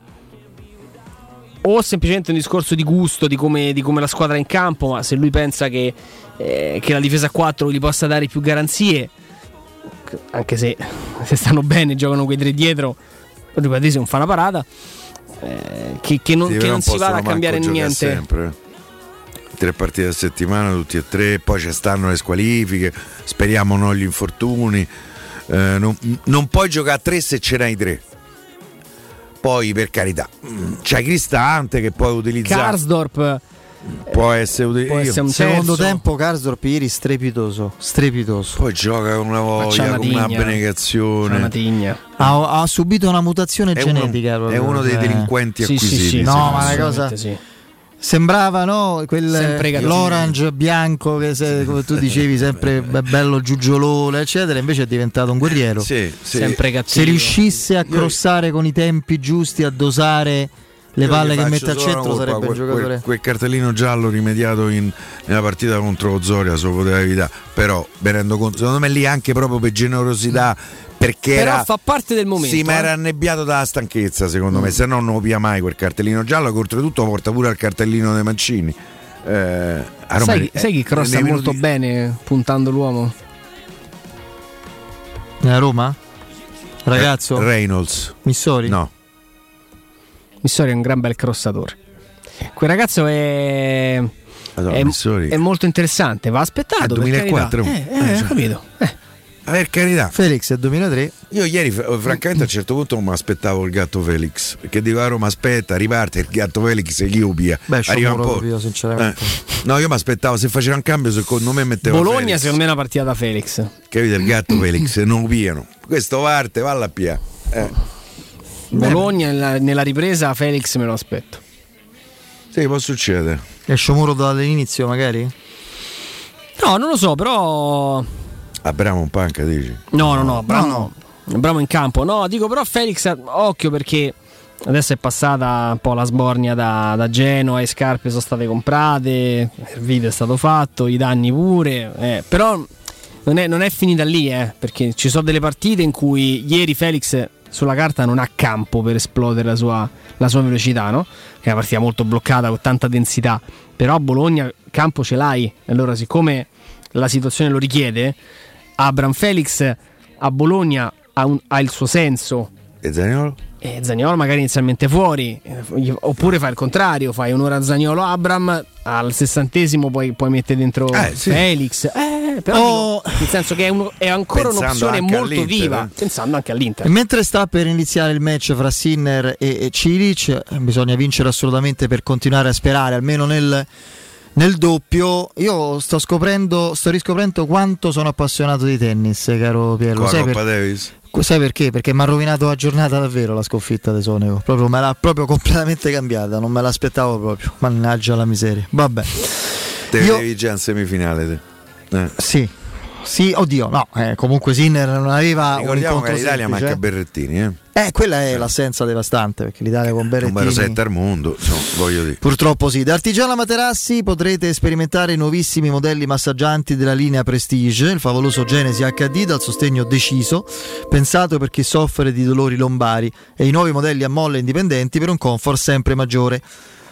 o semplicemente un discorso di gusto, di come, di come la squadra è in campo, ma se lui pensa che, eh, che la difesa a quattro gli possa dare più garanzie, anche se, se stanno bene, giocano quei tre dietro, se non fa una parata, eh, che, che non, sì, che non si vada a cambiare niente. Sempre. Tre partite a settimana, tutti e tre, poi ci stanno le squalifiche, speriamo non gli infortuni. Eh, non, non puoi giocare a tre se ce n'hai tre. Poi, per carità, c'hai Cristante che puoi utilizzare. Karsdorp può essere utilizzato. Un secondo tempo Karsdorp ieri strepitoso, strepitoso. Poi gioca con una voglia, una con una abnegazione. Una tigna. Ha, ha subito una mutazione è genetica. Uno, è uno dei delinquenti sì, acquisiti. Sì, sì, no, ma la cosa sì. sembrava, no, quel, l'orange bianco che se, come tu dicevi, sempre bello giugiolone eccetera, invece è diventato un guerriero. Sì, sì. Sempre cattivo. Se riuscisse a crossare con i tempi giusti, a dosare le Io palle che mette al centro, sarebbe quel, un giocatore. Quel, quel cartellino giallo rimediato in, nella partita contro lo Zoria se lo poteva evitare, però mi rendo conto, secondo me lì anche proprio per generosità, perché però era, fa parte del momento. Sì, ma eh? era annebbiato dalla stanchezza, secondo mm. me, se no non lo pia mai quel cartellino giallo, che oltretutto porta pure al cartellino dei Mancini. Eh, sai, sai chi crossa molto minuti... bene puntando l'uomo? Nella Roma? Ragazzo? Eh, Reynolds. Missori? No. Missori è un gran bel crossatore. Quel ragazzo è Madonna, è, Missori. è molto interessante, va aspettato. È duemilaquattro. Eh, eh, eh, capito. Eh. Per carità. Felix è duemilatré. Io ieri francamente a un certo punto non mi aspettavo il gatto Felix, perché dico a Roma aspetta, riparte il gatto Felix e gli ubia. Beh, arriva un po'. Io, sinceramente. Eh. No, io mi aspettavo, se faceva un cambio secondo me metteva Bologna Felix. Secondo me è una partita da Felix. Capite, il gatto Felix non ubiano. Questo parte, va alla P A. Eh. Bologna nella, nella ripresa Felix me lo aspetto. Sì, può succedere. E Sciomuro dall'inizio magari? No, non lo so, però Abramo un panca, dici? No, no, no, Abramo, no, no. Abramo in campo. No, dico però Felix, occhio, perché adesso è passata un po' la sbornia da, da Genoa, le scarpe sono state comprate, il video è stato fatto, i danni pure, eh, però non è, non è finita lì, eh, perché ci sono delle partite in cui ieri Felix sulla carta non ha campo per esplodere la sua, la sua velocità, no? Che è una partita molto bloccata con tanta densità, però a Bologna campo ce l'hai, allora siccome la situazione lo richiede, Abraham Felix a Bologna ha, un, ha il suo senso. E Zaniolo? E Zaniolo magari inizialmente fuori, eh, oppure fai il contrario, fai un'ora a Zaniolo Abram, al sessantesimo poi puoi mettere dentro eh, sì. Felix, eh, però oh. dico, nel senso che è, un, è ancora pensando un'opzione molto viva, eh. pensando anche all'Inter. E mentre sta per iniziare il match fra Sinner e, e Cilic, bisogna vincere assolutamente per continuare a sperare almeno nel Nel doppio. Io sto scoprendo, sto riscoprendo quanto sono appassionato di tennis, caro Piero. Sai, per, Davis. sai perché? Perché mi ha rovinato la giornata davvero la sconfitta di Sonego. Proprio, me l'ha proprio completamente cambiata, non me l'aspettavo proprio. Mannaggia la miseria. Vabbè. Te Io... devi già in semifinale. Te. Eh. Sì. Sì, oddio, no, eh, comunque Sinner non aveva ricordiamo un che l'Italia semplice. manca Berrettini, eh. Eh, quella è l'assenza devastante, perché l'Italia con Berrettini numero sette al mondo, insomma, voglio dire. Purtroppo sì. Da Artigiana Materassi potrete sperimentare i nuovissimi modelli massaggianti della linea Prestige, il favoloso Genesi acca di dal sostegno deciso, pensato per chi soffre di dolori lombari, e i nuovi modelli a molle indipendenti per un comfort sempre maggiore.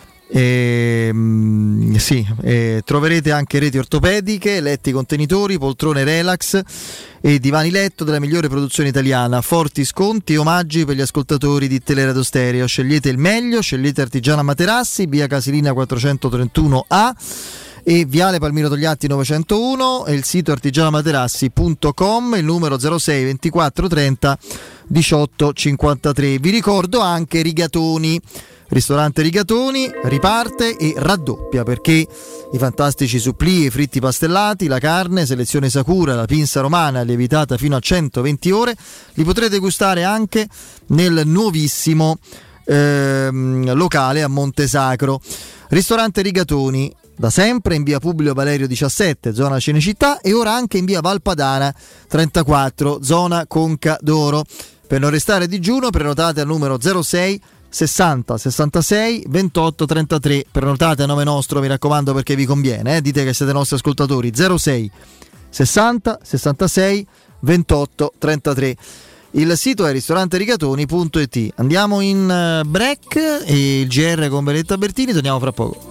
E, mm, sì, e troverete anche reti ortopediche, letti contenitori, poltrone relax e divani letto della migliore produzione italiana, forti sconti e omaggi per gli ascoltatori di Teleradio Stereo. Scegliete il meglio, scegliete Artigiana Materassi, via Casilina quattrocentotrentuno A e viale Palmiro Togliatti novecentouno, e il sito artigianamaterassi punto com, il numero zero sei ventiquattro trenta diciotto cinquantatré. Vi ricordo anche Rigatoni. Ristorante Rigatoni riparte e raddoppia, perché i fantastici supplì, i fritti pastellati, la carne, selezione Sakura, la pinza romana lievitata fino a centoventi ore li potrete gustare anche nel nuovissimo ehm, locale a Montesacro. Ristorante Rigatoni, da sempre in via Publio Valerio diciassette, zona Cinecittà, e ora anche in via Valpadana trentaquattro, zona Conca d'Oro. Per non restare a digiuno, prenotate al numero zero sei sessanta sessantasei ventotto trentatré. Prenotate a nome nostro, mi raccomando, perché vi conviene, eh? Dite che siete nostri ascoltatori. Zero sei sessanta sessantasei ventotto trentatré. Il sito è ristoranterigatoni punto it. Andiamo in break e il G R con Benedetta Bertini, torniamo fra poco.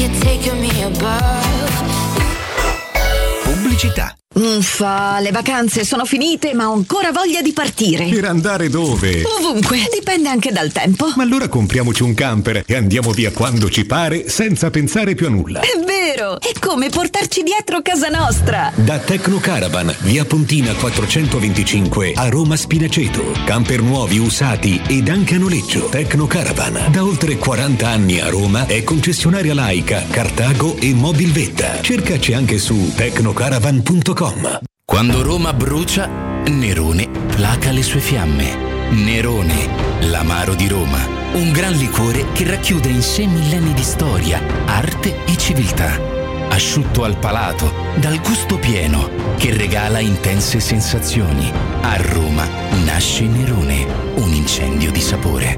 Pubblicità. Uffa, le vacanze sono finite, ma ho ancora voglia di partire. Per andare dove? Ovunque, dipende anche dal tempo. Ma allora compriamoci un camper e andiamo via quando ci pare, senza pensare più a nulla. È vero, è come portarci dietro casa nostra. Da Tecnocaravan, via Pontina quattrocentoventicinque a Roma Spinaceto. Camper nuovi, usati ed anche a noleggio. Tecnocaravan, da oltre quaranta anni a Roma, è concessionaria Laica, Cartago e Mobilvetta. Cercaci anche su tecnocaravan punto com. Quando Roma brucia, Nerone placa le sue fiamme. Nerone, l'amaro di Roma. Un gran liquore che racchiude in sé millenni di storia, arte e civiltà. Asciutto al palato, dal gusto pieno, che regala intense sensazioni. A Roma nasce Nerone, un incendio di sapore.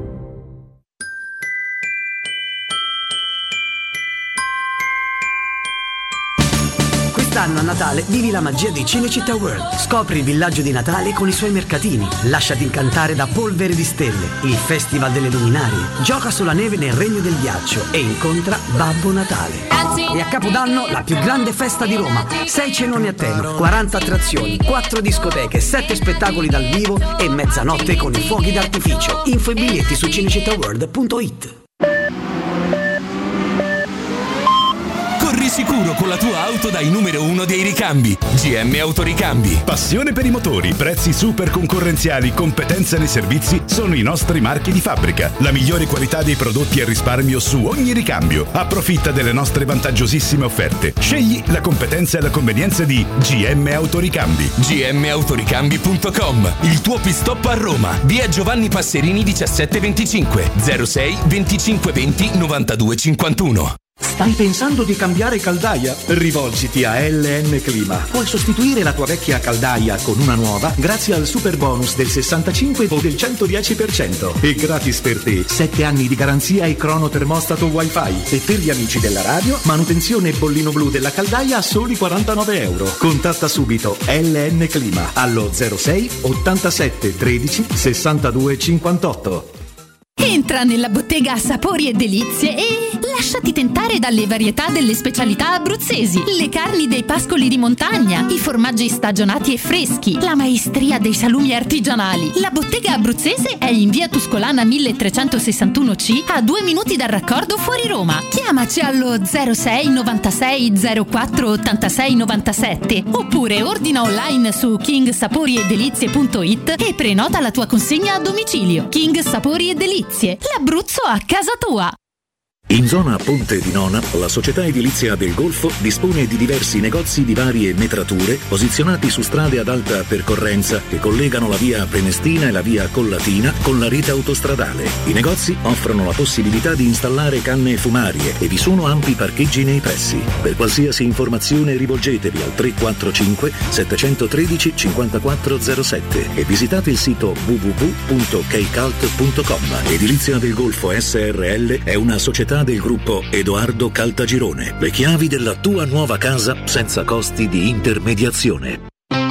Quest'anno a Natale vivi la magia di Cinecittà World. Scopri il villaggio di Natale con i suoi mercatini. Lasciati incantare da Polvere di Stelle, il festival delle luminarie. Gioca sulla neve nel regno del ghiaccio e incontra Babbo Natale. E a Capodanno la più grande festa di Roma. Sei cenoni a tema, quaranta attrazioni, quattro discoteche, sette spettacoli dal vivo e mezzanotte con i fuochi d'artificio. Info e biglietti su cinecittàworld punto it. Sicuro con la tua auto dai numero uno dei ricambi. G M Autoricambi. Passione per i motori, prezzi super concorrenziali, competenza nei servizi sono i nostri marchi di fabbrica. La migliore qualità dei prodotti e risparmio su ogni ricambio. Approfitta delle nostre vantaggiosissime offerte. Scegli la competenza e la convenienza di G M Autoricambi. G M Autoricambi punto com. Il tuo pit stop a Roma. Via Giovanni Passerini diciassette venticinque zero sei venticinque venti novantadue cinquantuno. Stai pensando di cambiare caldaia? Rivolgiti a L N Clima. Puoi sostituire la tua vecchia caldaia con una nuova grazie al super bonus del sessantacinque o del centodieci per cento. E gratis per te sette anni di garanzia e cronotermostato wifi. E per gli amici della radio, manutenzione e bollino blu della caldaia a soli quarantanove euro. Contatta subito L N Clima allo zero sei ottantasette tredici sessantadue cinquantotto. Entra nella bottega Sapori e Delizie e lasciati tentare dalle varietà delle specialità abruzzesi, le carni dei pascoli di montagna, i formaggi stagionati e freschi, la maestria dei salumi artigianali. La bottega abruzzese è in via Tuscolana milletrecentosessantuno C, a due minuti dal raccordo fuori Roma. Chiamaci allo zero sei novantasei zero quattro ottantasei novantasette oppure ordina online su king sapori e delizie punto it e prenota la tua consegna a domicilio. King Sapori e Delizie, l'Abruzzo a casa tua. In zona Ponte di Nona, la società edilizia del Golfo dispone di diversi negozi di varie metrature posizionati su strade ad alta percorrenza che collegano la via Prenestina e la via Collatina con la rete autostradale. I negozi offrono la possibilità di installare canne fumarie e vi sono ampi parcheggi nei pressi. Per qualsiasi informazione rivolgetevi al tre quattro cinque sette uno tre cinque zero sette e visitate il sito w w w punto keicalt punto com. Edilizia del Golfo S R L è una società del gruppo Edoardo Caltagirone. Le chiavi della tua nuova casa senza costi di intermediazione.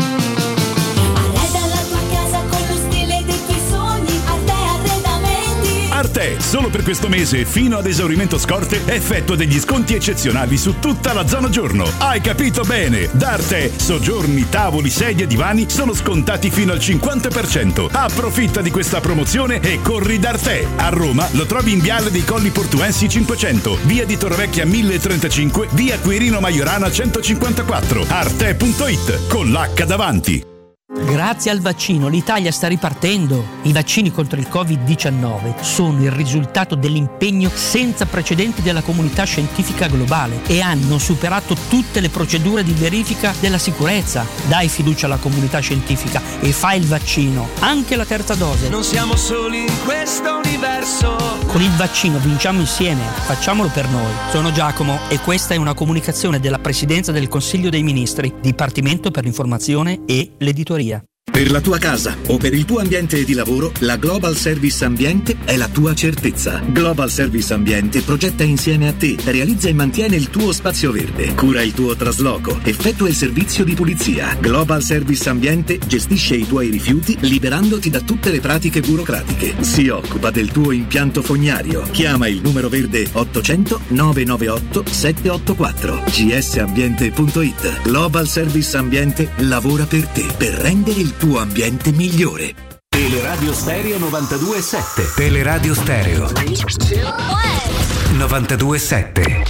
Arte, solo per questo mese fino ad esaurimento scorte effettua degli sconti eccezionali su tutta la zona giorno. Hai capito bene? Da Arte, soggiorni, tavoli, sedie, divani sono scontati fino al cinquanta per cento. Approfitta di questa promozione e corri da Arte. A Roma lo trovi in Viale dei Colli Portuensi cinquecento, via di Torrevecchia mille trentacinque, via Quirino Maiorana centocinquantaquattro. arte punto it con l'H davanti. Grazie al vaccino l'Italia sta ripartendo. I vaccini contro il covid diciannove sono il risultato dell'impegno senza precedenti della comunità scientifica globale e hanno superato tutte le procedure di verifica della sicurezza. Dai fiducia alla comunità scientifica e fai il vaccino, anche la terza dose. Non siamo soli in questo universo. Con il vaccino vinciamo insieme, facciamolo per noi. Sono Giacomo e questa è una comunicazione della Presidenza del Consiglio dei Ministri, Dipartimento per l'informazione e l'editoria. Per la tua casa o per il tuo ambiente di lavoro, la Global Service Ambiente è la tua certezza. Global Service Ambiente progetta insieme a te, realizza e mantiene il tuo spazio verde, cura il tuo trasloco, effettua il servizio di pulizia. Global Service Ambiente gestisce i tuoi rifiuti liberandoti da tutte le pratiche burocratiche. Si occupa del tuo impianto fognario. Chiama il numero verde ottocento nove nove otto sette otto quattro g s ambiente punto it. Global Service Ambiente lavora per te, per rendere il tuo ambiente migliore. Teleradio Stereo novantadue virgola sette. Teleradio Stereo novantadue virgola sette.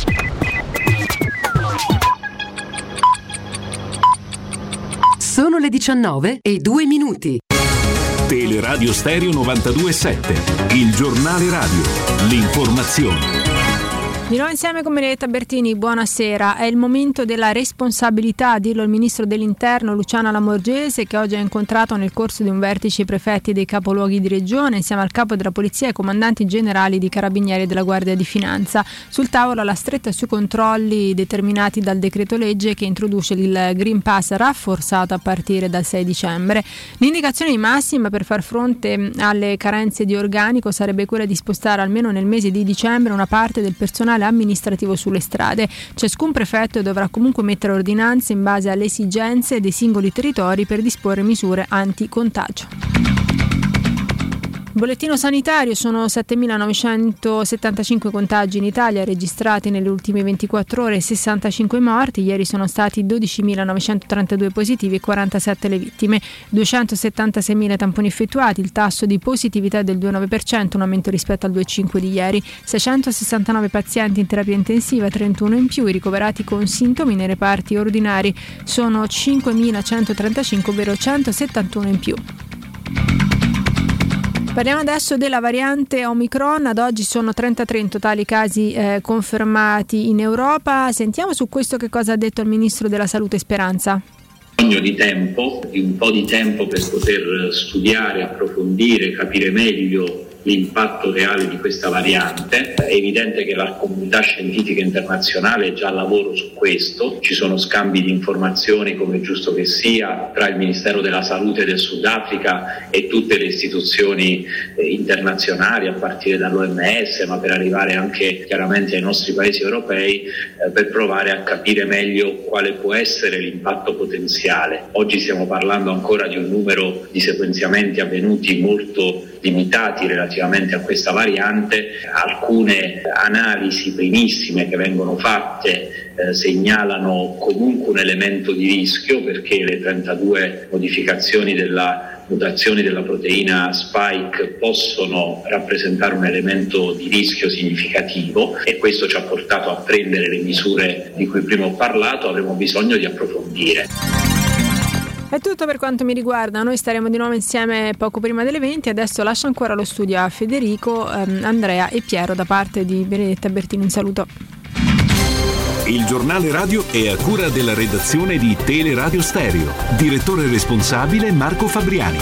Sono le diciannove e due minuti. Teleradio Stereo novantadue virgola sette. Il giornale radio. L'informazione. Di nuovo insieme con Benedetta Bertini, buonasera. È il momento della responsabilità, a dirlo il ministro dell'Interno Luciana Lamorgese, che oggi ha incontrato nel corso di un vertice i prefetti dei capoluoghi di regione insieme al capo della polizia e ai comandanti generali di carabinieri e della Guardia di Finanza. Sul tavolo la stretta sui controlli determinati dal decreto legge che introduce il Green Pass rafforzato a partire dal sei dicembre. L'indicazione di massima per far fronte alle carenze di organico sarebbe quella di spostare almeno nel mese di dicembre una parte del personale amministrativo sulle strade. Ciascun prefetto dovrà comunque mettere ordinanze in base alle esigenze dei singoli territori per disporre misure anti-contagio. Bollettino sanitario: sono settemilanovecentosessantacinque contagi in Italia registrati nelle ultime ventiquattro ore e sessantacinque morti. Ieri sono stati dodicimilanovecentottrentadue positivi e quarantasette le vittime. duecentosettantaseimila tamponi effettuati, il tasso di positività è del due virgola nove per cento, un aumento rispetto al due virgola cinque di ieri. seicentosessantanove pazienti in terapia intensiva, trentuno in più. I ricoverati con sintomi nei reparti ordinari sono cinquemilacentotrentacinque, ovvero centosettantuno in più. Parliamo adesso della variante Omicron. Ad oggi sono trentatré in totale i casi eh, confermati in Europa. Sentiamo su questo che cosa ha detto il ministro della Salute Speranza. Bisogno di tempo, di un po' di tempo per poter studiare, approfondire, capire meglio l'impatto reale di questa variante. È evidente che la comunità scientifica internazionale è già al lavoro su questo, ci sono scambi di informazioni, come è giusto che sia, tra il Ministero della Salute del Sudafrica e tutte le istituzioni eh, internazionali, a partire dall'O M S, ma per arrivare anche chiaramente ai nostri paesi europei, eh, per provare a capire meglio quale può essere l'impatto potenziale. Oggi stiamo parlando ancora di un numero di sequenziamenti avvenuti molto limitati relativamente a questa variante. Alcune analisi primissime che vengono fatte eh, segnalano comunque un elemento di rischio, perché le trentadue modificazioni della mutazioni della proteina spike possono rappresentare un elemento di rischio significativo, e questo ci ha portato a prendere le misure di cui prima ho parlato. Avremo bisogno di approfondire. È tutto per quanto mi riguarda, noi staremo di nuovo insieme poco prima delle venti. Adesso lascio ancora lo studio a Federico, ehm, Andrea e Piero da parte di Benedetta Bertini. Un saluto. Il giornale radio è a cura della redazione di Teleradio Stereo. Direttore responsabile Marco Fabriani.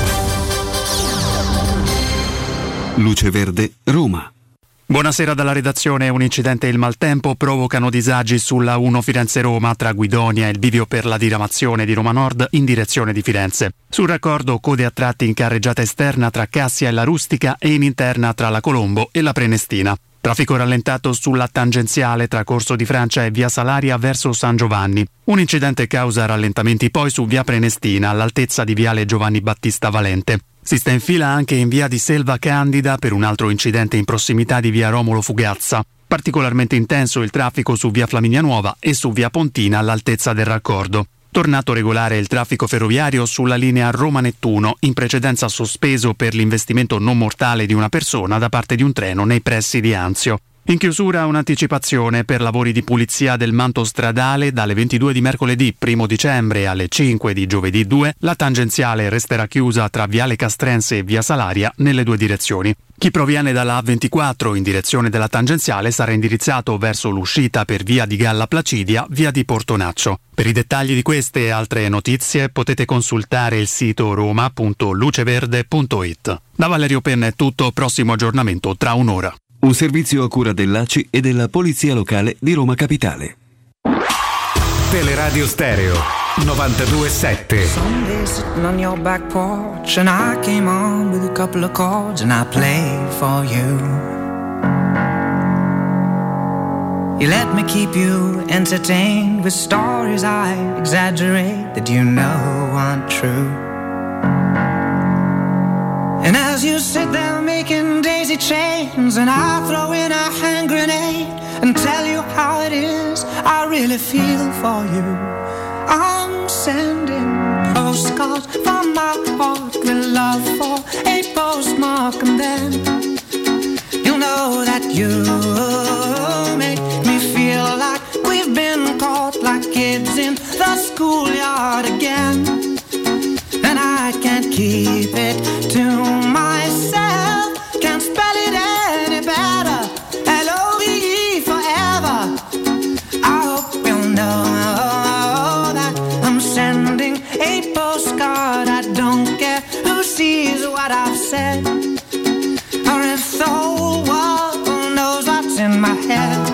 Luce Verde, Roma. Buonasera dalla redazione. Un incidente e il maltempo provocano disagi sulla uno Firenze-Roma tra Guidonia e il bivio per la diramazione di Roma Nord in direzione di Firenze. Sul raccordo code a tratti in carreggiata esterna tra Cassia e la Rustica e in interna tra la Colombo e la Prenestina. Traffico rallentato sulla tangenziale tra Corso di Francia e via Salaria verso San Giovanni. Un incidente causa rallentamenti poi su via Prenestina all'altezza di viale Giovanni Battista Valente. Si sta in fila anche in via di Selva Candida per un altro incidente in prossimità di via Romolo Fugazza. Particolarmente intenso il traffico su via Flaminia Nuova e su via Pontina all'altezza del raccordo. Tornato regolare il traffico ferroviario sulla linea Roma-Nettuno, in precedenza sospeso per l'investimento non mortale di una persona da parte di un treno nei pressi di Anzio. In chiusura un'anticipazione per lavori di pulizia del manto stradale dalle ventidue di mercoledì primo dicembre alle cinque di giovedì due. La tangenziale resterà chiusa tra viale Castrense e via Salaria nelle due direzioni. Chi proviene dalla A ventiquattro in direzione della tangenziale sarà indirizzato verso l'uscita per via di Galla Placidia, via di Portonaccio. Per i dettagli di queste e altre notizie potete consultare il sito roma punto luceverde punto it. Da Valerio Penna è tutto, prossimo aggiornamento tra un'ora. Un servizio a cura dell'A C I e della Polizia Locale di Roma Capitale. Teleradio Stereo novantadue sette. Sunday sitting on your back porch and I came on with a couple of chords and I played for you. You let me keep you entertained with stories I exaggerate that you know aren't true. And as you sit there making daisy chains and I throw in a hand grenade and tell you how it is I really feel for you, I'm sending postcards from my heart with love for a postmark, and then you'll know that you make me feel like we've been caught like kids in the schoolyard again. And I can't keep it to myself, can't spell it any better, L O V E forever. I hope you'll know that I'm sending a postcard. I don't care who sees what I've said, or if the whole world knows what's in my head.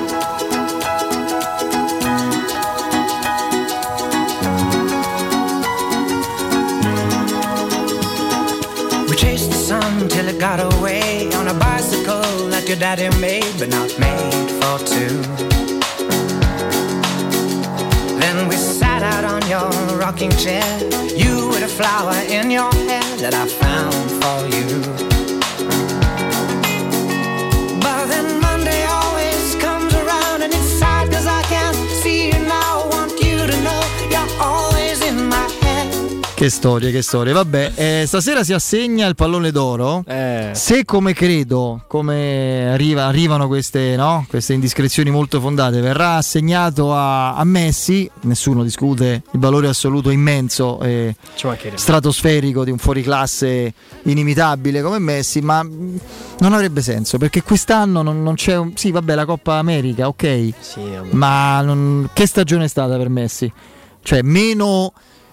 Till it got away on a bicycle that your daddy made, but not made for two. Then we sat out on your rocking chair, you with a flower in your hair that I found for you. But then Monday always comes around and it's sad cause I can't see you now. I want you to know you're always in my head. Che storie, che storie. Vabbè, eh, stasera si assegna il pallone d'oro. Eh. Se, come credo, come arriva, arrivano queste, no? queste indiscrezioni molto fondate, verrà assegnato a, a Messi, nessuno discute il valore assoluto immenso e stratosferico di un fuoriclasse inimitabile come Messi, ma non avrebbe senso, perché quest'anno non, non c'è un... Sì, vabbè, la Coppa America, ok, sì, ma non... che stagione è stata per Messi? Cioè, meno...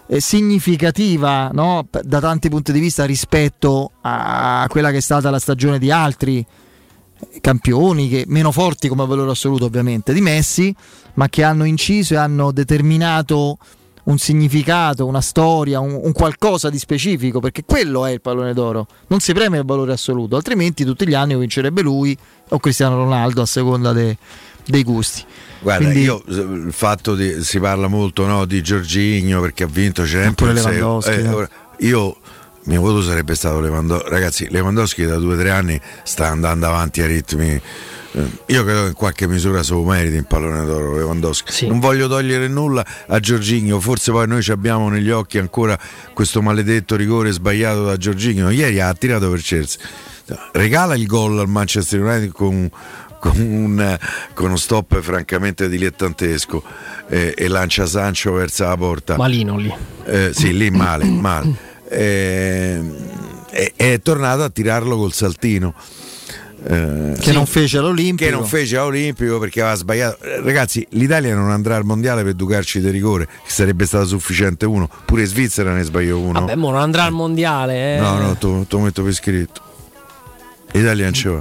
eh, significativa, no? Da tanti punti di vista rispetto a quella che è stata la stagione di altri campioni, che meno forti come valore assoluto ovviamente di Messi, ma che hanno inciso e hanno determinato un significato, una storia, un, un qualcosa di specifico, perché quello è il pallone d'oro, non si premia il valore assoluto, altrimenti tutti gli anni vincerebbe lui o Cristiano Ronaldo a seconda de, dei gusti. Guarda, Quindi, io il fatto di si parla molto, no, di Jorginho perché ha vinto, c'è sempre il sei, eh, ora, io il mio voto sarebbe stato Lewandowski. Ragazzi, Lewandowski da due o tre anni sta andando avanti a ritmi. Io credo che in qualche misura se lo meriti in pallone d'oro Lewandowski. Sì. Non voglio togliere nulla a Jorginho, forse poi noi ci abbiamo negli occhi ancora questo maledetto rigore sbagliato da Jorginho. Ieri ha tirato per Chelsea, regala il gol al Manchester United con, con, un, con uno stop francamente dilettantesco eh, e lancia Sancho verso la porta. Malino lì. Eh, sì, lì male, male. Eh, è, è tornato a tirarlo col saltino. Eh, che sì, non fece all'Olimpico che non fece all'Olimpico perché aveva sbagliato. Ragazzi, l'Italia non andrà al mondiale per due calci di rigore, che sarebbe stato sufficiente uno, pure Svizzera ne sbagliò uno. Vabbè, mo non andrà al mondiale, eh. No, no, te lo metto per scritto. L'Italia non ce va.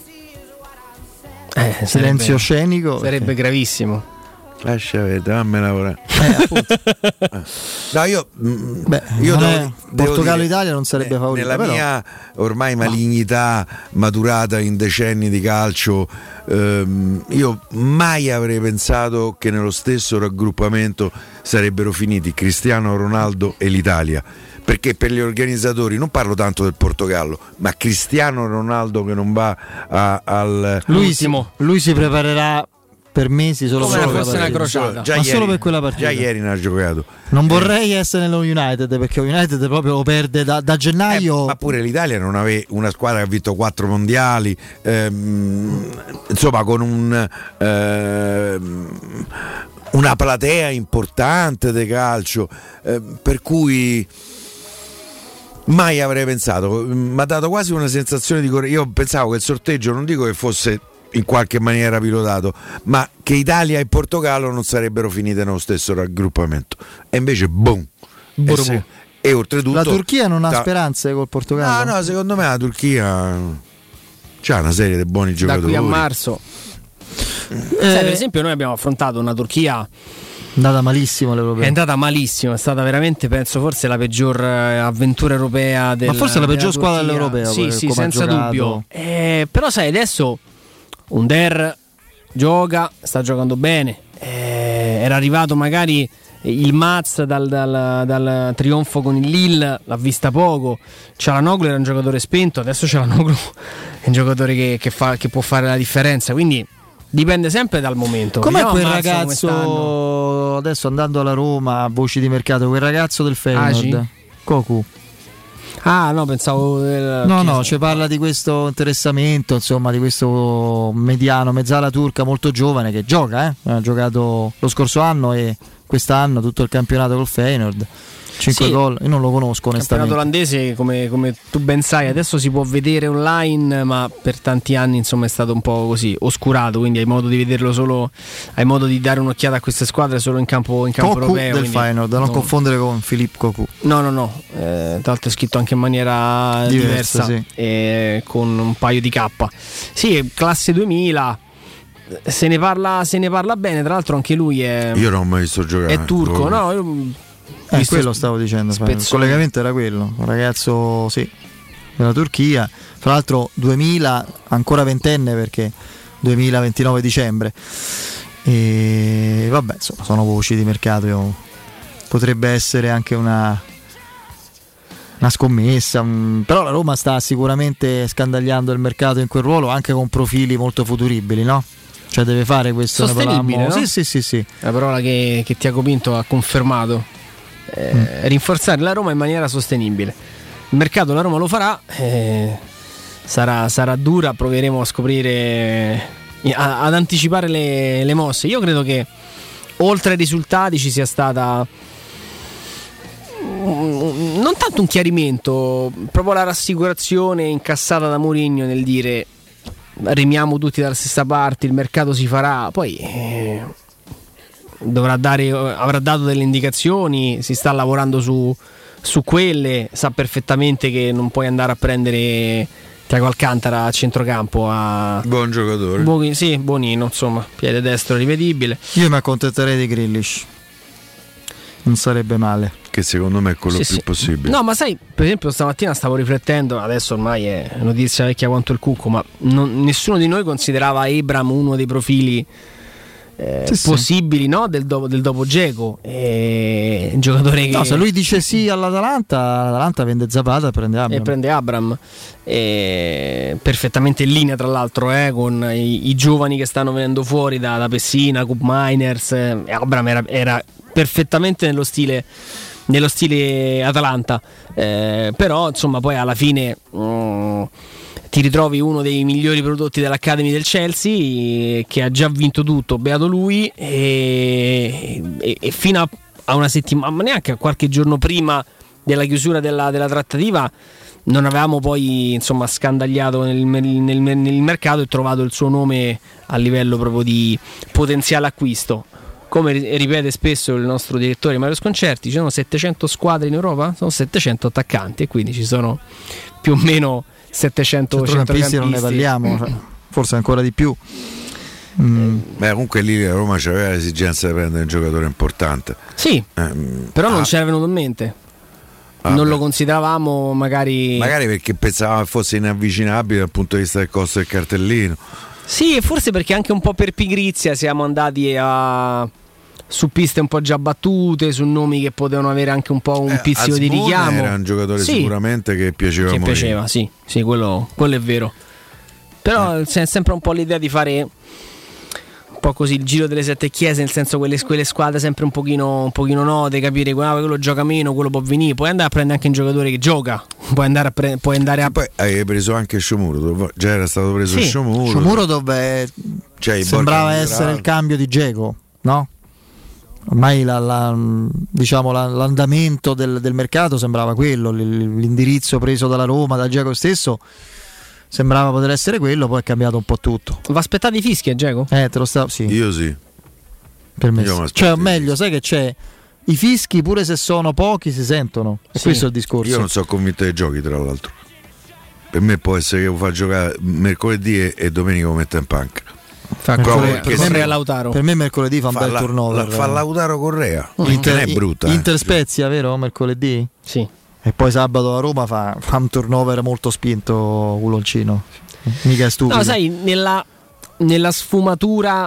Eh, silenzio sarebbe, scenico sarebbe perché... gravissimo. Lascia vedere, dammi lavorare. Eh, no, io, Beh, io devo, Portogallo-Italia non sarebbe favorito. Nella però. mia ormai malignità maturata in decenni di calcio, ehm, io mai avrei pensato che nello stesso raggruppamento sarebbero finiti Cristiano Ronaldo e l'Italia. Perché per gli organizzatori, non parlo tanto del Portogallo, ma Cristiano Ronaldo che non va a, al lui si, lui si preparerà per mesi solo come per fosse una crociata, ma ieri, solo per quella partita. Già ieri ne ha giocato. Non eh. vorrei essere nello United, perché lo United proprio lo perde da, da gennaio. Eh, ma pure l'Italia non aveva una squadra che ha vinto quattro mondiali, ehm, insomma con un ehm, una platea importante di calcio, eh, per cui mai avrei pensato, mi ha dato quasi una sensazione di corre- io pensavo che il sorteggio, non dico che fosse in qualche maniera pilotato, ma che Italia e Portogallo non sarebbero finite nello stesso raggruppamento, e invece boom, e, se, e oltretutto la Turchia non ha da, speranze col Portogallo. no no secondo me la Turchia c'ha una serie di buoni giocatori da qui a marzo. Eh, Sai, per esempio noi abbiamo affrontato una Turchia è andata malissimo l'Europeo. È andata malissimo, è stata veramente, penso, forse la peggior avventura europea del, ma forse la peggior squadra Turchia. dell'Europeo. Sì, sì, senza dubbio. Eh, però sai, adesso Under gioca, sta giocando bene. Eh, era arrivato magari il Maz dal, dal, dal trionfo con il Lille, l'ha vista poco. Çalhanoğlu era un giocatore spento, adesso Çalhanoğlu è un giocatore che, che, fa, che può fare la differenza. Quindi dipende sempre dal momento. Com'è Vediamo quel marzo, ragazzo adesso andando alla Roma, voci di mercato, quel ragazzo del Feyenoord, Cocu? Ah no, pensavo del... No no, ci parla di questo interessamento, insomma, di questo mediano, mezzala turca molto giovane che gioca, eh? Ha giocato lo scorso anno e quest'anno tutto il campionato col Feyenoord. cinque sì, gol, io non lo conosco onestamente. Il campionato olandese, come, come tu ben sai, adesso si può vedere online, ma per tanti anni insomma è stato un po' così oscurato, quindi hai modo di vederlo solo, hai modo di dare un'occhiata a queste squadre solo in campo, in campo Cocu europeo. Del Feyenoord, da non no. confondere con Philippe Cocu. No, no, no, eh, tra l'altro è scritto anche in maniera diversa, diversa sì. eh, con un paio di K. Sì, classe duemila. Se ne parla, se ne parla bene, tra l'altro anche lui è io non ho mai visto giocare. È turco, oh. no? Io, Eh, quello stavo dicendo, spezzone. Il collegamento era quello, un ragazzo sì, della Turchia, fra l'altro duemila, ancora ventenne perché duemilaventinove dicembre, e vabbè, insomma, sono voci di mercato, io, potrebbe essere anche una una scommessa, un, però la Roma sta sicuramente scandagliando il mercato in quel ruolo, anche con profili molto futuribili, no? Cioè deve fare questo, sostenibile, no? Sì, sì, sì, sì. La parola che, che Tiago Pinto ha confermato. Eh, mm. Rinforzare la Roma in maniera sostenibile. Il mercato la Roma lo farà, eh, sarà, sarà dura, proveremo a scoprire, a, ad anticipare le, le mosse. Io credo che oltre ai risultati ci sia stata non tanto un chiarimento, proprio la rassicurazione incassata da Mourinho nel dire remiamo tutti dalla stessa parte, il mercato si farà, poi eh, dovrà dare, avrà dato delle indicazioni, si sta lavorando su, su quelle, sa perfettamente che non puoi andare a prendere Thiago Alcantara a centrocampo a... buon giocatore, buon, sì, buonino, insomma, piede destro ripetibile. Io mi accontenterei di Grealish, non sarebbe male, che secondo me è quello sì, più sì. possibile. No, ma sai, per esempio stamattina stavo riflettendo, adesso ormai è notizia vecchia quanto il cucco, ma non, nessuno di noi considerava Abraham uno dei profili eh, sì, possibili sì. No? del dopo del dopo Dzeko, eh, un giocatore che no, se lui dice sì all'Atalanta, l'Atalanta vende Zapata e prende Abraham, e prende Abraham eh, perfettamente in linea tra l'altro eh, con i, i giovani che stanno venendo fuori da, da Pessina, Cup Miners, eh, Abraham era, era perfettamente nello stile nello stile Atalanta, eh, però insomma poi alla fine mh, ti ritrovi uno dei migliori prodotti dell'Academy del Chelsea che ha già vinto tutto, beato lui, e, e, e fino a, a una settimana, ma neanche a qualche giorno prima della chiusura della, della trattativa non avevamo poi insomma scandagliato nel, nel, nel, nel mercato e trovato il suo nome a livello proprio di potenziale acquisto. Come ripete spesso il nostro direttore Mario Sconcerti, ci sono settecento squadre in Europa, sono settecento attaccanti e quindi ci sono più o meno settecento centrocampisti, non ne parliamo, cioè, forse ancora di più. Mm. Beh, comunque lì la Roma c'aveva l'esigenza di prendere un giocatore importante. Sì, eh, però ah. non c'era venuto in mente. Ah, non beh. lo consideravamo magari magari perché pensavamo che fosse inavvicinabile dal punto di vista del costo del cartellino. Sì, e forse perché anche un po' per pigrizia siamo andati a su piste un po' già battute, su nomi che potevano avere anche un po' un eh, pizzico di richiamo. Era un giocatore sì. sicuramente che piaceva che morire. piaceva, sì, sì, quello, quello è vero. Però eh. c'è sempre un po' l'idea di fare un po' così il giro delle sette chiese, nel senso quelle, quelle squadre sempre un pochino, un pochino note, capire ah, quello gioca meno, quello può venire, puoi andare a prendere anche un giocatore che gioca, puoi andare a pre- puoi andare a... Poi hai preso anche Sciomuro, già era stato preso sì. Sciomuro. Sciomuro dove cioè, sembrava essere il cambio di Dzeko, no? Ormai la, la, diciamo, la, l'andamento del, del mercato sembrava quello, l'indirizzo preso dalla Roma, da Dzeko stesso sembrava poter essere quello, poi è cambiato un po' tutto. Va aspettati i fischi a Dzeko? Eh, te lo stavo, sì. Io sì. Per me sì. Cioè, meglio, sai che c'è i fischi, pure se sono pochi, si sentono. E sì. questo è il discorso. Io non sono convinto dei giochi, tra l'altro. Per me può essere che lo fa giocare mercoledì e, e domenica lo mette in panca. Fa Correa, per, me, me, Lautaro. per me mercoledì fa un fa bel la, turnover. La, fa Lautaro Correa. Inter, non è brutta. Inter Spezia, vero? Mercoledì? Sì. E poi sabato a Roma fa, fa un turnover molto spinto, Uloncino. Mica è stupido. No, sai, nella, nella sfumatura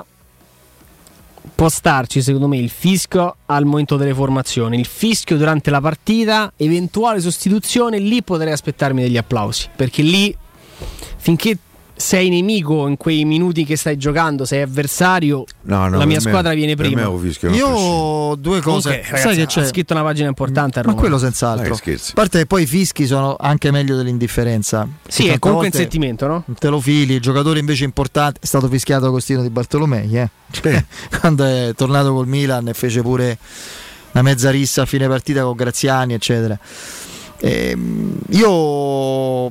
può starci secondo me il fischio al momento delle formazioni, il fischio durante la partita, eventuale sostituzione, lì potrei aspettarmi degli applausi, perché lì finché sei nemico in quei minuti che stai giocando, sei avversario, no, no, la mia squadra me, viene prima. Io ho due cose. Okay, ragazzi, sai che c'è? Ha scritto una pagina importante a Roma. Ma quello senz'altro. A parte che poi i fischi sono anche meglio dell'indifferenza. Sì, è comunque un sentimento, no? Te lo fili, il giocatore invece importante è stato fischiato Agostino Di Bartolomei, eh? Cioè, quando è tornato col Milan e fece pure una mezza rissa a fine partita con Graziani, eccetera. E, io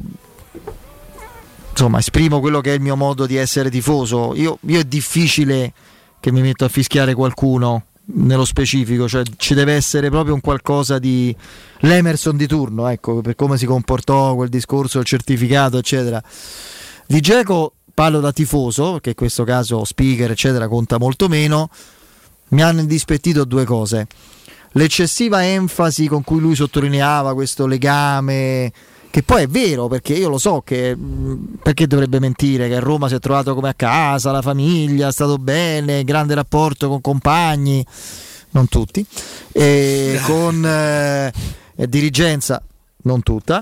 insomma esprimo quello che è il mio modo di essere tifoso. Io, io è difficile che mi metto a fischiare qualcuno nello specifico, cioè ci deve essere proprio un qualcosa di l'Emerson di turno, ecco, per come si comportò, quel discorso, il certificato, eccetera. Di Dzeko parlo da tifoso, perché in questo caso speaker, eccetera, conta molto meno. Mi hanno indispettito due cose: l'eccessiva enfasi con cui lui sottolineava questo legame, che poi è vero, perché io lo so che perché dovrebbe mentire, che a Roma si è trovato come a casa, la famiglia, è stato bene, grande rapporto con compagni, non tutti, e con eh, dirigenza non tutta,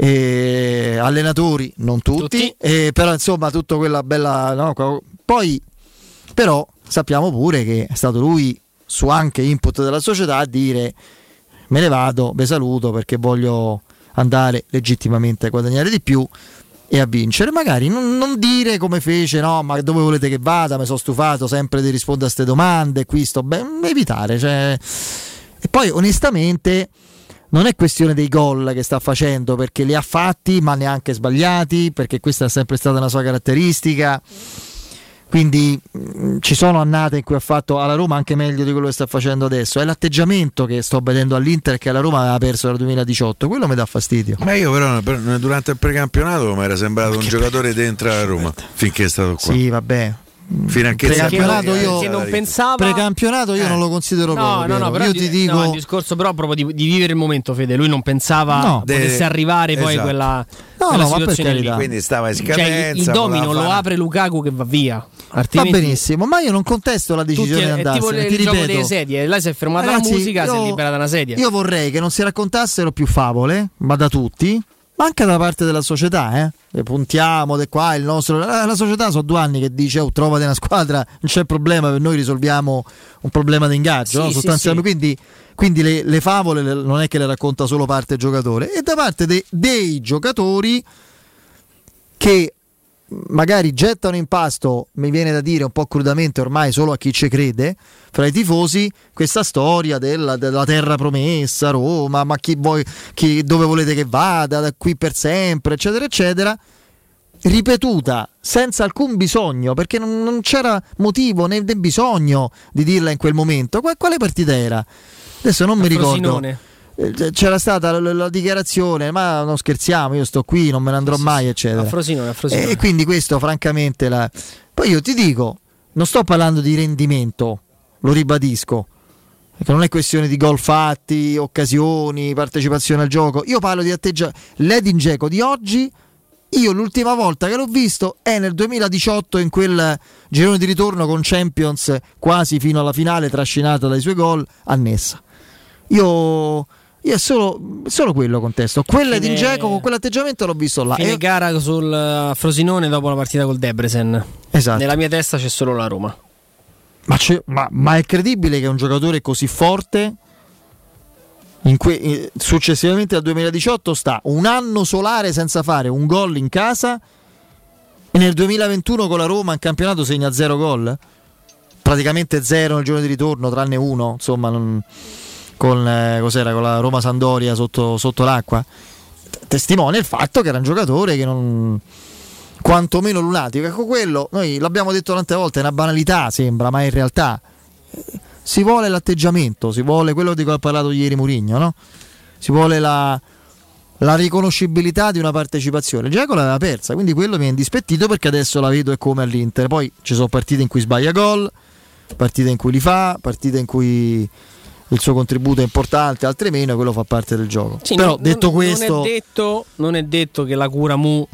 e allenatori non tutti, tutti. E però insomma tutta quella bella, no? Poi però sappiamo pure che è stato lui, su anche input della società, a dire me ne vado, vi saluto perché voglio andare legittimamente a guadagnare di più e a vincere. Magari non, non dire come fece, no, ma dove volete che vada, mi sono stufato sempre di rispondere a queste domande, qui sto bene, evitare, cioè. E poi onestamente non è questione dei gol che sta facendo, perché li ha fatti ma neanche sbagliati, perché questa è sempre stata una sua caratteristica. Quindi mh, ci sono annate in cui ha fatto alla Roma anche meglio di quello che sta facendo adesso. È l'atteggiamento che sto vedendo all'Inter, che alla Roma aveva perso dal duemiladiciotto, quello mi dà fastidio. Ma io però durante il precampionato mi era sembrato un giocatore dentro la Roma finché è stato qua. Sì, vabbè. Fino a che precampionato io, che non pensava precampionato io eh. non lo considero no, proprio. no, no, però io di, ti dico no, il discorso però proprio di, di vivere il momento, Fede. Lui non pensava no, potesse de... arrivare poi esatto. quella, no, quella no, ma per situazione lì. Quindi stava in scadenza. Cioè, il, il domino lo apre Lukaku che va via. Altrimenti... Va benissimo, ma io non contesto la decisione di andarsene. Tipo ti il ripeto, gioco delle sedie. Lei si è fermata ragazzi, la musica, io, si è liberata una sedia. Io vorrei che non si raccontassero più favole, ma da tutti, ma anche da parte della società, eh? E puntiamo di qua il nostro. La società sono due anni che dice: oh, trovate una squadra, non c'è problema, per noi risolviamo un problema di ingaggio. Sì, no? sì, Sostanzialmente, sì. quindi, quindi le, le favole le, non è che le racconta solo parte giocatore, e da parte de, dei giocatori che magari gettano in pasto, mi viene da dire un po' crudamente ormai solo a chi ci crede, fra i tifosi, questa storia della, della terra promessa, Roma, ma chi vuoi, chi, dove volete che vada, da qui per sempre, eccetera, eccetera, ripetuta senza alcun bisogno, perché non, non c'era motivo né, né bisogno di dirla in quel momento. Qual, quale partita era? Adesso non mi ricordo. C'era stata la, la dichiarazione, ma non scherziamo, io sto qui, non me ne andrò sì, mai, eccetera. A Frosinone, a Frosinone. E quindi questo francamente la... Poi io ti dico, non sto parlando di rendimento, lo ribadisco, perché non è questione di gol fatti, occasioni, partecipazione al gioco. Io parlo di atteggiamento. L'Edin Dzeko di oggi, io l'ultima volta che l'ho visto è nel duemiladiciotto, in quel girone di ritorno con Champions quasi fino alla finale, trascinato dai suoi gol a Nessa. Io Io è solo, solo quello contesto. Quella di Dzeko con quell'atteggiamento l'ho visto là. Fine e... gara sul Frosinone dopo la partita col Debrecen. Esatto. Nella mia testa c'è solo la Roma. Ma, ma, ma è credibile che un giocatore così forte in que- successivamente al duemiladiciotto sta un anno solare senza fare un gol in casa e nel duemilaventuno con la Roma in campionato segna zero gol? Praticamente zero nel giorno di ritorno, tranne uno, insomma, non... con, eh, cos'era, con la Roma Sampdoria sotto, sotto l'acqua. Testimonia il fatto che era un giocatore che non, quantomeno lunatico. Ecco, quello noi l'abbiamo detto tante volte, è una banalità, sembra, ma in realtà si vuole l'atteggiamento, si vuole quello di cui ha parlato ieri Mourinho, no? Si vuole la, la riconoscibilità di una partecipazione. Dzeko l'aveva persa, quindi quello mi è indispettito, perché adesso la vedo è come all'Inter. Poi ci sono partite in cui sbaglia gol, partite in cui li fa, partite in cui il suo contributo è importante, altre meno, quello fa parte del gioco. Sì, però non, detto non, questo, non è detto, non è detto che la cura Mu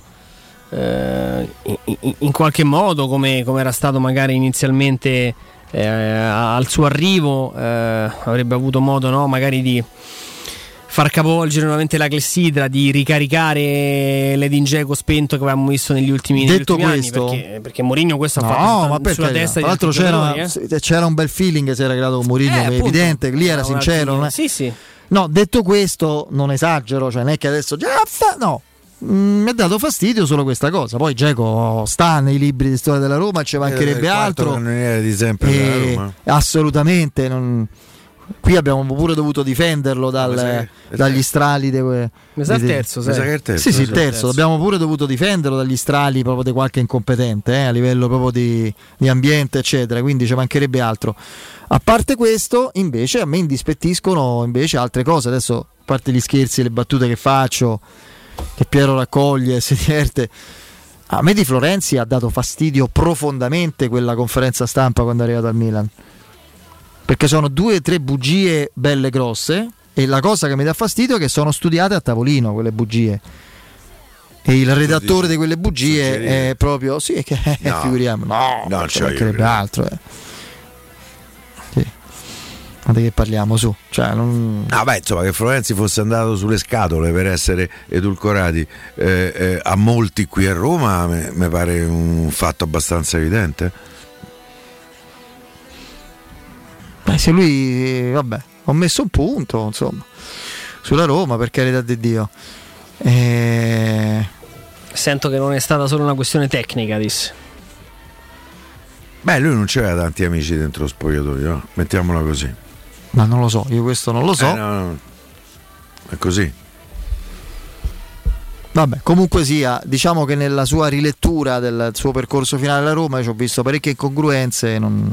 eh, in, in qualche modo, come, come era stato magari inizialmente eh, al suo arrivo, eh, avrebbe avuto modo, no, magari di far capovolgere nuovamente la clessidra, di ricaricare l'Edin Dzeko spento che avevamo visto negli ultimi, detto negli ultimi questo, anni, perché, perché Mourinho questo no, ha fatto ma perché, sulla testa. tra l'altro c'era, eh? c'era un bel feeling che si era creato con Mourinho, eh, che è appunto, evidente, lì era sincero, non è... sì, sì. No, detto questo, non esagero, cioè non è che adesso no, mm, mi ha dato fastidio solo questa cosa. Poi Dzeko sta nei libri di storia della Roma, ci mancherebbe eh, altro, di sempre e, della Roma. Assolutamente non... Qui abbiamo pure dovuto difenderlo dal, che, dagli strali de, mi sa il terzo, mi sa che è il terzo, sì, sì, sì, il terzo. Abbiamo pure dovuto difenderlo dagli strali proprio di qualche incompetente, eh, a livello proprio di, di ambiente, eccetera. Quindi ci mancherebbe altro. A parte questo, invece, a me indispettiscono invece altre cose. Adesso, a parte gli scherzi e le battute che faccio, che Piero raccoglie e si diverte, a me di Florenzi ha dato fastidio profondamente quella conferenza stampa quando è arrivato al Milan, perché sono due o tre bugie belle grosse, e la cosa che mi dà fastidio è che sono studiate a tavolino quelle bugie, e il redattore di quelle bugie Suggerire. È proprio sì, che no, figuriamo, no, no, ci mancherebbe altro, eh. Sì. Ma di che parliamo, su? Cioè, non... Ah, beh, insomma, che Florenzi fosse andato sulle scatole per essere edulcorati eh, eh, a molti qui a Roma mi pare un fatto abbastanza evidente. Beh, se lui, vabbè, ho messo un punto, insomma, sulla Roma, per carità di Dio. E... Sento che non è stata solo una questione tecnica, disse. Beh, lui non c'aveva tanti amici dentro lo spogliatoio, no? Mettiamola così. Ma non lo so, io questo non lo so. Eh, no, no. È così. Vabbè, comunque sia, diciamo che nella sua rilettura del suo percorso finale alla Roma ci ho visto parecchie incongruenze, non...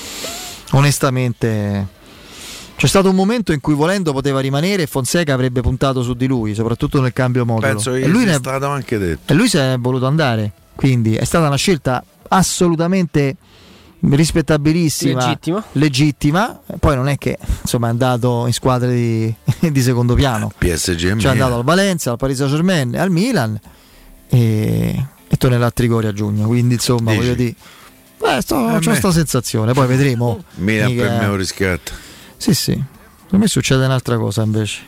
onestamente c'è stato un momento in cui volendo poteva rimanere e Fonseca avrebbe puntato su di lui, soprattutto nel cambio modulo. Penso che e lui sia ne... stato anche detto. E lui se n'è voluto andare, quindi è stata una scelta assolutamente rispettabilissima, legittima, legittima. Poi non è che insomma è andato in squadre di, di secondo piano, P S G, cioè è andato al Valencia, al Paris Saint-Germain, al Milan e, e tornerà a Trigori a giugno, quindi insomma Dici? voglio dire, eh, sto, Eh, c'ho me- questa sensazione, poi vedremo. Milan Mica- per me è un riscatto. sì sì, per me succede un'altra cosa invece,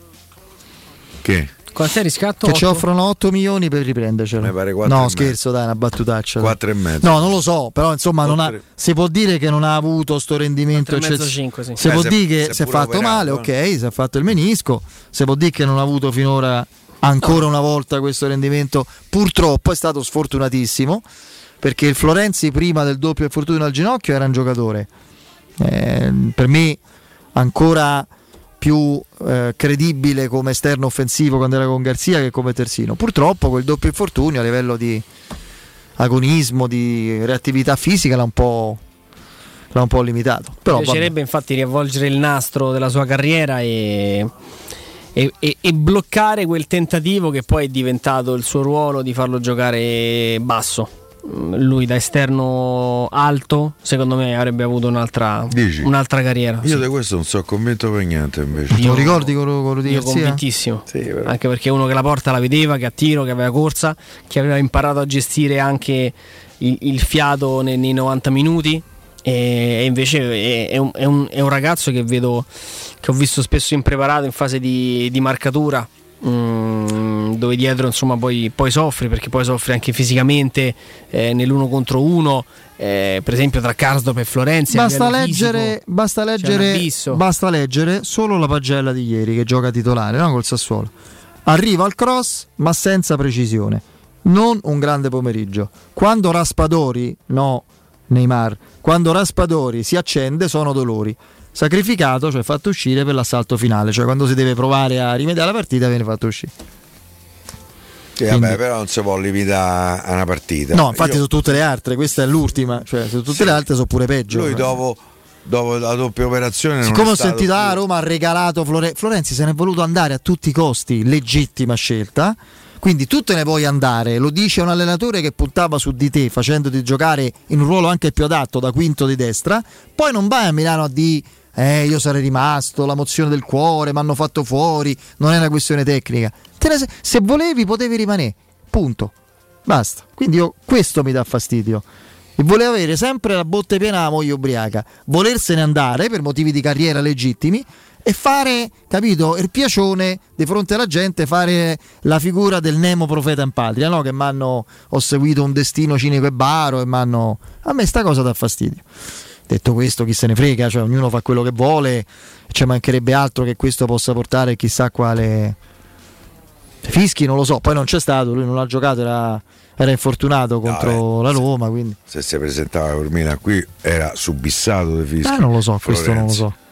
Che? Quant'è il riscatto? che ci otto? offrono otto milioni per riprendercelo. Mi pare quattro no e scherzo, dai, una battutaccia. quattro e mezzo. No, non lo so, però insomma non ha, Oltre- si può dire che non ha avuto sto rendimento quattro e mezzo, eccezionale. cinque, sì. Si Beh, può se- dire che se si è pure fatto operato, male, eh. ok, si è fatto il menisco, si può dire che non ha avuto finora ancora una volta questo rendimento, purtroppo è stato sfortunatissimo, perché il Florenzi prima del doppio infortunio al ginocchio era un giocatore eh, per me ancora più eh, credibile come esterno offensivo quando era con Garzia che come terzino. Purtroppo quel doppio infortunio a livello di agonismo, di reattività fisica l'ha un po', l'ha un po' limitato. Però Mi piacerebbe infatti riavvolgere il nastro della sua carriera e, e, e, e bloccare quel tentativo che poi è diventato il suo ruolo di farlo giocare basso. Lui da esterno alto secondo me avrebbe avuto un'altra, Dici? un'altra carriera. Io sì. di questo non sono convinto per niente invece. Te lo ricordi con, con Rudy Io Garzia? convintissimo, Sì, però. anche perché uno che la porta la vedeva, che a tiro, che aveva corsa, che aveva imparato a gestire anche il, il fiato nei, nei novanta minuti e, e invece è, è, un, è, un, è un ragazzo che vedo, che ho visto spesso impreparato in fase di, di marcatura, mm, dove dietro insomma poi, poi soffri, perché poi soffri anche fisicamente eh, nell'uno contro uno, eh, per esempio tra Karsdorp e Florenzi. a Basta livello leggere, fisico basta, c'è un leggere abisso. basta leggere solo la pagella di ieri che gioca titolare, no? Col Sassuolo. Arriva al cross ma senza precisione, non un grande pomeriggio. Quando Raspadori, no Neymar, quando Raspadori si accende sono dolori. Sacrificato, cioè fatto uscire per l'assalto finale, cioè quando si deve provare a rimediare la partita viene fatto uscire. Sì, Quindi- vabbè, però non si può limitare a una partita. No, infatti Io- su tutte le altre, questa è l'ultima, cioè su tutte Sì. le altre sono pure peggio. Lui dopo, dopo la doppia operazione non Siccome è ho stato sentito più- ah, Roma ha regalato Flore- Florenzi, se ne è voluto andare a tutti i costi, legittima scelta. Quindi tu te ne vuoi andare, lo dice un allenatore che puntava su di te facendoti giocare in un ruolo anche più adatto da quinto di destra, poi non vai a Milano a dire eh, io sarei rimasto, la mozione del cuore, mi hanno fatto fuori, non è una questione tecnica. Te ne se-, se volevi potevi rimanere, punto, basta. Quindi io, questo mi dà fastidio. E voleva avere sempre la botte piena la moglie ubriaca, volersene andare per motivi di carriera legittimi e fare, capito, il piacione di fronte alla gente, fare la figura del Nemo profeta in patria, no? Che mi hanno, ho seguito un destino cinico e baro e mi hanno, a me sta cosa dà fastidio. Detto questo, chi se ne frega, cioè ognuno fa quello che vuole, ci mancherebbe altro che questo possa portare chissà quale fischi, non lo so, poi non c'è stato, lui non ha giocato, era, era infortunato contro No, eh, la Roma, quindi se si presentava per Milan qui era subissato dei fischi. eh, non lo so, questo non lo Florenzi. so.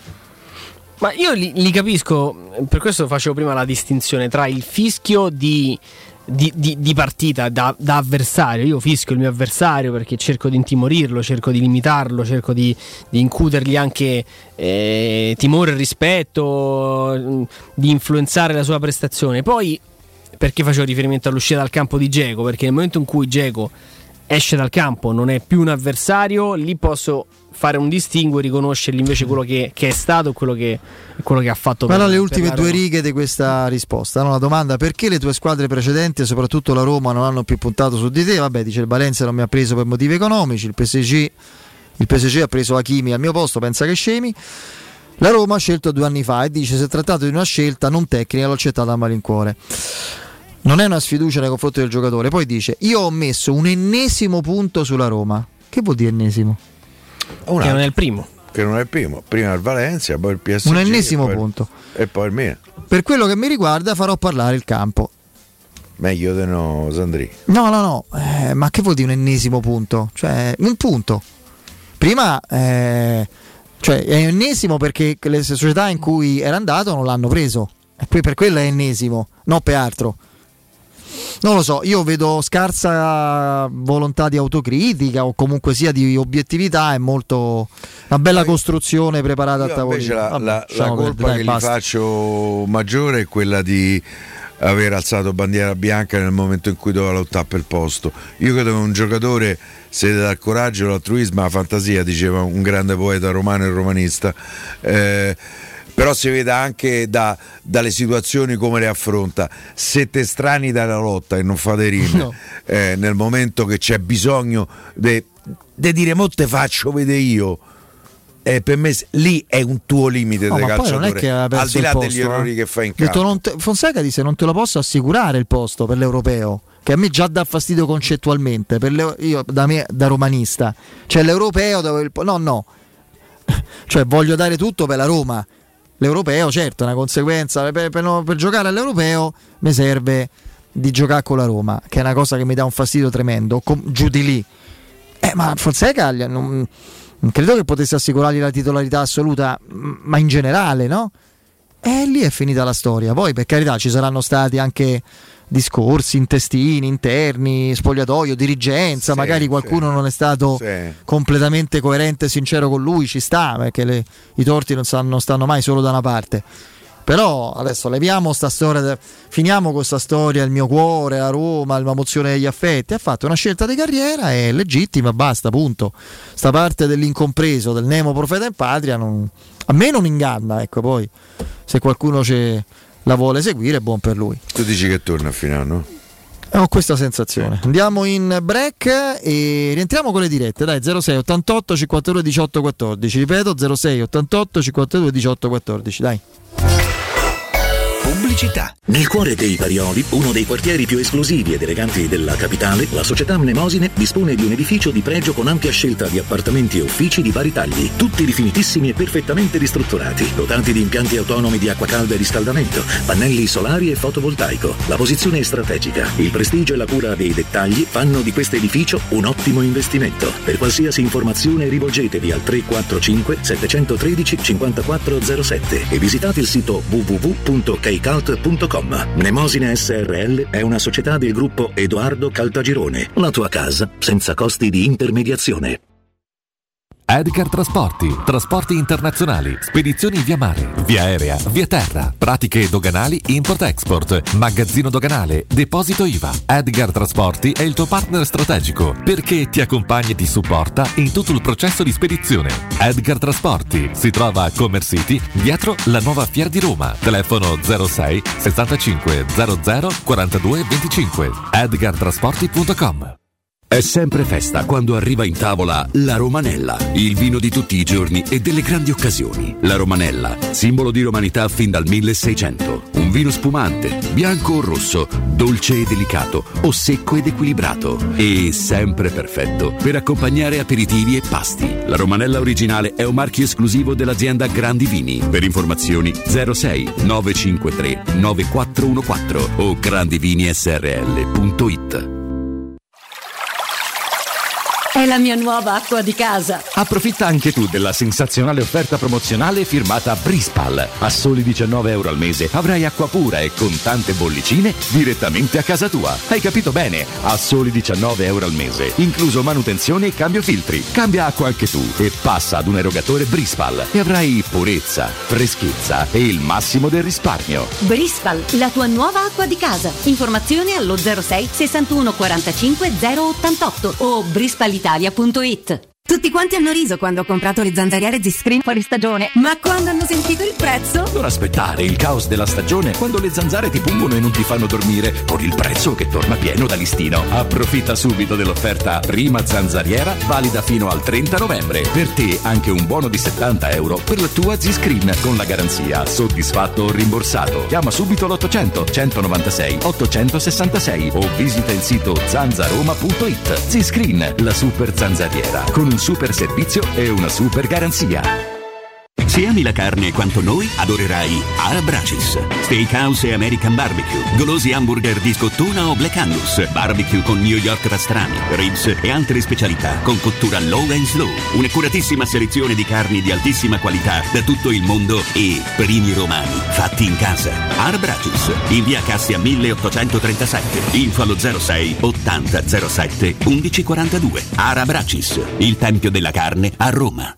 Ma io li, li capisco, per questo facevo prima la distinzione tra il fischio di, di, di, di partita da, da avversario. Io fischio il mio avversario perché cerco di intimorirlo, cerco di limitarlo, cerco di, di incutergli anche eh, timore e rispetto, di influenzare la sua prestazione. Poi, perché facevo riferimento all'uscita dal campo di Dzeko? Perché nel momento in cui Dzeko esce dal campo, non è più un avversario, lì posso fare un distinguo e riconoscergli invece quello che, che è stato e quello che, quello che ha fatto. Però per, le per ultime la due Roma. righe di questa risposta, no? La domanda: perché le tue squadre precedenti e soprattutto la Roma non hanno più puntato su di te? Vabbè, dice il Valencia non mi ha preso per motivi economici, il P S G, il P S G ha preso Hakimi al mio posto, pensa che scemi. La Roma ha scelto due anni fa e dice si è trattato di una scelta non tecnica, l'ho accettata a malincuore. Non è una sfiducia nei confronti del giocatore. Poi dice io ho messo un ennesimo punto sulla Roma. Che vuol dire ennesimo? Un Che non è altro, il primo. che non è il primo, prima il Valencia, poi il P S G, Un ennesimo e poi- punto. e poi il Milan. Per quello che mi riguarda farò parlare il campo. Meglio di no, Sandri. No, no, no, eh, ma che vuol dire un ennesimo punto? Cioè, un punto. Prima, eh, cioè, è ennesimo perché le società in cui era andato non l'hanno preso. E poi per quello è ennesimo, non per altro. non lo so, io vedo scarsa volontà di autocritica o comunque sia di obiettività, è molto una bella costruzione preparata io a tavolino. Invece la, Vabbè, la, la colpa dai, che basta. gli faccio maggiore è quella di aver alzato bandiera bianca nel momento in cui doveva lottare per il posto. Io credo che un giocatore, se dà il coraggio, l'altruismo, la fantasia, diceva un grande poeta romano e romanista, eh, però si vede anche da, dalle situazioni come le affronta. Se te strani dalla lotta e non fate rime, no. eh, nel momento che c'è bisogno di dire mo te faccio vedere io, Eh, per me lì è un tuo limite no, da calciatore, non è che al di là posto, degli errori eh. che fa in Detto, campo. non te, Fonseca dice non te lo posso assicurare il posto per l'europeo, che a me già dà fastidio concettualmente per le, io da me da romanista, cioè l'europeo dove il, no no cioè voglio dare tutto per la Roma, l'europeo certo è una conseguenza, per, per, per, per giocare all'europeo mi serve di giocare con la Roma, che è una cosa che mi dà un fastidio tremendo, com, giù di lì, eh, ma Fonseca non Non credo che potesse assicurargli la titolarità assoluta, ma in generale, no? E lì è finita la storia. Poi, per carità, ci saranno stati anche discorsi intestini, interni, spogliatoio, dirigenza. Sì, magari qualcuno sì. non è stato sì. completamente coerente e sincero con lui, ci sta, perché le, i torti non stanno, stanno mai solo da una parte. Però adesso leviamo sta storia, finiamo con sta storia, il mio cuore, la Roma, la mozione degli affetti. Ha fatto una scelta di carriera, è legittima, basta, punto. Sta parte dell'incompreso, del Nemo profeta in patria, non, a me non inganna, ecco. Poi se qualcuno ce la vuole seguire, buon per lui. Tu dici che torna a finale, no? Ho questa sensazione. Andiamo in break e rientriamo con le dirette. Dai, zero sei ottantotto cinquantadue diciotto quattordici. Ripeto, zero sei ottantotto cinquantadue diciotto quattordici. Dai. Pubblicità. Nel cuore dei Parioli, uno dei quartieri più esclusivi ed eleganti della capitale, la società Mnemosine dispone di un edificio di pregio con ampia scelta di appartamenti e uffici di vari tagli, tutti rifinitissimi e perfettamente ristrutturati, dotati di impianti autonomi di acqua calda e riscaldamento, pannelli solari e fotovoltaico. La posizione è strategica, il prestigio e la cura dei dettagli fanno di questo edificio un ottimo investimento. Per qualsiasi informazione rivolgetevi al tre quattro cinque sette uno tre cinque zero sette e visitate il sito w w w punto keycult punto com. Mnemosine S R L è una società del gruppo Edoardo Caltagirone. La tua casa senza costi di intermediazione. Edgar Trasporti, trasporti internazionali, spedizioni via mare, via aerea, via terra, pratiche doganali, import-export, magazzino doganale, deposito I V A. Edgar Trasporti è il tuo partner strategico perché ti accompagna e ti supporta in tutto il processo di spedizione. Edgar Trasporti si trova a Commerce City, dietro la nuova Fiera di Roma. Telefono zero sei sessantacinque zero zero quarantadue venticinque. edgar trasporti punto com. È sempre festa quando arriva in tavola la Romanella, il vino di tutti i giorni e delle grandi occasioni. La Romanella, simbolo di romanità fin dal milleseicento. Un vino spumante, bianco o rosso, dolce e delicato o secco ed equilibrato. E sempre perfetto per accompagnare aperitivi e pasti. La Romanella originale è un marchio esclusivo dell'azienda Grandi Vini. Per informazioni zero sei nove cinque tre nove quattro uno quattro o grandivini s r l punto i t. È la mia nuova acqua di casa. Approfitta anche tu della sensazionale offerta promozionale firmata Brispal. A soli diciannove euro al mese avrai acqua pura e con tante bollicine direttamente a casa tua. Hai capito bene? A soli diciannove euro al mese, incluso manutenzione e cambio filtri. Cambia acqua anche tu e passa ad un erogatore Brispal e avrai purezza, freschezza e il massimo del risparmio. Brispal, la tua nuova acqua di casa. Informazioni allo zero sei sessantuno quarantacinque zero ottantotto o brispal italia punto i t. Tutti quanti hanno riso quando ho comprato le zanzariere Z-Screen fuori stagione, ma quando hanno sentito il prezzo? Non aspettare il caos della stagione quando le zanzare ti pungono e non ti fanno dormire, con il prezzo che torna pieno da listino. Approfitta subito dell'offerta prima zanzariera valida fino al trenta novembre. Per te anche un buono di settanta euro per la tua Z-Screen con la garanzia soddisfatto o rimborsato. Chiama subito l'ottocento centonovantasei ottocentosessantasei o visita il sito zanzaroma punto i t. Z-Screen, la super zanzariera con un super servizio e una super garanzia. Se ami la carne quanto noi, adorerai Arabracis. Steakhouse e American Barbecue, golosi hamburger di scottuna o Black Angus, barbecue con New York pastrami, ribs e altre specialità con cottura low and slow. Un'accuratissima selezione di carni di altissima qualità da tutto il mondo e primi romani fatti in casa. Arabracis, in via Cassia milleottocentotrentasette, info allo zero sei ottanta zero sette undici quarantadue. Arabracis, il tempio della carne a Roma.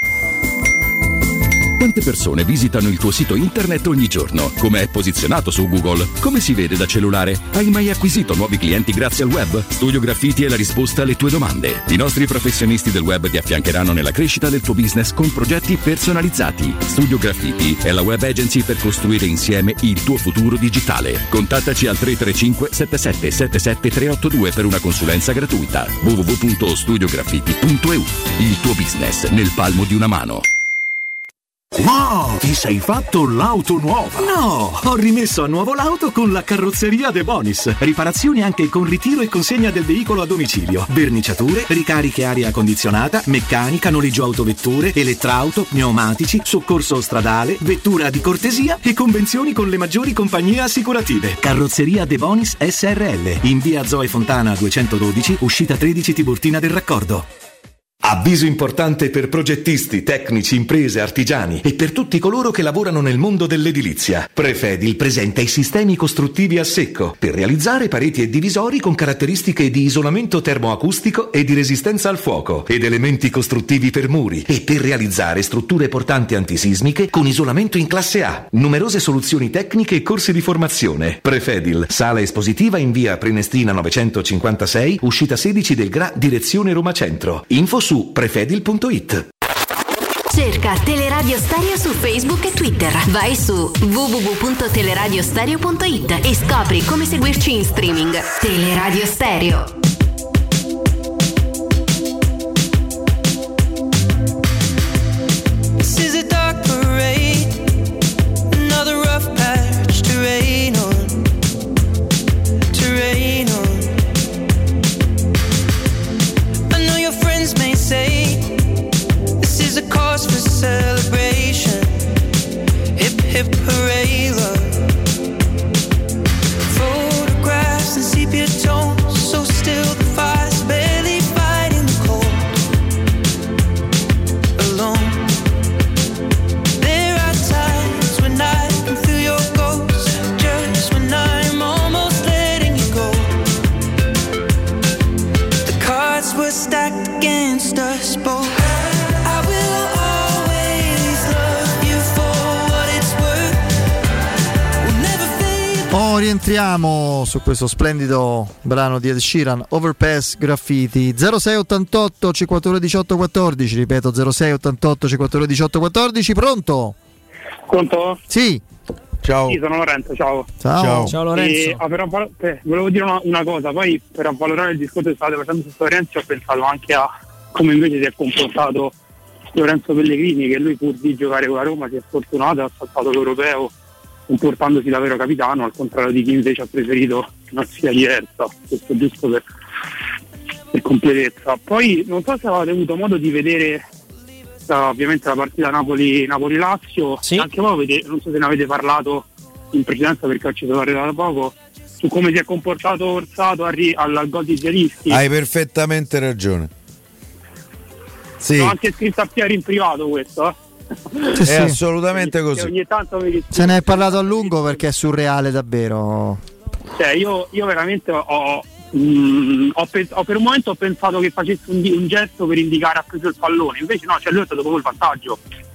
Quante persone visitano il tuo sito internet ogni giorno? Come è posizionato su Google? Come si vede da cellulare? Hai mai acquisito nuovi clienti grazie al web? Studio Graffiti è la risposta alle tue domande. I nostri professionisti del web ti affiancheranno nella crescita del tuo business con progetti personalizzati. Studio Graffiti è la web agency per costruire insieme il tuo futuro digitale. Contattaci al tre tre cinque sette sette sette sette tre otto due per una consulenza gratuita. w w w punto studio graffiti punto e u. Il tuo business nel palmo di una mano. Wow, ti sei fatto l'auto nuova? No, ho rimesso a nuovo l'auto con la carrozzeria De Bonis. Riparazioni anche con ritiro e consegna del veicolo a domicilio. Verniciature, ricariche aria condizionata, meccanica, noleggio autovetture, elettrauto, pneumatici, soccorso stradale, vettura di cortesia e convenzioni con le maggiori compagnie assicurative. Carrozzeria De Bonis S R L, in via Zoe Fontana duecentododici, uscita tredici Tiburtina del Raccordo. Avviso importante per progettisti, tecnici, imprese, artigiani e per tutti coloro che lavorano nel mondo dell'edilizia. Prefedil presenta i sistemi costruttivi a secco per realizzare pareti e divisori con caratteristiche di isolamento termoacustico e di resistenza al fuoco ed elementi costruttivi per muri e per realizzare strutture portanti antisismiche con isolamento in classe A. Numerose soluzioni tecniche e corsi di formazione. Prefedil, sala espositiva in via Prenestina novecentocinquantasei, uscita sedici del Gra, direzione Roma Centro. Info su prefedil punto it. Cerca Teleradio Stereo su Facebook e Twitter. Vai su w w w punto teleradiostereo punto it e scopri come seguirci in streaming. Teleradio Stereo. This is a dark parade, another rough patch to rain on, to rain on. I know your friends may say this is a cause for celebration. Hip hip hooray, love. Photographs and sepia tones, so still the fire's barely fighting the cold. Alone. There are times when I can feel your ghost, just when I'm almost letting you go. The cards were stacked against us both. I will always love you for what it's worth. We'll never fade. Oh, rientriamo su questo splendido brano di Ed Sheeran, Overpass Graffiti. Zero sei ottantotto cinquantadue diciotto quattordici, ripeto zero sei ottantotto cinquantadue diciotto quattordici. Pronto? Pronto? Sì. Ciao. Sì, sono Lorenzo, ciao. Ciao. Ciao, Ciao Lorenzo. E, ah, per avval- eh, volevo dire una, una cosa, poi per avvalorare il discorso che state facendo su Lorenzo ho pensato anche a come invece si è comportato Lorenzo Pellegrini, che lui pur di giocare con la Roma si è sfortunato e ha saltato l'europeo comportandosi da vero capitano, al contrario di chi invece ha preferito una sfida diversa. Questo giusto per, per completezza. Poi non so se avete avuto modo di vedere uh, ovviamente la partita Napoli Napoli-Lazio, sì. Anche voi avete, non so se ne avete parlato in precedenza perché ci sono arrivato da poco, su come si è comportato Orsato al, ri- al gol di Zielinski. Hai perfettamente ragione. Sì. L'ho anche scritto a Pieri in privato questo, eh? Sì, è sì. assolutamente così. Ogni tanto mi Se ne è parlato a lungo perché è surreale davvero. Cioè io, io veramente ho, mh, ho, pens- ho per un momento ho pensato che facesse un, di- un gesto per indicare ha preso il pallone, invece no, cioè lui è stato proprio il vantaggio.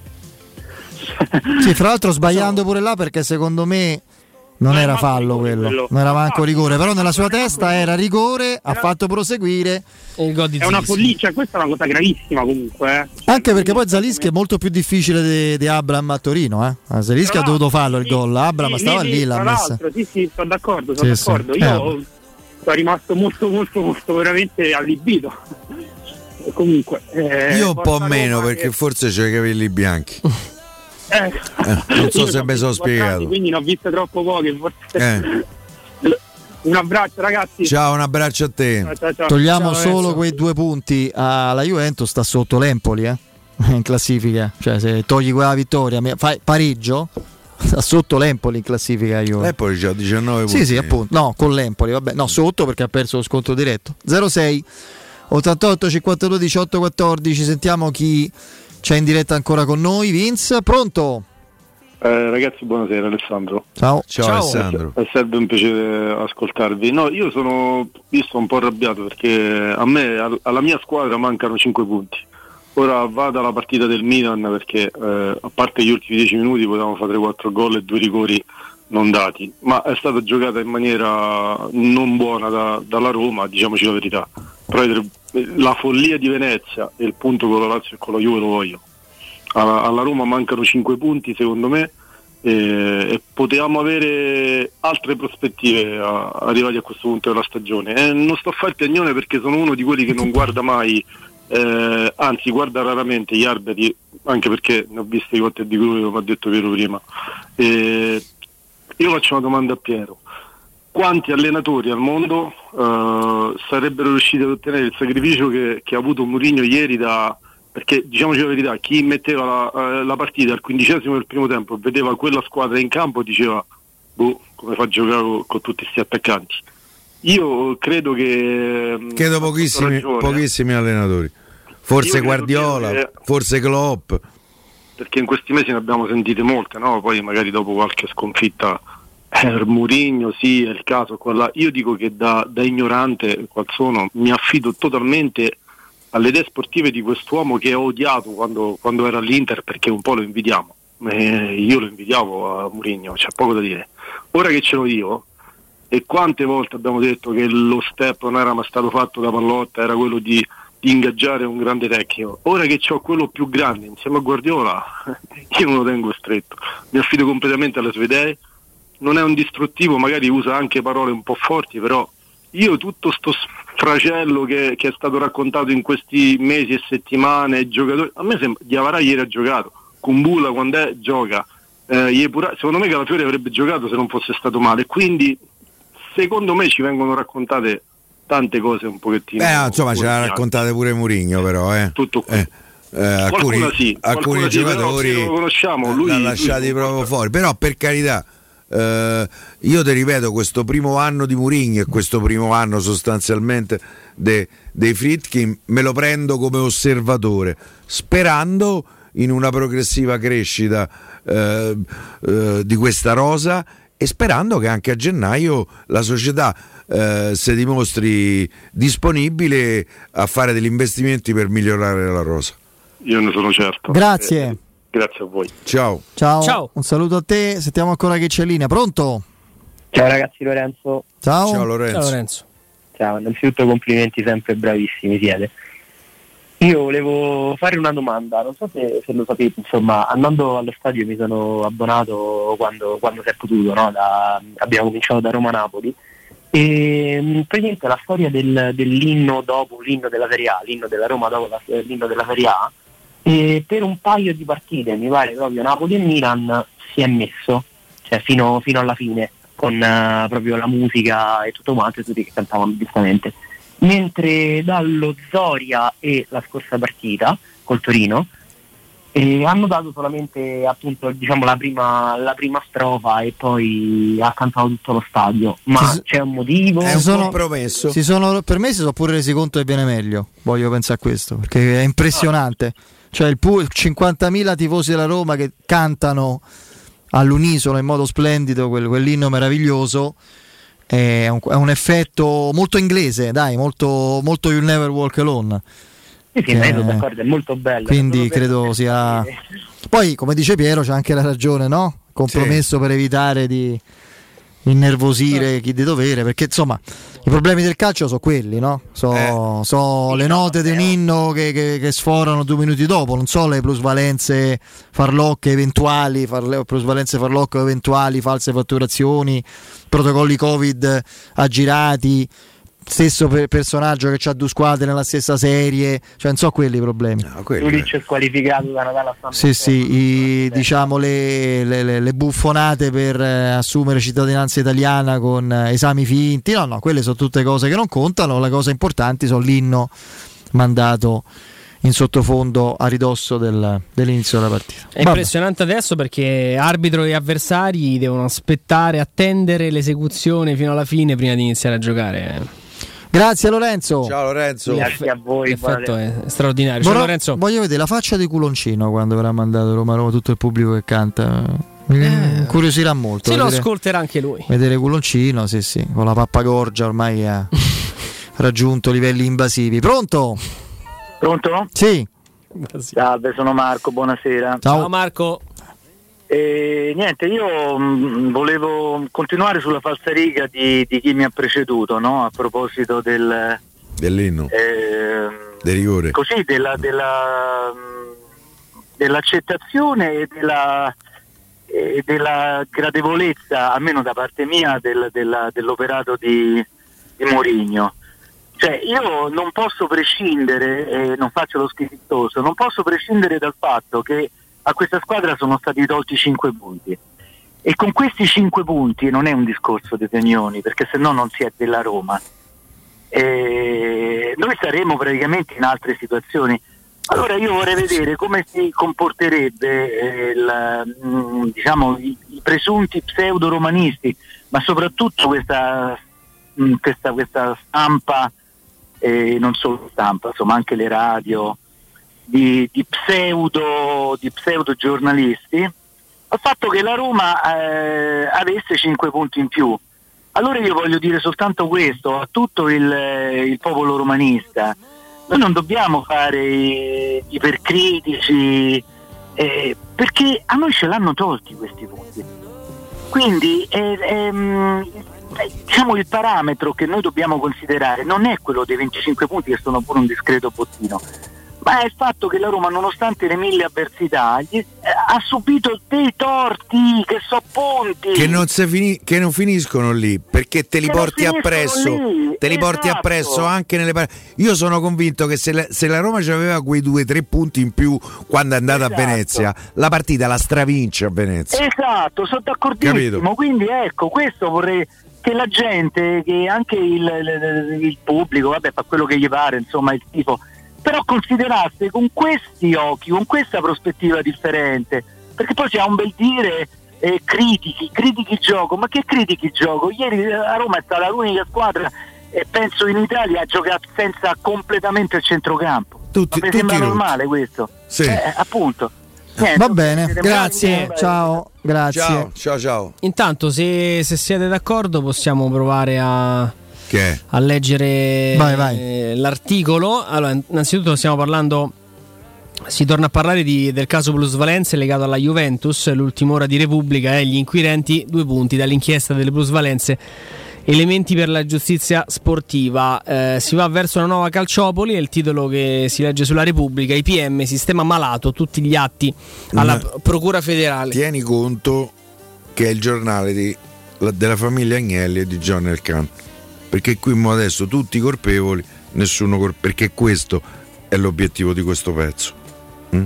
Sì, fra l'altro sbagliando pure là perché secondo me non era fallo quello, non era manco rigore, però nella sua testa era rigore, ha fatto proseguire il gol di è una follia, cioè questa è una cosa gravissima comunque, eh. Anche perché poi Zielinski è molto più difficile di Abraham a Torino, eh. Zielinski ha dovuto farlo il gol, Abraham sì, stava sì, lì, l'ha messa. Sì, sì, sono d'accordo, sono Sì, d'accordo. sì. Io Eh. sono rimasto molto molto molto veramente allibito. E comunque eh, Io un po' Forza meno Roma perché che- forse c'ho i capelli bianchi. eh, Eh, non so io se ho mi sono visto quattro anni, spiegato. quindi ne ho viste troppo poche forse. Eh. Un abbraccio ragazzi. Ciao, un abbraccio a te. Ciao, ciao, ciao. Togliamo Ciao, solo Lorenzo. quei due punti alla Juventus, sta sotto l'Empoli, eh. in classifica, cioè se togli quella vittoria, fai pareggio, sta sotto l'Empoli in classifica. Io l'Empoli c'ha diciannove punti. Sì, sì, appunto. No, con l'Empoli, vabbè, no, sotto perché ha perso lo scontro diretto. zero sei ottantotto cinquantadue diciotto quattordici. Sentiamo chi c'è in diretta ancora con noi. Vince, pronto? Eh, ragazzi, buonasera, Alessandro. Ciao. Ciao, Ciao. Alessandro. È sempre un piacere ascoltarvi. No, io sono visto un po' arrabbiato perché a me, alla mia squadra mancano cinque punti. Ora vado alla partita del Milan perché eh, a parte gli ultimi dieci minuti potevamo fare quattro gol e due rigori non dati, ma è stata giocata in maniera non buona da, dalla Roma, diciamoci la verità. Però la follia di Venezia e il punto con la Lazio e con la Juve lo voglio. Alla, alla Roma mancano cinque punti secondo me e, e potevamo avere altre prospettive a, arrivati a questo punto della stagione. E non sto a fare il piagnone perché sono uno di quelli che non guarda mai, eh, anzi guarda raramente gli arbitri, anche perché ne ho visti cotte di cui come ha detto Piero prima. E io faccio una domanda a Piero: quanti allenatori al mondo eh, sarebbero riusciti ad ottenere il sacrificio che, che ha avuto Mourinho ieri? Da perché diciamoci la verità, chi metteva la, la partita al quindicesimo del primo tempo e vedeva quella squadra in campo diceva boh, come fa a giocare con, con tutti questi attaccanti. Io credo che credo pochissimi, pochissimi allenatori, forse Guardiola, che, forse Klopp, perché in questi mesi ne abbiamo sentite molte, no? Poi magari dopo qualche sconfitta eh, Mourinho, sì, è il caso quella. Io dico che da, da ignorante qual sono mi affido totalmente alle idee sportive di quest'uomo che ho odiato quando, quando era all'Inter, perché un po' lo invidiamo. Eh, io lo invidiavo a Mourinho, c'è poco da dire. Ora che ce l'ho io, e quante volte abbiamo detto che lo step non era mai stato fatto da Pallotta, era quello di, di ingaggiare un grande tecnico. Ora che c'ho quello più grande insieme a Guardiola, io non lo tengo stretto, mi affido completamente alle sue idee. Non è un distruttivo, magari usa anche parole un po' forti, però io tutto sto sfracello che, che è stato raccontato in questi mesi e settimane, giocatori, a me sembra Diawara ieri ha giocato, Kumbula quando è gioca, eh, Yepura, secondo me Calafiori avrebbe giocato se non fosse stato male, quindi secondo me ci vengono raccontate tante cose un pochettino. Eh, insomma, ce l'ha raccontate pure Mourinho, però, eh. Tutto qui. Eh. Eh, alcuni sì, alcuni giocatori sì, lo conosciamo, lui, l'ha lasciati lui, proprio fuori, però per carità, eh, io ti ripeto, questo primo anno di Mourinho e questo primo anno sostanzialmente de, dei Friedkin me lo prendo come osservatore, sperando in una progressiva crescita eh, eh, di questa rosa e sperando che anche a gennaio la società eh, si dimostri disponibile a fare degli investimenti per migliorare la rosa. Io ne sono certo. Grazie. Eh, grazie a voi. Ciao. Ciao. Ciao. Un saluto a te. Sentiamo ancora che c'è in linea. Pronto? Ciao ragazzi, Lorenzo. Ciao. Ciao Lorenzo. Ciao Lorenzo. Ciao, innanzitutto complimenti, sempre bravissimi siete. Io volevo fare una domanda, non so se, se lo sapete, insomma, andando allo stadio mi sono abbonato quando, quando si è potuto, no? Da, abbiamo cominciato da Roma-Napoli. E praticamente la storia del, dell'inno dopo l'inno della Serie A, l'inno della Roma dopo la, l'inno della Serie A, e per un paio di partite, mi pare proprio Napoli e Milan, si è messo, cioè fino, fino alla fine, con uh, proprio la musica e tutto quanto, e tutti che cantavano giustamente. Mentre dallo Zoria e la scorsa partita col Torino e hanno dato solamente appunto diciamo la prima, la prima strofa e poi ha cantato tutto lo stadio, ma si, c'è un motivo? È un sono, compromesso. Si sono, per me si sono pure resi conto che viene meglio, voglio pensare a questo, perché è impressionante, cioè il pu- cinquantamila tifosi della Roma che cantano all'unisono in modo splendido quel, quell'inno meraviglioso. È un, è un effetto molto inglese, dai, molto, molto You'll Never Walk Alone. Sì, sì, che, sono d'accordo, è molto bello. Quindi credo sia. Poi, come dice Piero, c'è anche la ragione, no? Compromesso sì, per evitare di innervosire chi di dovere, perché insomma i problemi del calcio sono quelli, no? So, eh. so sì, le note no, di un inno che, che, che sforano due minuti dopo, non so le plusvalenze farlocche eventuali, farle, plusvalenze farlocche eventuali, false fatturazioni, protocolli Covid aggirati, stesso per personaggio che ha due squadre nella stessa serie, cioè non so quelli i problemi. No, quelli c'è squalificato da Natale a San Sì, sì, i, diciamo le, le, le buffonate per eh, assumere cittadinanza italiana con eh, esami finti, no, no, quelle sono tutte cose che non contano, le cose importanti sono l'inno mandato in sottofondo a ridosso del, dell'inizio della partita. È Vabbè. impressionante adesso perché arbitro e avversari devono aspettare, attendere l'esecuzione fino alla fine prima di iniziare a giocare. Grazie Lorenzo. Ciao Lorenzo. Grazie a voi. L'effetto è straordinario. Ciao Però, Lorenzo. Voglio vedere la faccia di Culoncino quando verrà mandato Roma Roma, tutto il pubblico che canta. Mi eh, incuriosirà molto. Se vedere, lo ascolterà anche lui. Vedere Culoncino, sì sì, con la pappagorgia ormai ha raggiunto livelli invasivi. Pronto? Pronto? Sì. Salve, sono Marco, buonasera. Ciao, Ciao Marco. E, niente, io mh, volevo continuare sulla falsariga di, di chi mi ha preceduto, no? A proposito del dell'inno, eh, del rigore, così della, della mh, dell'accettazione e della, e della gradevolezza, almeno da parte mia, del, della, dell'operato di, di Mourinho. Cioè io non posso prescindere, eh, non faccio lo schifitoso, non posso prescindere dal fatto che a questa squadra sono stati tolti cinque punti e con questi cinque punti non è un discorso di opinioni, perché se no non si è della Roma, e noi saremo praticamente in altre situazioni. Allora io vorrei vedere come si comporterebbe eh, il, mh, diciamo i, i presunti pseudo romanisti, ma soprattutto questa, mh, questa, questa stampa, e non solo stampa, insomma anche le radio, Di, di pseudo di pseudo giornalisti, al fatto che la Roma eh, avesse cinque punti in più. Allora io voglio dire soltanto questo a tutto il, il popolo romanista: noi non dobbiamo fare i ipercritici, eh, perché a noi ce l'hanno tolti questi punti, quindi eh, ehm, diciamo il parametro che noi dobbiamo considerare non è quello dei venticinque punti, che sono pure un discreto bottino, ma è il fatto che la Roma, nonostante le mille avversità, gli, eh, ha subito dei torti che so ponti che non, se fini, che non finiscono lì, perché te li che porti appresso lì. te li Esatto. porti appresso anche nelle par- io sono convinto che se la, se la Roma aveva quei due o tre punti in più quando è andata Esatto. a Venezia, la partita la stravince a Venezia. Esatto, sono d'accordissimo. Capito? Quindi ecco, questo vorrei che la gente, che anche il, il, il pubblico, vabbè, fa quello che gli pare, insomma, il tifo, però considerasse con questi occhi, con questa prospettiva differente, perché poi si ha un bel dire eh, critichi, critichi il gioco, ma che critichi il gioco? Ieri a Roma è stata l'unica squadra, e penso in Italia, ha giocato senza completamente il centrocampo. Tutti, ma mi tutti sembra rotti. normale questo? Sì. Eh, appunto. Niente, Va bene, siete grazie, bravi, ciao, grazie. Ciao, ciao, ciao. Intanto se, se siete d'accordo possiamo provare a, Che? a leggere Vai, vai. eh, l'articolo. Allora, innanzitutto stiamo parlando, si torna a parlare di, del caso plusvalenze legato alla Juventus. L'ultima ora di Repubblica è: gli inquirenti, due punti dall'inchiesta delle plusvalenze, elementi per la giustizia sportiva. Eh, si va verso una nuova calciopoli, è il titolo che si legge sulla Repubblica. I P M, sistema malato, tutti gli atti alla Ma Procura federale. Tieni conto che è il giornale di, la, della famiglia Agnelli e di John Elkann, perché qui mo adesso tutti colpevoli, nessuno col- perché questo è l'obiettivo di questo pezzo. Mm?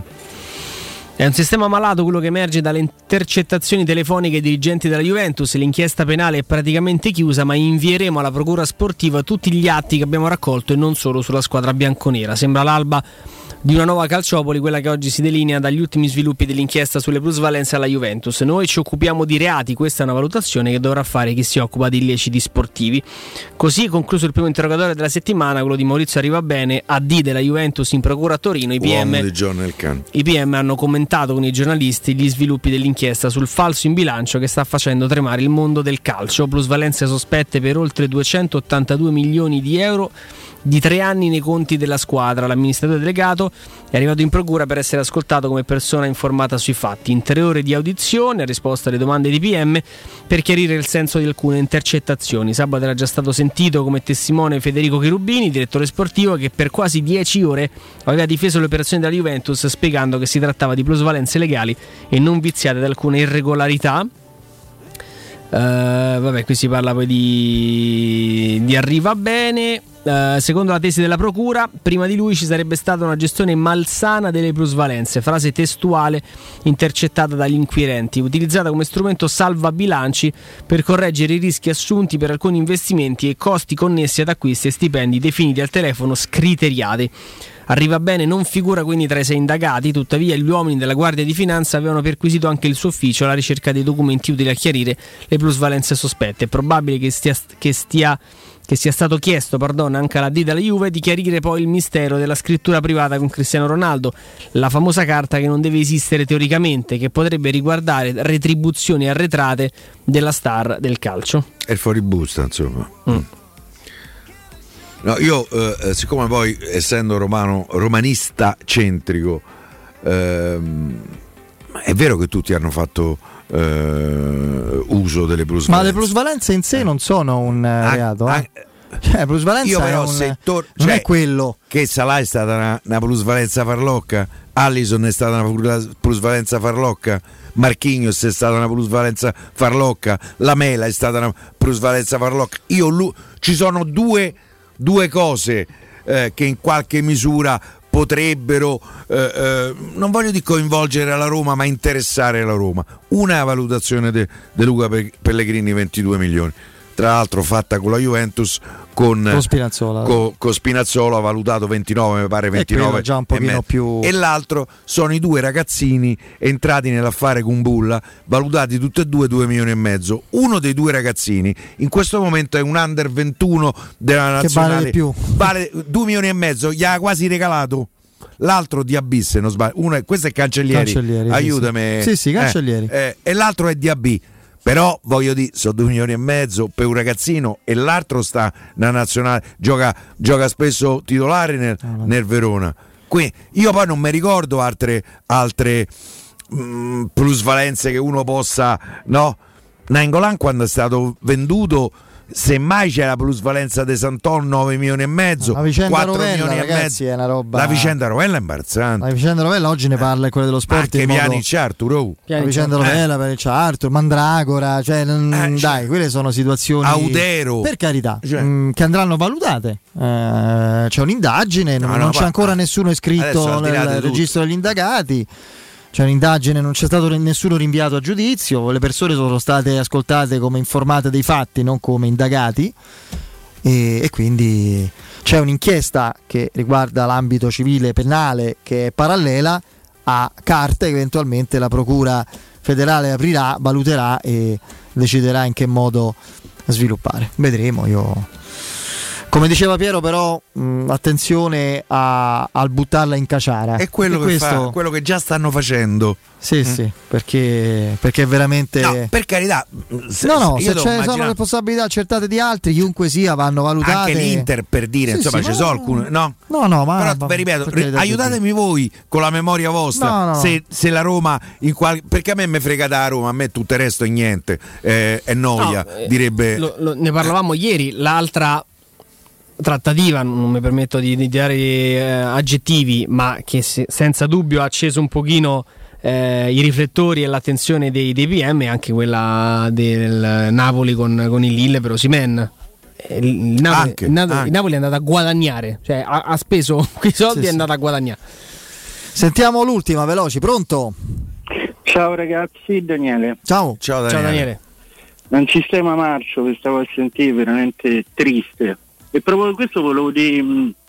È un sistema malato quello che emerge dalle intercettazioni telefoniche ai dirigenti della Juventus. L'inchiesta penale è praticamente chiusa, ma invieremo alla procura sportiva tutti gli atti che abbiamo raccolto, e non solo sulla squadra bianconera. Sembra l'alba di una nuova calciopoli, quella che oggi si delinea dagli ultimi sviluppi dell'inchiesta sulle plusvalenze alla Juventus. Noi ci occupiamo di reati, questa è una valutazione che dovrà fare chi si occupa di illeciti sportivi. Così è concluso il primo interrogatorio della settimana, quello di Maurizio Arrivabene, A D della Juventus in procura a Torino. I P M, Uomo di John Elkann. I P M hanno commentato con i giornalisti gli sviluppi dell'inchiesta sul falso in bilancio che sta facendo tremare il mondo del calcio. Plusvalenze sospette per oltre duecentottantadue milioni di euro di tre anni nei conti della squadra. L'amministratore delegato è arrivato in procura per essere ascoltato come persona informata sui fatti. In tre ore di audizione ha risposto alle domande di P M per chiarire il senso di alcune intercettazioni. Sabato era già stato sentito come testimone Federico Cherubini, direttore sportivo, che per quasi dieci ore aveva difeso le operazioni della Juventus, spiegando che si trattava di plusvalenze legali e non viziate da alcune irregolarità. Uh, vabbè, qui si parla poi di, di Arrivabene. eh, secondo la tesi della procura, prima di lui ci sarebbe stata una gestione malsana delle plusvalenze, frase testuale intercettata dagli inquirenti, utilizzata come strumento salvabilanci per correggere i rischi assunti per alcuni investimenti e costi connessi ad acquisti e stipendi definiti al telefono scriteriati. Arriva bene non figura quindi tra i sei indagati, tuttavia gli uomini della Guardia di Finanza avevano perquisito anche il suo ufficio alla ricerca dei documenti utili a chiarire le plusvalenze sospette. È probabile che stia, che stia che sia stato chiesto pardon, anche alla D della Juve di chiarire poi il mistero della scrittura privata con Cristiano Ronaldo, la famosa carta che non deve esistere teoricamente, che potrebbe riguardare retribuzioni arretrate della star del calcio. È il fuoribusta, insomma. Mm. No, io eh, siccome poi essendo romano romanista centrico, ehm, è vero che tutti hanno fatto eh, uso delle plusvalenze. Ma le plusvalenze in sé eh. non sono un eh, reato. Eh. Ah, cioè, plusvalenza io però è un, se tor- non cioè, è quello. Che Salah è stata una, una plusvalenza farlocca, Alisson è stata una plusvalenza farlocca, Marquinhos è stata una plusvalenza farlocca, Lamela è stata una plusvalenza farlocca. Io lu- ci sono due due cose eh, che in qualche misura potrebbero eh, eh, non voglio dire coinvolgere la Roma, ma interessare la Roma. Una è la valutazione di Luca Pellegrini, ventidue milioni, tra l'altro fatta con la Juventus con, con Spinazzola, con, con Spinazzola ha valutato ventinove, mi pare ventinove, già un pochino e, più... e l'altro sono i due ragazzini entrati nell'affare Kumbulla, valutati tutti e due due milioni e mezzo. Uno dei due ragazzini in questo momento è un under ventuno della nazionale, che vale di più, vale due milioni e mezzo, gli ha quasi regalato. L'altro Diaby, se non sbaglio, uno è, questo è Cancellieri, Cancellieri aiutami, sì sì, sì Cancellieri, eh, eh, e l'altro è Diaby. Però voglio dire, sono due milioni e mezzo per un ragazzino e l'altro sta nella nazionale, gioca, gioca spesso titolare nel, oh, nel Verona. Quindi io poi non mi ricordo altre, altre mh, plusvalenze che uno possa, no? Nainggolan quando è stato venduto, semmai c'è la plusvalenza di Santon nove milioni e mezzo, la vicenda quattro Rovella, milioni ragazzi, e mezzo. È una roba... La vicenda Rovella è imbarazzante. La vicenda Rovella oggi ne parla e quella dello sport. Anche in modo... Pjanic Arthur, oh. La vicenda Rovella, Pjanic Arthur, Mandragora, cioè, eh, dai, quelle sono situazioni Audero, per carità, cioè... mh, che andranno valutate. Eh, c'è un'indagine, no, non, no, non c'è ma... ancora nessuno iscritto nel registro degli indagati. C'è un'indagine, non c'è stato nessuno rinviato a giudizio, le persone sono state ascoltate come informate dei fatti, non come indagati, e, e quindi c'è un'inchiesta che riguarda l'ambito civile penale che è parallela a carte che eventualmente la Procura federale aprirà, valuterà e deciderà in che modo sviluppare. Vedremo. Io, come diceva Piero, però mh, attenzione a, al buttarla in caciara. È quello, che questo... fa, quello che già stanno facendo. Sì, mm. sì, perché, perché è veramente. No, per carità. Se, no, no, se c'è sono responsabilità accertate di altri, chiunque sia, vanno valutate. Anche l'Inter, per dire, sì, insomma, sì, ci sono alcune. No, no, no, ma. Però, ma, vi ripeto, per aiutatemi voi con la memoria vostra. No, no, se, no. se la Roma, in qual... perché a me mi frega da Roma, a me tutto il resto è niente. Eh, è noia, no, direbbe. Lo, lo, ne parlavamo ieri, l'altra trattativa, non mi permetto di, di dare eh, aggettivi, ma che se, senza dubbio ha acceso un pochino eh, i riflettori e l'attenzione dei, dei P M, anche quella del Napoli con, con il Lille per Osimhen. Il, il, Napoli, anche, il, Napoli, anche. il Napoli è andato a guadagnare, cioè ha, ha speso quei soldi sì, e è andato sì. a guadagnare. Sentiamo l'ultima, veloci, pronto? Ciao ragazzi, Daniele. Ciao, ciao Daniele. Ciao Daniele. Un sistema marcio che stavo a sentire veramente triste. E proprio per questo volevo dire,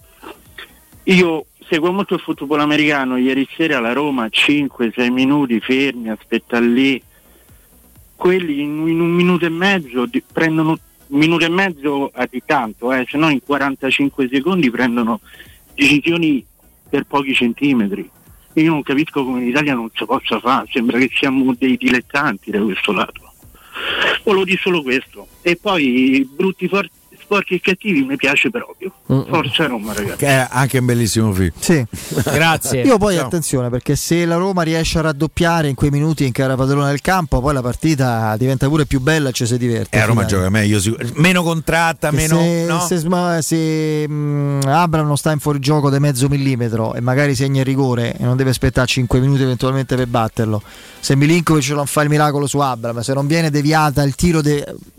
io seguo molto il football americano, ieri sera la Roma cinque sei minuti fermi, aspetta lì, quelli in, in un minuto e mezzo di, prendono un minuto e mezzo a di tanto, eh, se no in quarantacinque secondi prendono decisioni per pochi centimetri. Io non capisco come in Italia non si possa fare, sembra che siamo dei dilettanti da questo lato. Volevo dire solo questo. E poi brutti forti sporchi e cattivi mi piace proprio. Forza Roma, ragazzi. Che è anche un bellissimo film. Sì. Grazie. Io poi Ciao. attenzione, perché se la Roma riesce a raddoppiare in quei minuti in che era padrona del campo, poi la partita diventa pure più bella e ci si diverte. E a Roma gioca meglio, meno contratta, che meno. Se, no? se, se mh, Abraham non sta in fuorigioco di mezzo millimetro e magari segna il rigore e non deve aspettare cinque minuti eventualmente per batterlo. Se Milinkovic non fa il miracolo su Abraham, se non viene deviata il tiro de,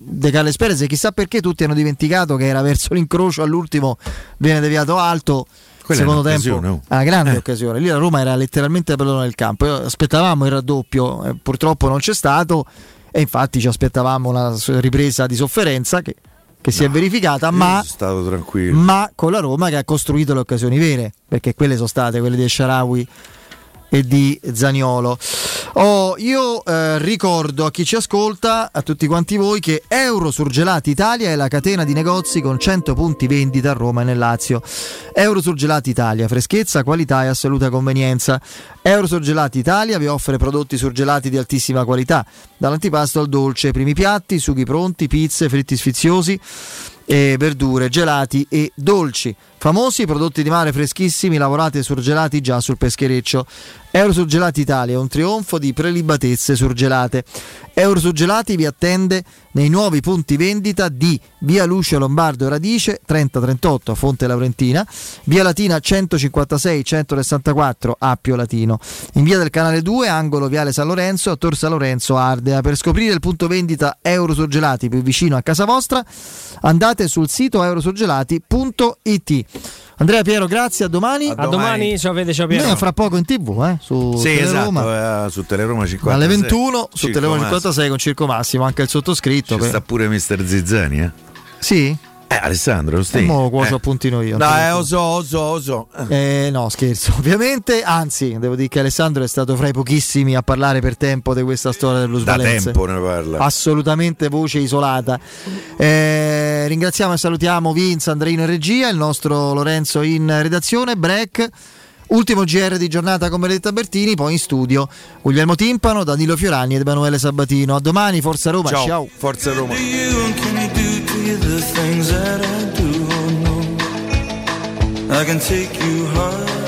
De Carles Perez, e chissà perché tutti hanno dimenticato che era verso l'incrocio, all'ultimo viene deviato alto. Quella secondo è tempo, oh. una grande eh. occasione. Lì la Roma era letteralmente padrona del campo. Aspettavamo il raddoppio, eh, purtroppo non c'è stato, e infatti ci aspettavamo una ripresa di sofferenza che, che si no, è verificata, ma, stato tranquillo. ma con la Roma che ha costruito le occasioni vere, perché quelle sono state quelle di El Shaarawy e di Zaniolo. Oh, io eh, ricordo a chi ci ascolta, a tutti quanti voi, che Eurosurgelati Italia è la catena di negozi con cento punti vendita a Roma e nel Lazio. Eurosurgelati Italia, freschezza, qualità e assoluta convenienza. Eurosurgelati Italia vi offre prodotti surgelati di altissima qualità, dall'antipasto al dolce, primi piatti, sughi pronti, pizze, fritti sfiziosi, e verdure, gelati e dolci. Famosi prodotti di mare freschissimi, lavorati e surgelati già sul peschereccio. Eurosurgelati Italia è un trionfo di prelibatezze surgelate. Eurosurgelati vi attende nei nuovi punti vendita di via Lucio Lombardo Radice trenta trentotto Fonte Laurentina, via Latina centocinquantasei centosessantaquattro Appio Latino, in via del Canale due angolo viale San Lorenzo a Tor San Lorenzo Ardea. Per scoprire il punto vendita Eurosurgelati più vicino a casa vostra andate sul sito eurosurgelati punto it. Andrea, Piero, grazie, a domani. A, a domani. domani, ciao Fede, ciao Piero. Noi fra poco in tivù, eh, su sì, Teleroma. Esatto, eh, su Teleroma cinquantasei. Alle ventuno su Circo Teleroma cinquantasei con Circo Massimo, anche il sottoscritto. Ci per... sta pure mister Zizzani, eh? Sì? Eh, Alessandro, lo stai? Mo cuocio eh. appuntino io. Dai, eh, oso, oso, oso. Eh, no, scherzo, ovviamente. Anzi, devo dire che Alessandro è stato fra i pochissimi a parlare per tempo di questa storia del Blues da Valenze. tempo ne parla. Assolutamente voce isolata. Eh, ringraziamo e salutiamo Vince, Andreino in regia, il nostro Lorenzo in redazione. Break. Ultimo G R di giornata con Benedetta Bertini, poi in studio Guglielmo Timpano, Danilo Fiorani ed Emanuele Sabatino. A domani, Forza Roma. Ciao. Ciao. Forza Roma. The things that I do, oh no, I can take you high.